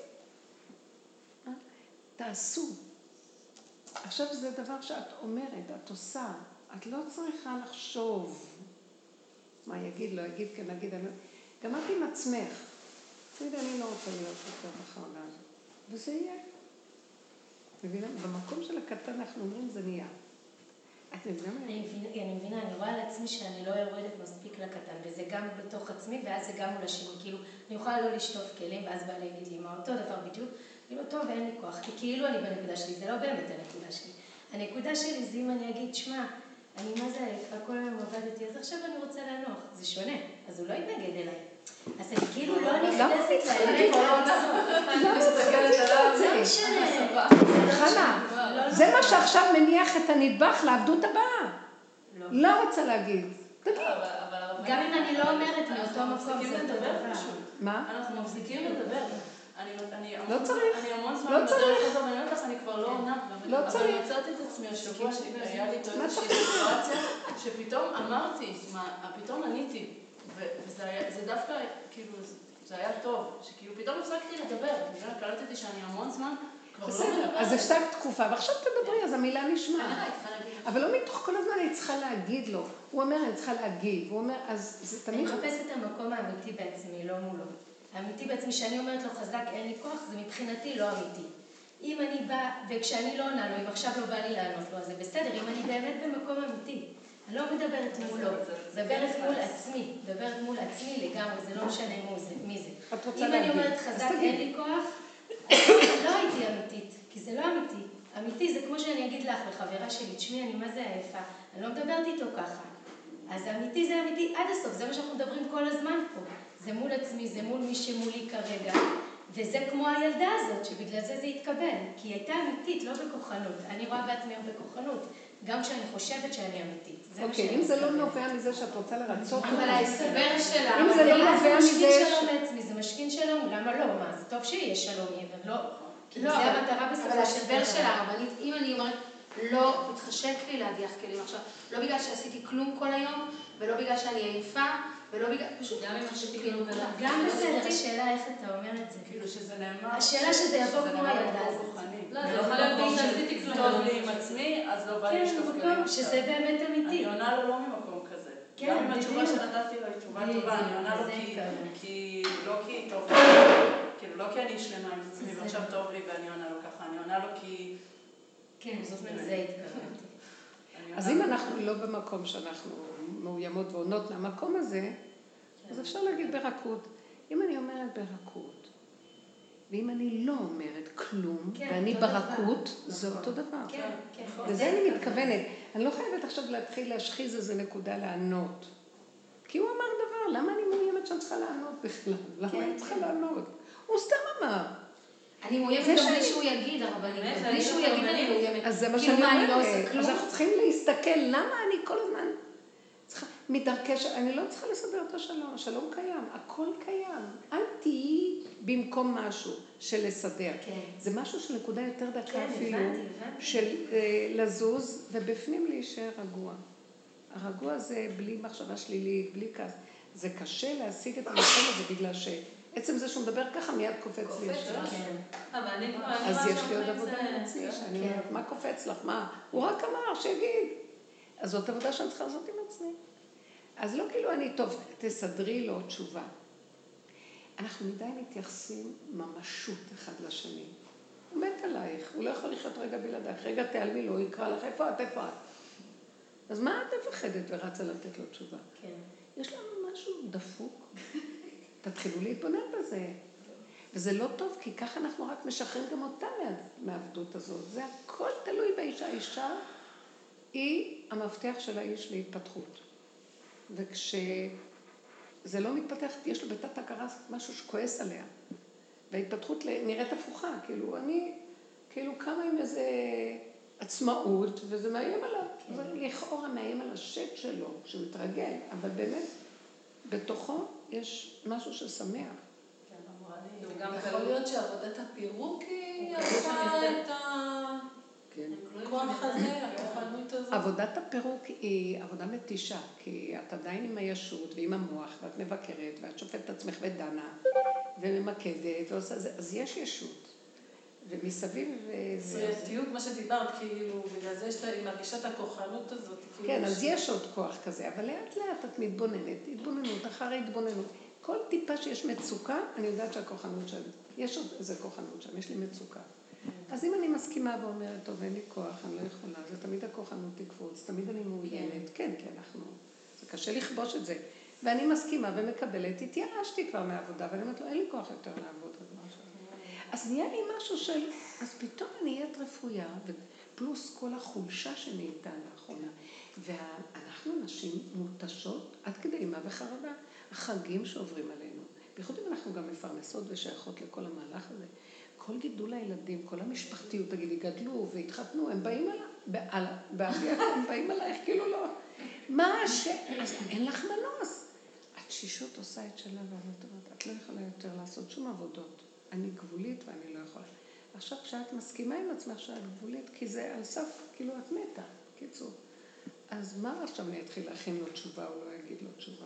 תעשו. עכשיו זה דבר שאת אומרת, את עושה, את לא צריכה לחשוב מה יגיד, לא יגיד, כן נגיד, גם את עם עצמך. תגידי, אני לא רוצה להיות יותר בחרדה הזאת. וזה יהיה. מבינה? במקום של הקטן אנחנו אומרים, זה נהיה. אני מבינה, אני רואה על עצמי שאני לא יורדת מספיק לקטן, וזה גם בתוך עצמי, ואז זה גם מול השני. כאילו, אני יכולה לא לשטוף כלים, ואז בא להגיד לי, מה אותו דבר בדיוק? כאילו, טוב, אין לי כוח, כי כאילו אני בנקודה שלי, זה לא באמת הנקודה שלי. הנקודה שלי זה אם אני אגיד, שמע, אני מה זה עייפה, כל היום עבדתי, אז עכשיו אני רוצה לנוח. זה שונה, אז הוא לא יתנגד אליי. אז אני כאילו לא נכנסת לאמת אני מסתכלת עליו, זה משנה. חנה, זה מה שעכשיו מניח את הנדבך לעבדות הבאה. לא רוצה להגיד. תגיד. גם אם אני לא אומרת מאותו מקום, זה אותו דבר. מה? אנחנו מפסיקים לדבר. לא צריך. אני המון זמן בדרך הזאת, ואני אומרת לך, אני כבר לא עונה. לא צריך. אבל מצאתי את עצמי השבוע שהיה לי איזושהי סיטואציה, שפתאום אמרתי, פתאום עניתי. וזה דווקא, כאילו, זה היה טוב, שכאילו פתאום הפסקתי לדבר, קלטתי שאני המון זמן כבר לא מדברת. אז השתקת תקופה, ועכשיו תדברי, אז המילה נשמעת. אבל לא מתוך כל הזמן אני צריכה להגיד לו. הוא אומר, אני צריכה להגיד, והוא אומר, אז זה תמיד... אני מחפשת את המקום האמיתי בעצמי, לא מולו. האמיתי בעצמי, שאני אומרת לו חזק, אין לי כוח, זה מבחינתי לא אמיתי. אם אני באה, וכשאני לא עונה לו, אם עכשיו לא בא לי לענות לו, אז זה בסדר, אם אני באמת במקום אמיתי. אני לא מדברת מולו, מדברת מול עצמי, מדברת מול עצמי לגמרי, זה לא משנה מי זה. אם אני אומרת חזק, אין לי כוח, לא הייתי אמיתית, כי זה לא אמיתי. אמיתי, זה כמו שאני אגיד לך, לחברה שלי, תשמעי, אני מה זה עייפה, אני לא מדברת איתו ככה. אז אמיתי זה אמיתי עד הסוף, זה מה שאנחנו מדברים כל הזמן פה. זה מול עצמי, זה מול מי שמולי כרגע. וזה כמו הילדה הזאת, שבגלל זה התקבל. כי היא הייתה אמיתית, לא בכוחנות. אני רואה בעצמי בכוחנות, גם כשאני חושבת שאני אמיתית. אוקיי, אם זה לא נובע מזה שאת רוצה לרצות... אבל ההסבר שלה... אם זה לא נובע מזה... זה משכין שלום לעצמי, זה משכין שלום, למה לא? מה, זה טוב שיהיה שלום, אבל לא... זה המטרה בסופו של דבר. אבל ההסבר שלה, אבל אם אני אומרת, לא מתחשק לי להדיח כלים עכשיו, לא בגלל שעשיתי כלום כל היום, ולא בגלל שאני עייפה, ולא בגלל... פשוט גם אם עשיתי כלום ולא... גם בסדר, השאלה איך אתה אומר את זה. כאילו שזה נאמר... השאלה שזה יבוא כמו הילדה הזאת. לא, זה יכול להיות שעשיתי כלום טוב לי עם עצמי, אז לא בא לי לשטוף כלים עכשיו. שזה באמת אמיתי. אני עונה לו לא ממקום כזה. גם אם התשובה שנתתי לו היא תשובה טובה, אני עונה לו לא כי טוב לי. כאילו, לא כי אני שלמה עם עצמי ועכשיו טוב לי ואני עונה לו ככה, אני עונה לו כי... כן, זאת זה התכוונתי. אז אם אנחנו לא במקום שאנחנו מאוימות ועונות למקום הזה, אז אפשר להגיד ברכות. אם אני אומרת ברכות, ואם אני לא אומרת כלום, ואני ברכות, זה אותו דבר. וזה אני מתכוונת. אני לא חייבת עכשיו להתחיל להשחיז איזה נקודה לענות. כי הוא אמר דבר, למה אני מאוימת שאני צריכה לענות בכלל? למה אני צריכה לענות? הוא סתם אמר. אני מאוימת גם בלי שהוא יגיד, הרבנית. בלי שהוא יגיד אני מאוימת. אז זה מה שאני אומרת. אז אנחנו צריכים להסתכל, למה אני כל הזמן צריכה, מדרכי, אני לא צריכה לסדר את השלום, השלום קיים, הכל קיים. אל תהיי במקום משהו של לסדר. זה משהו של נקודה יותר דקה אפילו, של לזוז, ובפנים להישאר רגוע. הרגוע זה בלי מחשבה שלילית, בלי כעס. זה קשה להשיג את המקום הזה בגלל עצם זה שהוא מדבר ככה מיד קופץ לי ישר. אז יש לי עוד עבודה לעצמי, שאני אומרת, מה קופץ לך? מה? הוא רק אמר, שיגיד. אז זאת עבודה שאני צריכה לעשות עם עצמי. אז לא כאילו אני, טוב, תסדרי לו תשובה. אנחנו מדי מתייחסים ממשות אחד לשני. הוא מת עלייך, הוא לא יכול לחיות רגע בלעדייך. רגע תעלמי לו, הוא יקרא לך, איפה את? אז מה את מפחדת ורצה לתת לו תשובה? יש לנו משהו דפוק. תתחילו להתבונן בזה. וזה לא טוב, כי ככה אנחנו רק משחררים גם אותה מהעבדות הזאת. זה הכל תלוי באישה. האישה היא המפתח של האיש להתפתחות. וכשזה לא מתפתח, יש לו בתת הכרה משהו שכועס עליה. וההתפתחות נראית הפוכה. כאילו, אני כאילו קמה עם איזה עצמאות, וזה מאיים עליו. זה לכאורה מאיים על השט שלו, שהוא מתרגל. אבל באמת, בתוכו יש משהו ששמח. גם יכול להיות שעבודת הפירוק היא עושה את הכוח הזה, הכוחנות הזאת. עבודת הפירוק היא עבודה מתישה, כי את עדיין עם הישות ועם המוח, ואת מבקרת, ואת שופטת את עצמך ודנה, וממקדת, אז יש ישות. ומסביב סייתיות, מה שדיברת, כאילו, בגלל זה היא מרגישה את הכוחנות הזאת. כן, אז יש עוד כוח כזה, אבל לאט לאט את מתבוננת, התבוננות, אחרי התבוננות. כל טיפה שיש מצוקה, אני יודעת שהכוחנות שם, יש עוד איזה כוחנות שם, יש לי מצוקה. אז אם אני מסכימה ואומרת, טוב, אין לי כוח, אני לא יכולה, זה תמיד הכוחנות תקפוץ, תמיד אני מאוימת, כן, זה קשה לכבוש את זה. ואני מסכימה ומקבלת, התייאשתי כבר מהעבודה, ואני אומרת לו, אין לי כוח יותר לעבוד על משהו. אז נהיה לי משהו של, אז פתאום אני נהיית רפויה, פלוס כל החולשה שנהייתה לאחרונה. ואנחנו נשים מותשות עד כדי אימה וחרדה. החגים שעוברים עלינו. בייחוד אם אנחנו גם מפרנסות ושייכות לכל המהלך הזה. כל גידול הילדים, כל המשפחתיות, תגידי, גדלו והתחתנו, הם באים הם באים עלייך, כאילו לא. אז אין לך מנוס. התשישות עושה את שלה ועבודה. את לא יכולה יותר לעשות שום עבודות. אני גבולית ואני לא יכולה. עכשיו כשאת מסכימה עם עצמך שאת גבולית, כי זה על סף, כאילו את מתה, קיצור. אז מה עכשיו אני אתחיל להכין לו תשובה או לא אגיד לו תשובה?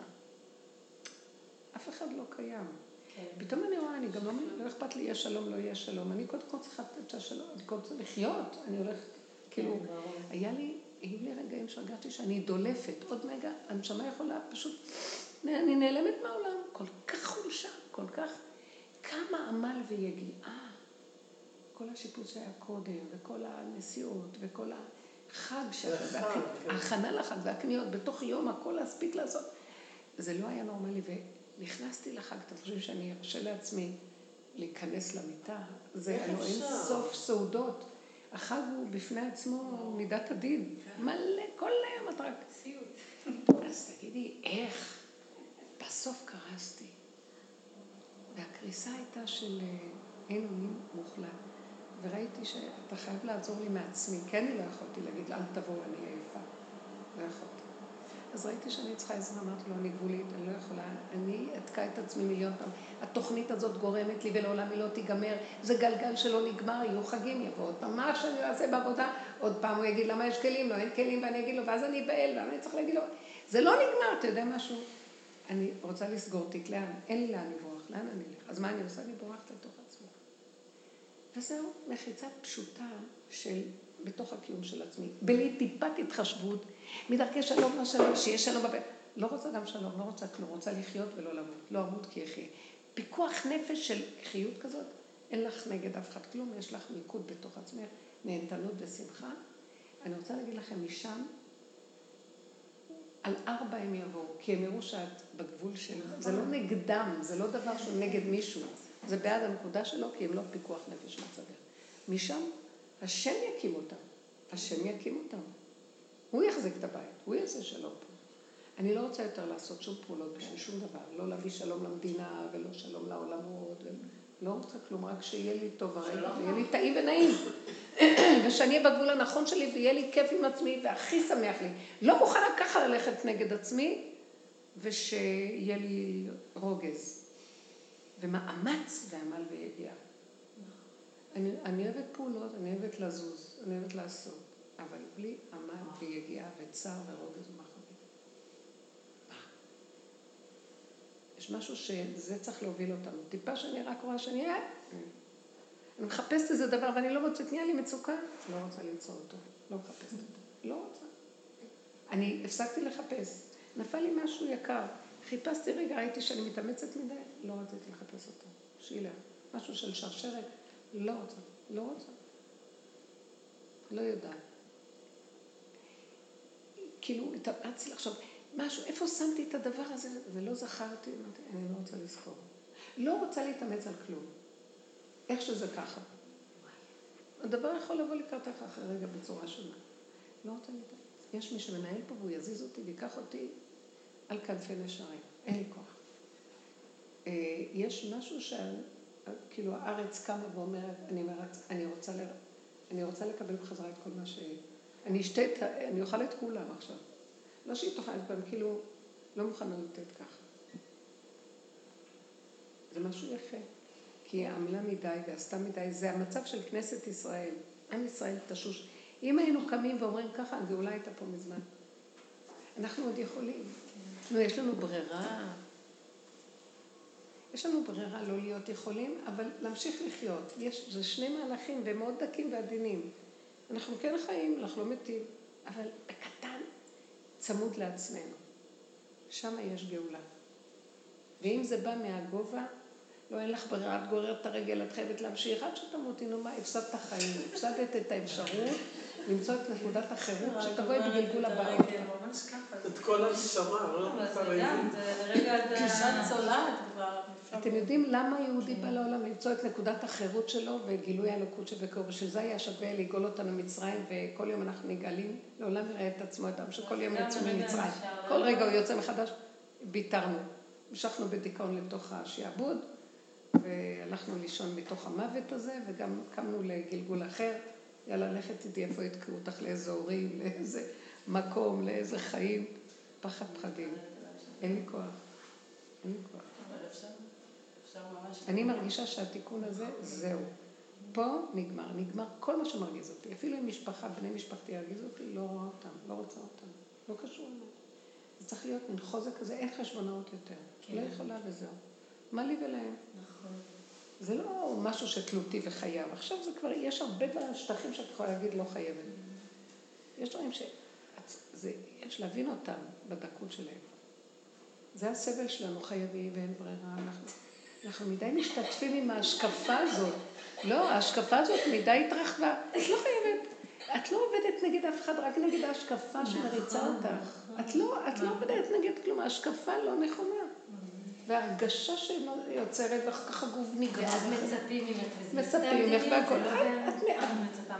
אף אחד לא קיים. פתאום אני רואה, אני גם לא אכפת לי, יש שלום, לא יהיה שלום. אני קודם כל צריכה את השלום, אני קודם כל לחיות. אני הולכת, כאילו, היו לי רגעים שהרגשתי שאני דולפת. עוד רגע, הנשמה יכולה פשוט, אני נעלמת מהעולם. כל כך חולשה, כל כך, כמה עמל ויגיעה. כל השיפוץ שהיה קודם, וכל הנסיעות, וכל החג, ההכנה לחג והקניות, בתוך יום הכל להספיק לעשות. זה לא היה נורמלי, ונכנסתי לחג, אתם חושבים שאני ארשה לעצמי להיכנס למיטה, זה אין סוף סעודות. החג הוא בפני עצמו מידת הדין. מלא, כל היום את רק... אז תגידי, איך? בסוף קרסתי. והקריסה הייתה של אין אונים מוחלט. וראיתי שאתה חייב לעזור לי מעצמי. כן, אני לא יכולתי להגיד, אל תבואו, אני עייפה. לא יכולתי. אז ראיתי שאני צריכה עזרה, אמרתי לו, אני גבולית, אני לא יכולה, אני אתקע את עצמי מיליון פעם. התוכנית הזאת גורמת לי ולעולם היא לא תיגמר, זה גלגל שלא נגמר, יהיו חגים, יבוא עוד פעם, מה שאני אעשה בעבודה, עוד פעם הוא יגיד, למה יש כלים? לא, אין כלים, ואני אגיד לו, ואז אני אבעל, ואני צריך להגיד לו, זה לא נגמר, אתה יודע משהו? אני רוצה לסגור תיק, לאן? אין לי לאן לברוח, לאן אני אלך? אז מה אני עושה? אני בורחת לתוך עצמי. וזהו, מחיצה פשוטה של בתוך הקיום של עצמי, בלי טיפת התחשבות, מדרכי שלום לשלום, שיש שלום בבית. לא רוצה גם שלום, לא רוצה כלום, רוצה לחיות ולא למות, לא אמות כי יחיה. פיקוח נפש של חיות כזאת, אין לך נגד אף אחד כלום, יש לך מיקוד בתוך עצמך, נהנתנות ושמחה. אני רוצה להגיד לכם משם, על 4 הם יבואו, כי הם יראו שאת בגבול של... זה לא נגדם, זה לא דבר שהוא נגד מישהו, זה בעד הנקודה שלו, כי הם לא פיקוח נפש מצבר. משם, השם יקים אותם, השם יקים אותם. הוא יחזיק את הבית, הוא יעשה שלום פה. אני לא רוצה יותר לעשות שום פעולות בשביל שום דבר, לא להביא שלום למדינה ולא שלום לעולמות, לא רוצה כלום, רק שיהיה לי טוב הרגע, ויהיה לי טעים ונעים. ושאני אהיה בגבול הנכון שלי ויהיה לי כיף עם עצמי והכי שמח לי. לא מוכנה ככה ללכת נגד עצמי ושיהיה לי רוגז. ומאמץ ועמל ויגיע. אני אוהבת פעולות, אני אוהבת לזוז, אני אוהבת לעשות, אבל בלי עמל ויגיע וצער ורוגז ומחבים. יש משהו שזה צריך להוביל אותנו. טיפה שאני רק רואה שאני אני מחפשת איזה דבר ואני לא מוצאת, נהיה לי מצוקה, לא רוצה למצוא אותו, לא מחפשת אותו, לא רוצה. אני הפסקתי לחפש, נפל לי משהו יקר, חיפשתי רגע, ראיתי שאני מתאמצת מדי, לא רציתי לחפש אותו, שאלה, משהו של שרשרת, לא רוצה, לא רוצה, לא יודעת. כאילו, התאמצתי לחשוב, משהו, איפה שמתי את הדבר הזה, ולא זכרתי, אני לא רוצה לזכור. לא רוצה להתאמץ על כלום. איך שזה ככה. הדבר יכול לבוא לקראתך אחרי רגע בצורה שונה. לא רוצה להתאמץ. יש מי שמנהל פה והוא יזיז אותי ויקח אותי על כנפי נשרים. אין לי כוח. יש משהו כאילו הארץ קמה ואומרת, אני רוצה לקבל בחזרה את כל מה אני אוכל את כולם עכשיו. לא שהיא תוכל את פעם, כאילו לא מוכנה לתת ככה. זה משהו יפה. כי היא עמלה מדי ועשתה מדי, זה המצב של כנסת ישראל. עם ישראל תשוש. אם היינו קמים ואומרים ככה, הגאולה הייתה פה מזמן. אנחנו עוד יכולים. יש לנו ברירה. יש לנו ברירה לא להיות יכולים, אבל להמשיך לחיות. זה 2 מהלכים ומאוד דקים ועדינים. אנחנו כן חיים, אנחנו לא מתים, אבל בקטן צמוד לעצמנו. שם יש גאולה. ואם זה בא מהגובה, לא אין לך ברירה, את גוררת את הרגל, את חייבת להמשיך, עד שתמותי, נו מה, הפסדת החיים, הפסדת את האפשרות למצוא את נקודת החירות, שתבואי בגלגול הבא. את כל הנשמה, לא? זה רגע קלישת צולעת כבר. אתם יודעים למה יהודי בא לעולם למצוא את נקודת החירות שלו וגילוי האלוקות שבקור, בשביל היה שווה לגאול אותנו מצרים, וכל יום אנחנו נגאלים, לעולם יראה את עצמו אדם שכל יום יצאו ממצרים. כל רגע הוא יוצא מחדש, ביטרנו. המשכנו בדיכאון לתוך השעבוד, והלכנו לישון מתוך המוות הזה, וגם קמנו לגלגול אחר. יאללה, לכת תדעי איפה יתקעו אותך לאיזה הורים, לאיזה מקום, לאיזה חיים. פחד פחדים. אין לי כוח. אין לי כוח. אני מרגישה שהתיקון הזה, זהו. פה נגמר כל מה שמרגיז אותי. אפילו אם משפחה, בני משפחתי ירגיז אותי, לא רואה אותם, לא רוצה אותם. לא קשור אליי. זה צריך להיות מין חוזק כזה, אין חשבונאות יותר. לא יכולה וזהו. מה לי ולהם? נכון. זה לא משהו שתלותי וחייב. עכשיו זה כבר, יש הרבה שטחים שאת יכולה להגיד לא חייבת. יש דברים יש להבין אותם בדקות שלהם. זה הסבל שלנו, חייבים ואין ברירה. אנחנו מדי משתתפים עם ההשקפה הזאת. לא, ההשקפה הזאת מדי התרחבה. את לא חייבת. את לא עובדת נגד אף אחד, רק נגד ההשקפה שמריצה אותך. את לא עובדת נגד כלום, ההשקפה לא נכונה. וההרגשה שיוצרת, ואחר כך הגוף נגרע. ואז מצפים ממך, וזה מצפים ממך והכל. את מצפה מעצמך.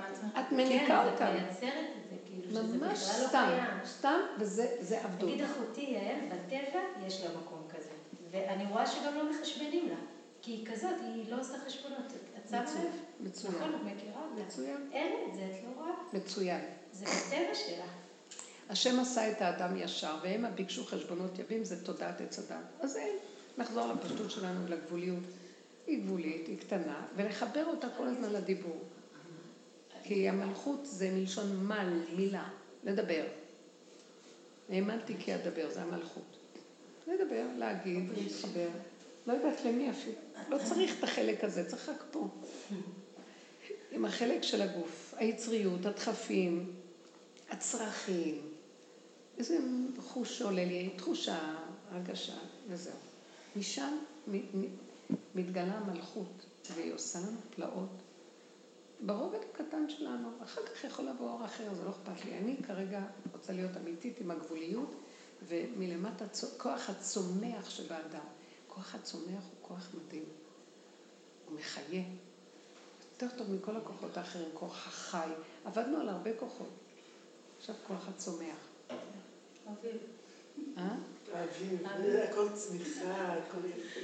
את מניקה אותם. כן, זה מייצרת את זה, כאילו, שזה בכלל ממש לא סתם, קיים. סתם, וזה עבדות. נגיד אחותי יעל, בטבע יש לה מקום כזה. ואני רואה שגם לא מחשבנים לה. כי היא כזאת, היא לא עושה חשבונות. את שמה לב? מצוין. נכון, את מכירה אותה. מצוין. אין את זה, את לא רואה? מצוין. זה בטבע שלה. השם עשה את האדם ישר, והם ביקשו חשבונות יבים, זה תודעת עץ אדם. אז אין, נחזור לפשטות שלנו, לגבוליות. היא גבולית, היא קטנה, ולחבר אותה כל הזמן לדיבור. כי המלכות זה מלשון מל, מילה, לדבר. האמנתי כי אדבר, זה המלכות. לדבר, להגיד, להתחבר. לא יודעת למי אפילו. לא צריך את החלק הזה, צריך רק פה. עם החלק של הגוף, היצריות, הדחפים, הצרכים. איזה חוש שעולה לי, תחושה, הרגשה, וזהו. משם מתגלה המלכות, והיא עושה לנו פלאות. ברובד הקטן שלנו, אחר כך יכול לבוא אור אחר, זה לא אכפת לי. אני כרגע רוצה להיות אמיתית עם הגבוליות, ומלמטה כוח הצומח שבאדם. כוח הצומח הוא כוח מדהים. הוא מחיה. יותר טוב מכל הכוחות האחרים, כוח החי. עבדנו על הרבה כוחות. עכשיו כוח הצומח. אביב. אה? אביב, הכל צמיחה, הכל יפה.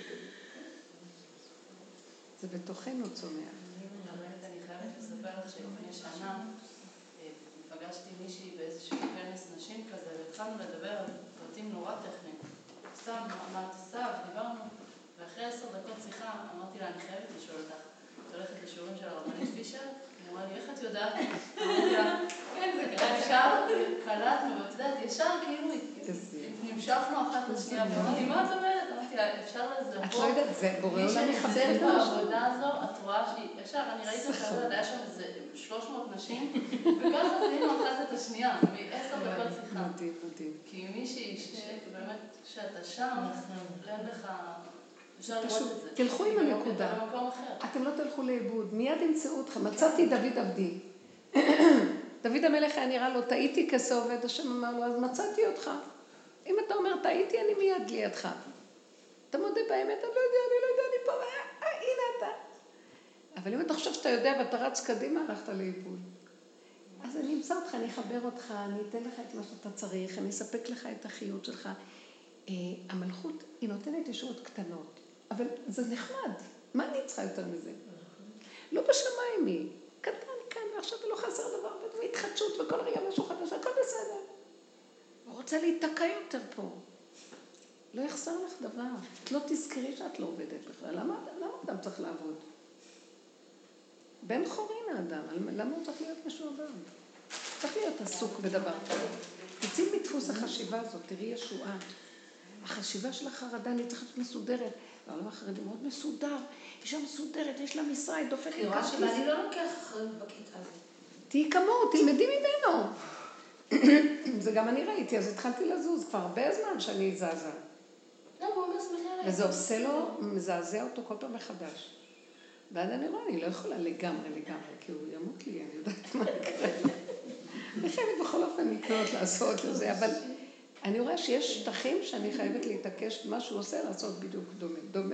זה בתוכנו צומח. אני חייבת לספר לך שלפני שנה פגשתי מישהי באיזשהו כנס נשים כזה, והתחלנו לדבר על פרטים נורא טכניים. סתם, מה את עושה, ודיברנו, ואחרי 10 דקות שיחה אמרתי לה, אני חייבת לשאול אותך, את הולכת לשיעורים של הרבנית פישר? היא אמרה לי, איך את יודעת? אמרתי לה, כן, זה קרה ישר, קלטנו, ואת יודעת, ישר כאילו נמשכנו אחת לשנייה, ואמרתי, מה את אומרת? אמרתי לה, אפשר לזה. את לא יודעת, זה בורא עולם מחבר את בעבודה הזו, את רואה שהיא, ישר, אני ראיתי אותה, היה שם איזה 300 נשים, וככה זיהינו אחת את השנייה, מ10 דקות שיחה. מדהים, מדהים. כי מישהי שבאמת, שאתה שם, אין לך, אפשר לראות את זה. תלכו עם הנקודה. במקום אחר. אתם לא תלכו לאיבוד, מיד ימצאו אתכם. מצאתי דוד עבדי. דוד המלך היה נראה לו, טעיתי כסעובד, השם אמר לו, אז מצאתי אותך. אם אתה אומר, טעיתי, אני מיד לידך. אתה מודה באמת, אני לא יודע, אני פה, הנה אתה. אבל אם אתה חושב שאתה יודע ואתה רץ קדימה, הלכת לאיבוד. אז אני אמצא אותך, אני אחבר אותך, אני אתן לך את מה שאתה צריך, אני אספק לך את החיות שלך. המלכות היא נותנת ישועות קטנות, אבל זה נחמד. מה אני צריכה יותר מזה? לא בשמיים היא. קטן כאן, ועכשיו לא חסר דבר, והתחדשות וכל רגע משהו חדש, הכל בסדר. הוא רוצה להיתקע יותר פה. לא יחסר לך דבר. לא תזכרי שאת לא עובדת בכלל. למה אדם צריך לעבוד? בן חורין האדם, למה הוא צריך להיות משועבד? צריך להיות עסוק בדבר. תצאי מדפוס החשיבה הזאת, תראי ישועה. החשיבה של החרדה, אני צריכה להיות מסודרת. העולם החרדי מאוד מסודר, אישה מסודרת, יש לה משרה, היא דופקת כרטיס. אני לא לוקח אחריות בקטע הזה. תהי כמוהו, תלמדי ממנו. זה גם אני ראיתי, אז התחלתי לזוז כבר הרבה זמן שאני זזה. לא, הוא אומר שמחה עליי. וזה עושה לו, מזעזע אותו כל פעם מחדש. ועד אני רואה, אני לא יכולה לגמרי, כי הוא ימות לי, אני יודעת מה יקרה. אני חייבת בכל אופן לקנות, לעשות לזה, אבל אני רואה שיש שטחים שאני חייבת להתעקש, מה שהוא עושה, לעשות בדיוק דומה.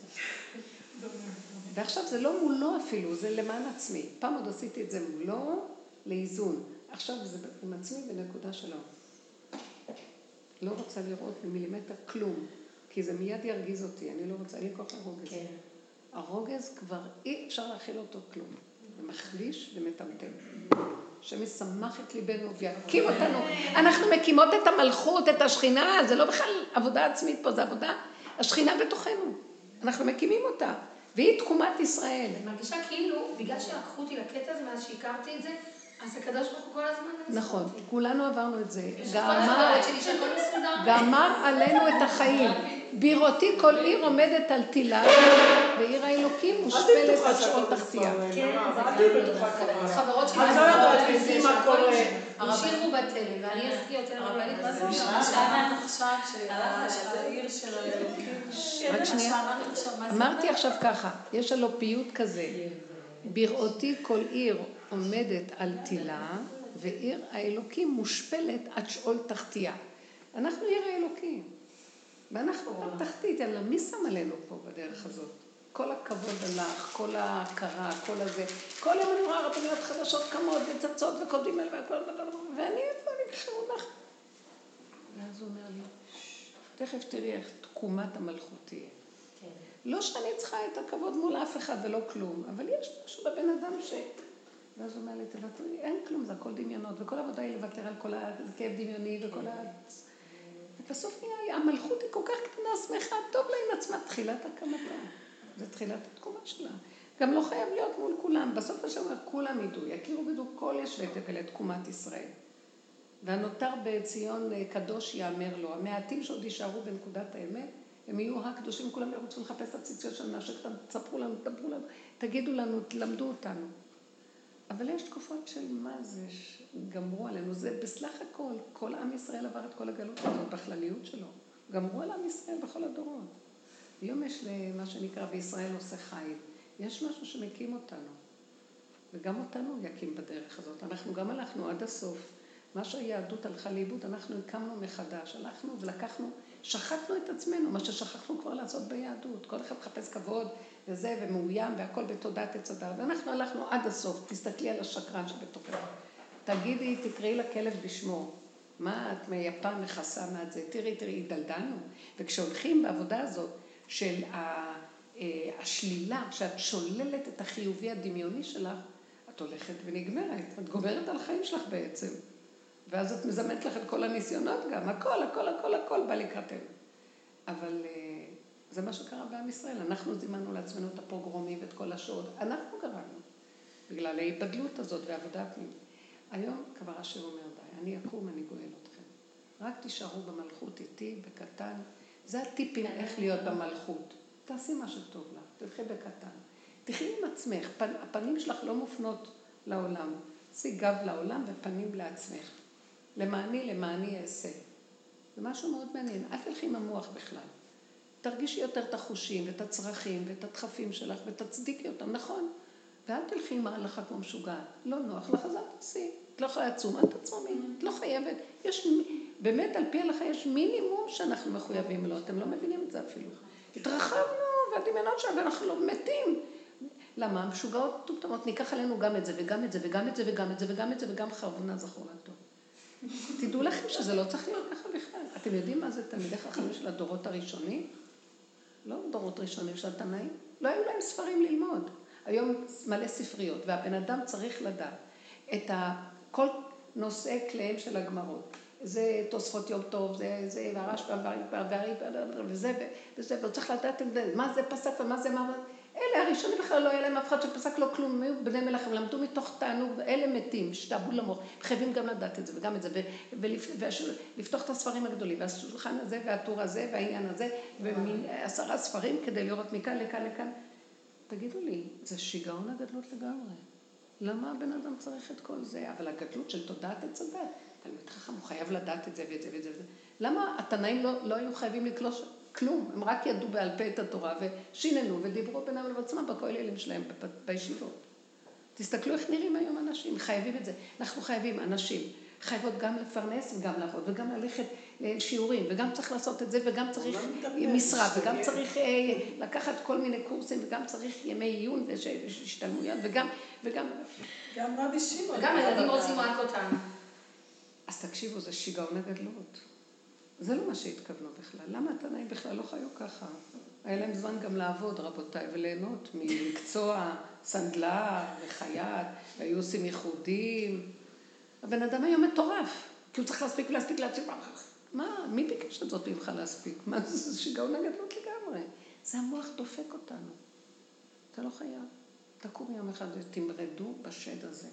ועכשיו זה לא מולו אפילו, זה למען עצמי. פעם עוד עשיתי את זה מולו, לאיזון. עכשיו זה עם עצמי בנקודה שלו. לא רוצה לראות במילימטר כלום, כי זה מיד ירגיז אותי, אני לא רוצה, אין לי כוח הרוגז. כן. הרוגז כבר אי אפשר להכיל אותו כלום. זה מחליש ומטמטם. שמשמח את ליבנו ויקים אותנו. אנחנו מקימות את המלכות, את השכינה, זה לא בכלל עבודה עצמית פה, זה עבודה, השכינה בתוכנו. אנחנו מקימים אותה, והיא תקומת ישראל. אני מרגישה כאילו, בגלל שלקחו אותי לקטע הזה, מאז שהכרתי את זה, אז הקדוש ברוך הוא כל הזמן... נכון, כולנו עברנו את זה. גמר עלינו את החיים. בראותי כל עיר עומדת על תילה, ועיר האלוקים מושפלת עד שאול תחתיה. חברות שלי, את לא יודעת לפי מה קורה. המשיכו בתלם, ואני עשיתי יותר רבנית, מה זה אומר? שאמרת עכשיו שהעיר של האלוקים... רק שנייה. אמרתי עכשיו ככה, יש אלופיות כזה. בראותי כל עיר עומדת על תילה, ועיר האלוקים מושפלת עד שאול תחתיה. אנחנו עיר האלוקים. ואנחנו בתחתית, אלא מי שם עלינו פה בדרך הזאת? כל הכבוד הלך, כל ההכרה, כל הזה. כל יום אני רואה רבניות חדשות קמות וצצות וכותבים על והכל, ואני בכלל מונח. ואז הוא אומר לי, תכף תראי איך תקומת המלכות תהיה. לא שאני צריכה את הכבוד מול אף אחד ולא כלום, אבל יש משהו בבן אדם ואז הוא אומר לי, תוותרי, אין כלום, זה הכל דמיונות, וכל העבודה היא לוותר על כל הכאב דמיוני וכל ובסוף המלכות היא כל כך קטנה, שמחה, טוב לה עם עצמה, תחילת הקמתה. זה תחילת התקומה שלה. גם לא חייב להיות מול כולם. בסוף השבוע כולם ידעו, יכירו בדיוק כל ישבי תבל את תקומת ישראל. והנותר בציון קדוש יאמר לו, המעטים שעוד יישארו בנקודת האמת, הם יהיו הקדושים, כולם ירוצו לחפש את הציציות של נשק, תספרו לנו, תדברו לנו, תגידו לנו, תלמדו אותנו. אבל יש תקופות של מה זה, גמרו עלינו, זה בסלח הכל, כל עם ישראל עבר את כל הגלות הזאת בכלליות שלו. גמרו על עם ישראל בכל הדורות. היום יש מה שנקרא בישראל עושה חיל. יש משהו שמקים אותנו. וגם אותנו יקים בדרך הזאת. אנחנו גם הלכנו עד הסוף. מה שהיהדות הלכה לאיבוד, אנחנו הקמנו מחדש. הלכנו ולקחנו, שחקנו את עצמנו, מה ששכחנו כבר לעשות ביהדות. כל אחד מחפש כבוד וזה ומאוים והכל בתודעת עץ הדר. ואנחנו הלכנו עד הסוף. תסתכלי על השקרן שבתוכנו. תגידי, תקראי לכלב בשמו. מה את מיפה מכסה מעט זה? תראי, דלדלנו. וכשהולכים בעבודה הזאת של השלילה, שאת שוללת את החיובי הדמיוני שלך, את הולכת ונגמרת. את גומרת על חיים שלך בעצם. ואז את מזמנת לך את כל הניסיונות גם. הכל בא לקראתנו. אבל זה מה שקרה בעם ישראל. אנחנו זימנו לעצמנו את הפוגרומים ואת כל השעות. אנחנו קראנו. בגלל ההיבדלות הזאת ועבודה הפנימית. היום כבר השם אומר די, אני אקום, אני גואל אתכם. רק תישארו במלכות איתי, בקטן. זה הטיפים איך להיות במלכות. תעשי מה שטוב לך, תלכי בקטן. תחי עם עצמך, הפנים שלך לא מופנות לעולם. עשי גב לעולם ופנים לעצמך. למעני אעשה. זה משהו מאוד מעניין. אל תלכי עם המוח בכלל. תרגישי יותר את החושים ואת הצרכים ואת הדחפים שלך ותצדיקי אותם, נכון? ואל תלכי עם ההלכה כמו משוגעת. לא נוח לך, אז אל תעשי. את לא יכולה לעצום, אל תעצומי. את לא חייבת. באמת, על פי ההלכה יש מינימום שאנחנו מחויבים לו. אתם לא מבינים את זה אפילו. התרחבנו, והדמיונות שלנו, ואנחנו לא מתים. למה? משוגעות טומטומות, ניקח עלינו גם את זה, וגם את זה, וגם את זה, וגם את זה, וגם את זה, וגם חרבונה זכור לטוב. תדעו לכם שזה לא צריך להיות ככה בכלל. אתם יודעים מה זה תלמידי חכמים של הדורות הראשונים? לא דורות ראשונים של התנאים. לא היו להם ספרים ללמוד. היום מלא ספריות, והבן אדם צריך לדעת את כל נושאי כליהם של הגמרות. זה תוספות יום טוב, זה והרשב"ם וזה, והוא צריך לדעת מה זה פסק ומה זה מה. אלה הראשונים בכלל לא היה להם אף אחד שפסק לו כלום, היו בני מלך, הם למדו מתוך תענוג, אלה מתים, שתעבוד למוח, חייבים גם לדעת את זה וגם את זה, ולפתוח את הספרים הגדולים, והשולחן הזה והטור הזה והעניין הזה, ומין 10 ספרים כדי לראות מכאן לכאן. תגידו לי, זה שיגעון הגדלות לגמרי. למה הבן אדם צריך את כל זה? אבל הגדלות של תודעת עץ הדת, תלמיד חכם, הוא חייב לדעת את זה ואת זה ואת זה. למה התנאים לא היו חייבים לקלוש כלום? הם רק ידעו בעל פה את התורה ושיננו ודיברו בינם לבעצמם בכוללים שלהם בישיבות. תסתכלו איך נראים היום אנשים, חייבים את זה. אנחנו חייבים, אנשים, חייבות גם לפרנס וגם לעבוד וגם ללכת לשיעורים וגם צריך לעשות את זה וגם צריך משרה וגם צריך לקחת כל מיני קורסים וגם צריך ימי עיון והשתלמויות וגם גם רבי שמעון. וגם הילדים רוצים רק אותנו. אז תקשיבו, זה שיגעון הגדלות. זה לא מה שהתכוונו בכלל. למה התנאים בכלל לא חיו ככה? היה להם זמן גם לעבוד, רבותיי, וליהנות ממקצוע סנדלר וחייט, והיו עושים ייחודים. הבן אדם היום מטורף, כי הוא צריך להספיק להספיק. מה? מי ביקש את זאת ממך להספיק? מה זה שיגעון הגדלות לגמרי? זה המוח דופק אותנו. אתה לא חייב. תקום יום אחד ותמרדו בשד הזה.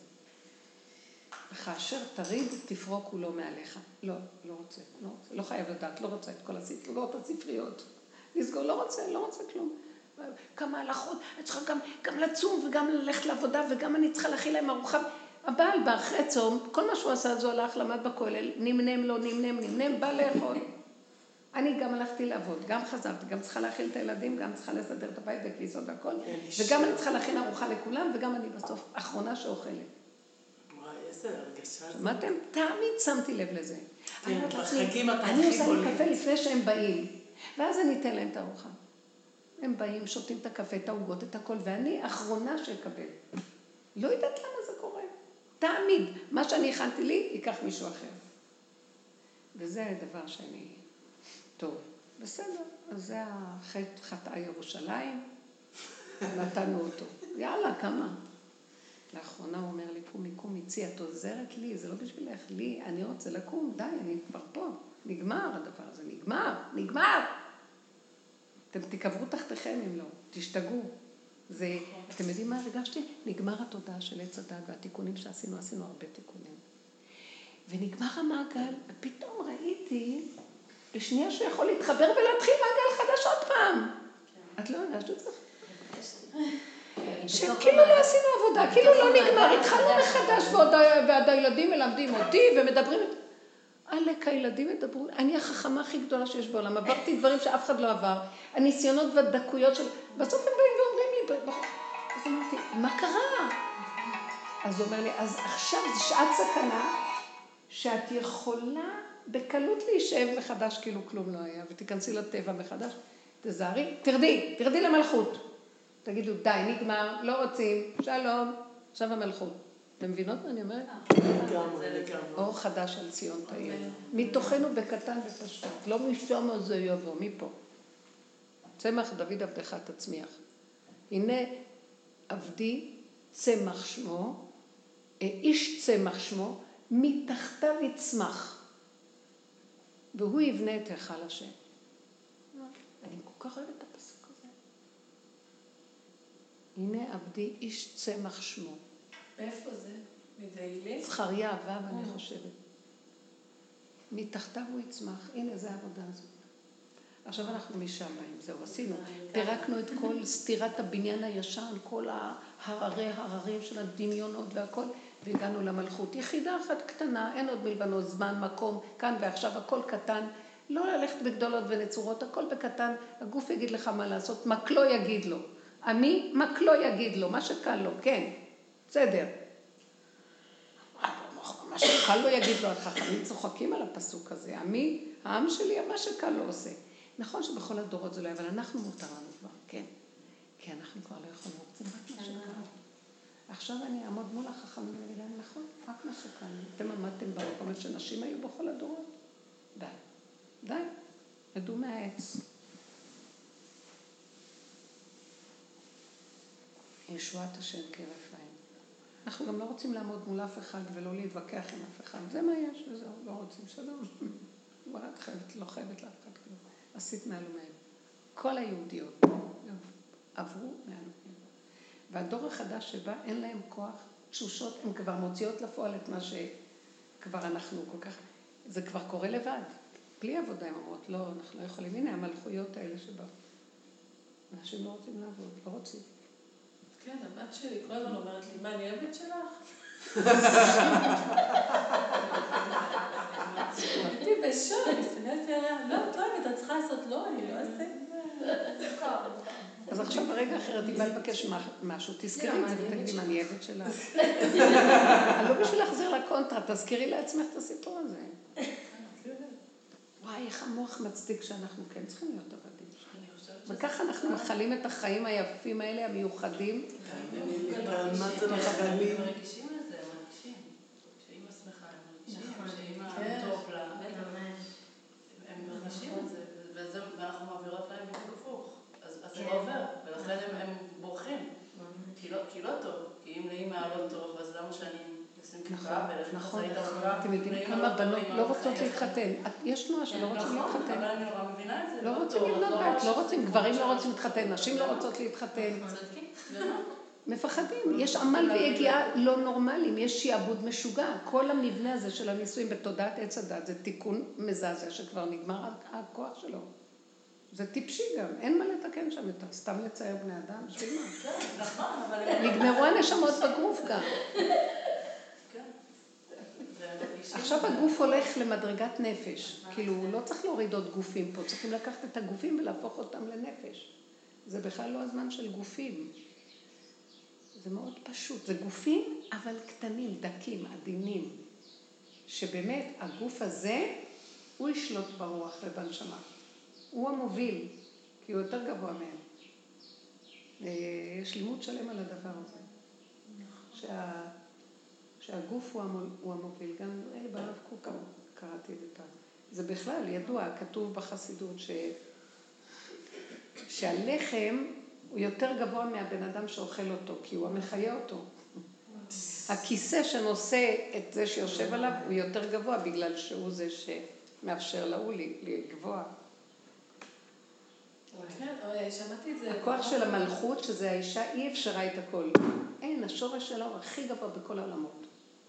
וכאשר תריד, תפרוק כולו מעליך. לא רוצה. לא חייב לדעת, לא רוצה את כל הספריות. לסגור, לא רוצה כלום. כמה הלכות, אני צריכה גם לצום וגם ללכת לעבודה, וגם אני צריכה להכיל להם ארוחה. הבעל באחרי צום, כל מה שהוא עשה, אז הוא הלך, למד בכולל, נמנם, בא לאכול. אני גם הלכתי לעבוד, גם חזרתי, גם צריכה להכיל את הילדים, גם צריכה לסדר את הבית וכיסות והכל, וגם אני צריכה להכין ארוחה לכולם, וגם אני בסוף האחרונה שאוכלת. איזה הרגשה. שמעתם? תמיד שמתי לב לזה. בחגים אתה אני הכי עושה בולט. לי קפה לפני שהם באים, ואז אני אתן להם את הארוחה. הם באים, שותים את הקפה, את העוגות, את הכל, ואני האחרונה שאקבל. לא יודעת למה זה קורה. תעמיד, מה שאני הכנתי לי, ייקח מישהו אחר. וזה הדבר שאני... טוב, בסדר, אז זה חטאה ירושלים, נתנו אותו. יאללה, כמה? לאחרונה הוא אומר לי, קומי, צי, את עוזרת לי, זה לא בשבילך, לי, אני רוצה לקום, די, אני כבר פה. נגמר הדבר הזה, נגמר. אתם תקברו תחתיכם אם לא, תשתגעו. זה, אתם יודעים מה הרגשתי? נגמר התודעה של עץ הדת והתיקונים שעשינו, עשינו הרבה תיקונים. ונגמר המעגל, ופתאום ראיתי, לשנייה שהוא יכול להתחבר ולהתחיל מעגל חדש עוד פעם. את לא יודעת את זה? שכאילו לא עשינו עבודה, כאילו לא נגמר, התחלנו מחדש ועד הילדים מלמדים אותי ומדברים. עלק הילדים ידברו, אני החכמה הכי גדולה שיש בעולם, עברתי דברים שאף אחד לא עבר, הניסיונות והדקויות של... בסוף הם באים ואומרים לי, אז אמרתי, מה קרה? אז הוא אומר לי, אז עכשיו זה שעת סכנה, שאת יכולה בקלות להישאב מחדש כאילו כלום לא היה, ותיכנסי לטבע מחדש, תזהרי, תרדי למלכות. תגידו, די, נגמר, לא רוצים, שלום, עכשיו המלכות. אתם מבינות מה אני אומרת? אור חדש על ציון תאיר. מתוכנו בקטן ופשוט. לא משום זה יבוא, מפה. צמח דוד עבדך תצמיח. הנה עבדי צמח שמו, איש צמח שמו, מתחתיו יצמח. והוא יבנה את היכל השם. אני כל כך אוהבת את הפסוק הזה. הנה עבדי איש צמח שמו. איפה זה? מדעילים? זכריה אהבה, אני חושבת. מתחתיו הוא יצמח. הנה, זה העבודה הזאת. עכשיו אנחנו משם באים, זהו, עשינו. פירקנו את כל סתירת הבניין הישן, כל הררים של הדמיונות והכל, והגענו למלכות. יחידה אחת קטנה, אין עוד מלבנו זמן, מקום, כאן ועכשיו, הכל קטן. לא ללכת בגדולות ונצורות, הכל בקטן. הגוף יגיד לך מה לעשות, מקלו יגיד לו. אני, מקלו יגיד לו, מה שקל לו, כן. בסדר. מה שקל לו יגיד לו, החכמים צוחקים על הפסוק הזה. העם שלי, מה שקל לו עושה. נכון שבכל הדורות זה לא, אבל אנחנו מותר לנו כבר, כן. כי אנחנו כבר לא יכולים, רוצים רק מה שקל לו. עכשיו אני אעמוד מול החכמים ואגיד להם, נכון, רק מה שקל לי. אתם עמדתם במקום שנשים היו בכל הדורות? די. ידעו מהעץ. ישועת השם כרף להם. אנחנו גם לא רוצים לעמוד מול אף אחד ולא להתווכח עם אף אחד. זה מה יש וזהו, לא רוצים שלום. רק לא חייבת לאף אחד כלום. עשית מעל ומעל. כל היהודיות עברו מעל ומעל. והדור החדש שבא אין להם כוח, תשושות, הן כבר מוציאות לפועל את מה שכבר אנחנו כל כך... זה כבר קורה לבד. בלי עבודה הם אומרות, לא, אנחנו לא יכולים. הנה המלכויות האלה שבאו. אנשים לא רוצים לעבוד, לא רוצים. כן, הבת שלי כל הזמן אומרת לי, מה, אני עבד שלך? הייתי בשוק, אני מסתכלת עליה, לא, את לא עבד, את צריכה לעשות, לא, אני לא אעשה את זה. אז עכשיו ברגע אחרת היא באה לבקש משהו, תזכרי את זה ותגידי מה, אני עבד שלך. אני לא בשביל להחזיר לקונטרה, תזכירי לעצמך את הסיפור הזה. וואי, איך המוח מצדיק שאנחנו כן צריכים להיות עבדים. וככה אנחנו מחלים את החיים היפים האלה, המיוחדים. מה זה מחבלים? הם מרגישים לזה, הם מרגישים. שאמא שמחה, הם מרגישים, שאמא טוב לה. הם מרגישים את זה, ואנחנו מעבירות להם בדיוק הפוך. אז זה לא עובר, ולכן הם בורחים. כי לא טוב, כי אם לאמא לא טוב, אז למה שאני אשים כיפה נכון, אתם יודעים כמה בנות לא רוצות להתחתן. יש תנועה שלא רוצים להתחתן. נכון, אבל אני נורא מבינה את זה. לא רוצים לבנות בית, לא רוצים, גברים לא רוצים להתחתן, נשים לא רוצות להתחתן. מפחדים, יש עמל ויגיעה לא נורמליים, יש שיעבוד משוגע. כל המבנה הזה של הנישואים בתודעת עץ הדת זה תיקון מזעזע שכבר נגמר הכוח שלו. זה טיפשי גם, אין מה לתקן שם יותר, סתם לצייר בני אדם, בשביל מה? נכון, אבל... נגמרו הנשמות בגוף גם. עכשיו הגוף הולך למדרגת נפש, כאילו לא צריך להוריד עוד גופים פה, צריכים לקחת את הגופים ולהפוך אותם לנפש. זה בכלל לא הזמן של גופים. זה מאוד פשוט, זה גופים אבל קטנים, דקים, עדינים, שבאמת הגוף הזה הוא ישלוט ברוח ובנשמה. הוא המוביל, כי הוא יותר גבוה מהם. יש לימוד שלם על הדבר הזה. שהגוף הוא המוביל. גם ברב קוק קראתי את זה. זה בכלל ידוע, כתוב בחסידות שהלחם הוא יותר גבוה מהבן אדם שאוכל אותו, כי הוא המחיה אותו. הכיסא שנושא את זה שיושב עליו הוא יותר גבוה בגלל שהוא זה שמאפשר להוא לגבוה. כן, שמעתי את זה. הכוח של המלכות, שזה האישה, אי אפשרה את הכל. אין, השורש שלה הוא הכי גבוה בכל העולמות.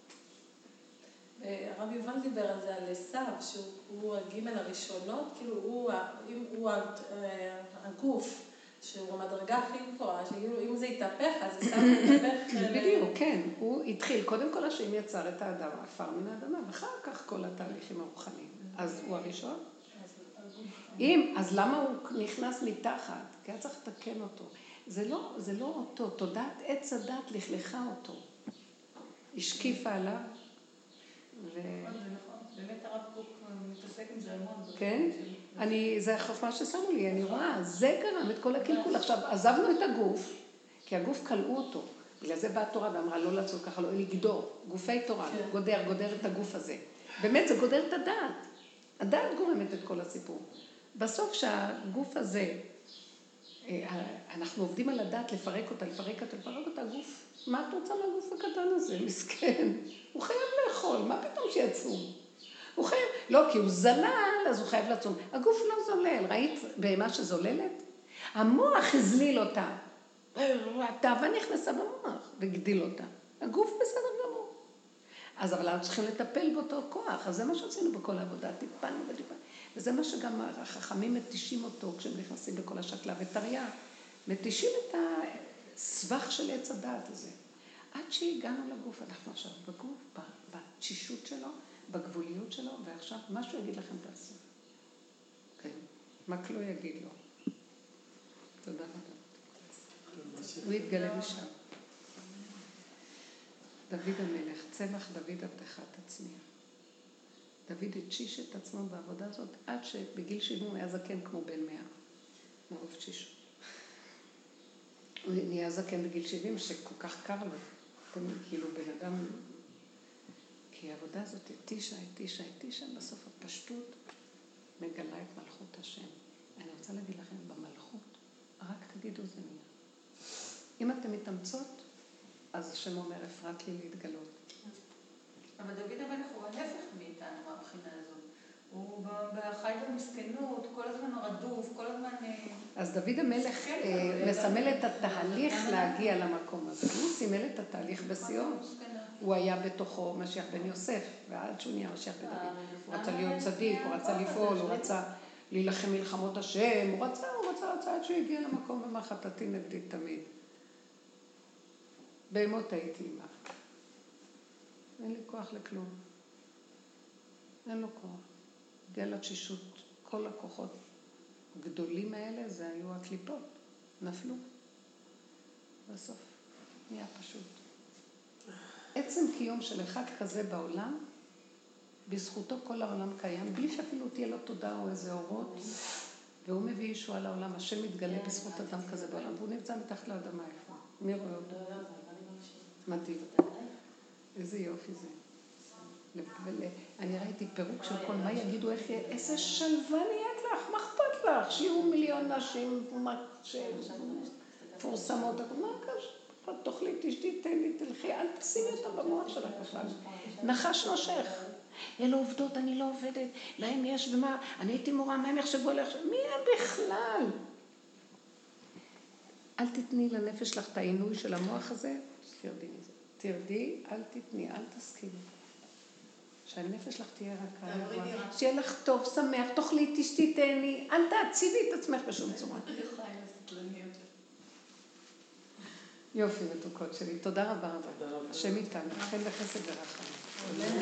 הרב יובל דיבר על זה, על עשיו, שהוא הגימל הראשונות, כאילו הוא הגוף, שהוא המדרגה הכי גבוהה, שאם זה יתהפך, אז עשיו יתהפך. בדיוק, כן. הוא התחיל, קודם כל השם יצר את האדם, עפר מן האדמה, ואחר כך כל התהליכים הרוחניים. אז הוא הראשון? אז למה הוא נכנס מתחת? כי היה צריך לתקן אותו. זה לא אותו, תודעת עץ הדת לכלכה אותו. השקיפה עליו. באמת הרב קוק מתעסק עם זה המון. כן? זה החוכמה ששמו לי, אני רואה, זה גרם את כל הקלקול. עכשיו, עזבנו את הגוף, כי הגוף קלעו אותו. בגלל זה באה התורה ואמרה לא לעשות ככה, לא לגדור. גופי תורה, גודר את הגוף הזה. באמת זה גודר את הדעת. הדעת גורמת את כל הסיפור. בסוף שהגוף הזה, אנחנו עובדים על הדעת לפרק אותה, הגוף, מה את רוצה מהגוף הקטן הזה? מסכן. הוא חייב לאכול, מה פתאום שיצום? הוא חייב, לא, כי הוא זלל, אז הוא חייב לצום. הגוף לא זולל, ראית בהמה שזוללת? המוח הזליל אותה. התאווה נכנסה במוח והגדיל אותה. הגוף בסדר גמור. אבל אנחנו צריכים לטפל באותו כוח, אז זה מה שעשינו בכל העבודה, טיפלנו. וזה מה שגם החכמים מתישים אותו כשהם נכנסים לכל השקלה וטריה. מתישים את הסבך של עץ הדעת הזה. עד שהגענו לגוף, אנחנו עכשיו בגוף, בתשישות שלו, בגבוליות שלו, ועכשיו משהו יגיד לכם תעשו. כן, רק לא יגיד לו. תודה רבה. הוא יתגלה משם. דוד המלך, צמח דוד עבדך תצמיח. דוד התשיש את עצמו בעבודה הזאת, עד שבגיל 70 הוא היה זקן כמו בן 100. מרוב תשישות. הוא נהיה זקן בגיל 70 שכל כך קר לו. תמיד כאילו בן אדם, כי העבודה הזאת התישה, בסוף הפשטות מגלה את מלכות השם. אני רוצה להגיד לכם, במלכות, רק תגידו זה נהיה. אם אתם מתאמצות, אז השם אומר, אפרת לי להתגלות. אבל דוד המלך הוא ההפך מאיתנו מהבחינה הזאת. הוא חי במסכנות, כל הזמן רדוף, כל הזמן... אז דוד המלך מסמל את התהליך להגיע למקום הזה. הוא סימל את התהליך בסיום. הוא היה בתוכו משיח בן יוסף, ועד שהוא נהיה משיח בן דוד. הוא רצה להיות צדיק, הוא רצה לפעול, הוא רצה להילחם מלחמות השם, הוא רצה עד שהוא הגיע למקום ומה חטאתי נגדי תמיד. בהמות הייתי עימה. אין לי כוח לכלום. אין לו כוח. הגיע לתשישות, כל הכוחות גדולים האלה, זה היו הקליפות. נפלו. בסוף נהיה פשוט. עצם קיום של אחד כזה בעולם, בזכותו כל העולם קיים, בלי שאפילו תהיה לו תודה או איזה אורות, והוא מביא ישוע לעולם, השם מתגלה בזכות אדם כזה בעולם, והוא נמצא מתחת לאדמה איפה. מי רואה אותו? מדהים. איזה יופי זה. אני ראיתי פירוק של כל מה יגידו, איזה שלווה נהיית לך, מה אכפת לך? שיהיו מיליון נשים שפורסמות, מה קשה? תאכלי, תשתי, תן לי, תלכי, אל תשימי אותה במוח של הכפל. נחש נושך. אלו עובדות, אני לא עובדת, להם יש ומה, אני הייתי מורה, מה הם יחשבו עליך? מי הם בכלל? אל תתני לנפש שלך את העינוי של המוח הזה, תרדי מזה. תרדי, אל תתני, אל תסכימי. שהנפש לך תהיה רכה, שיהיה לך טוב, שמח, תאכלי, תשתי, תהני, אל תעציבי את עצמך בשום צורה. יופי מתוקות שלי, תודה רבה רבה. השם איתנו, חן וחסד ורחמים.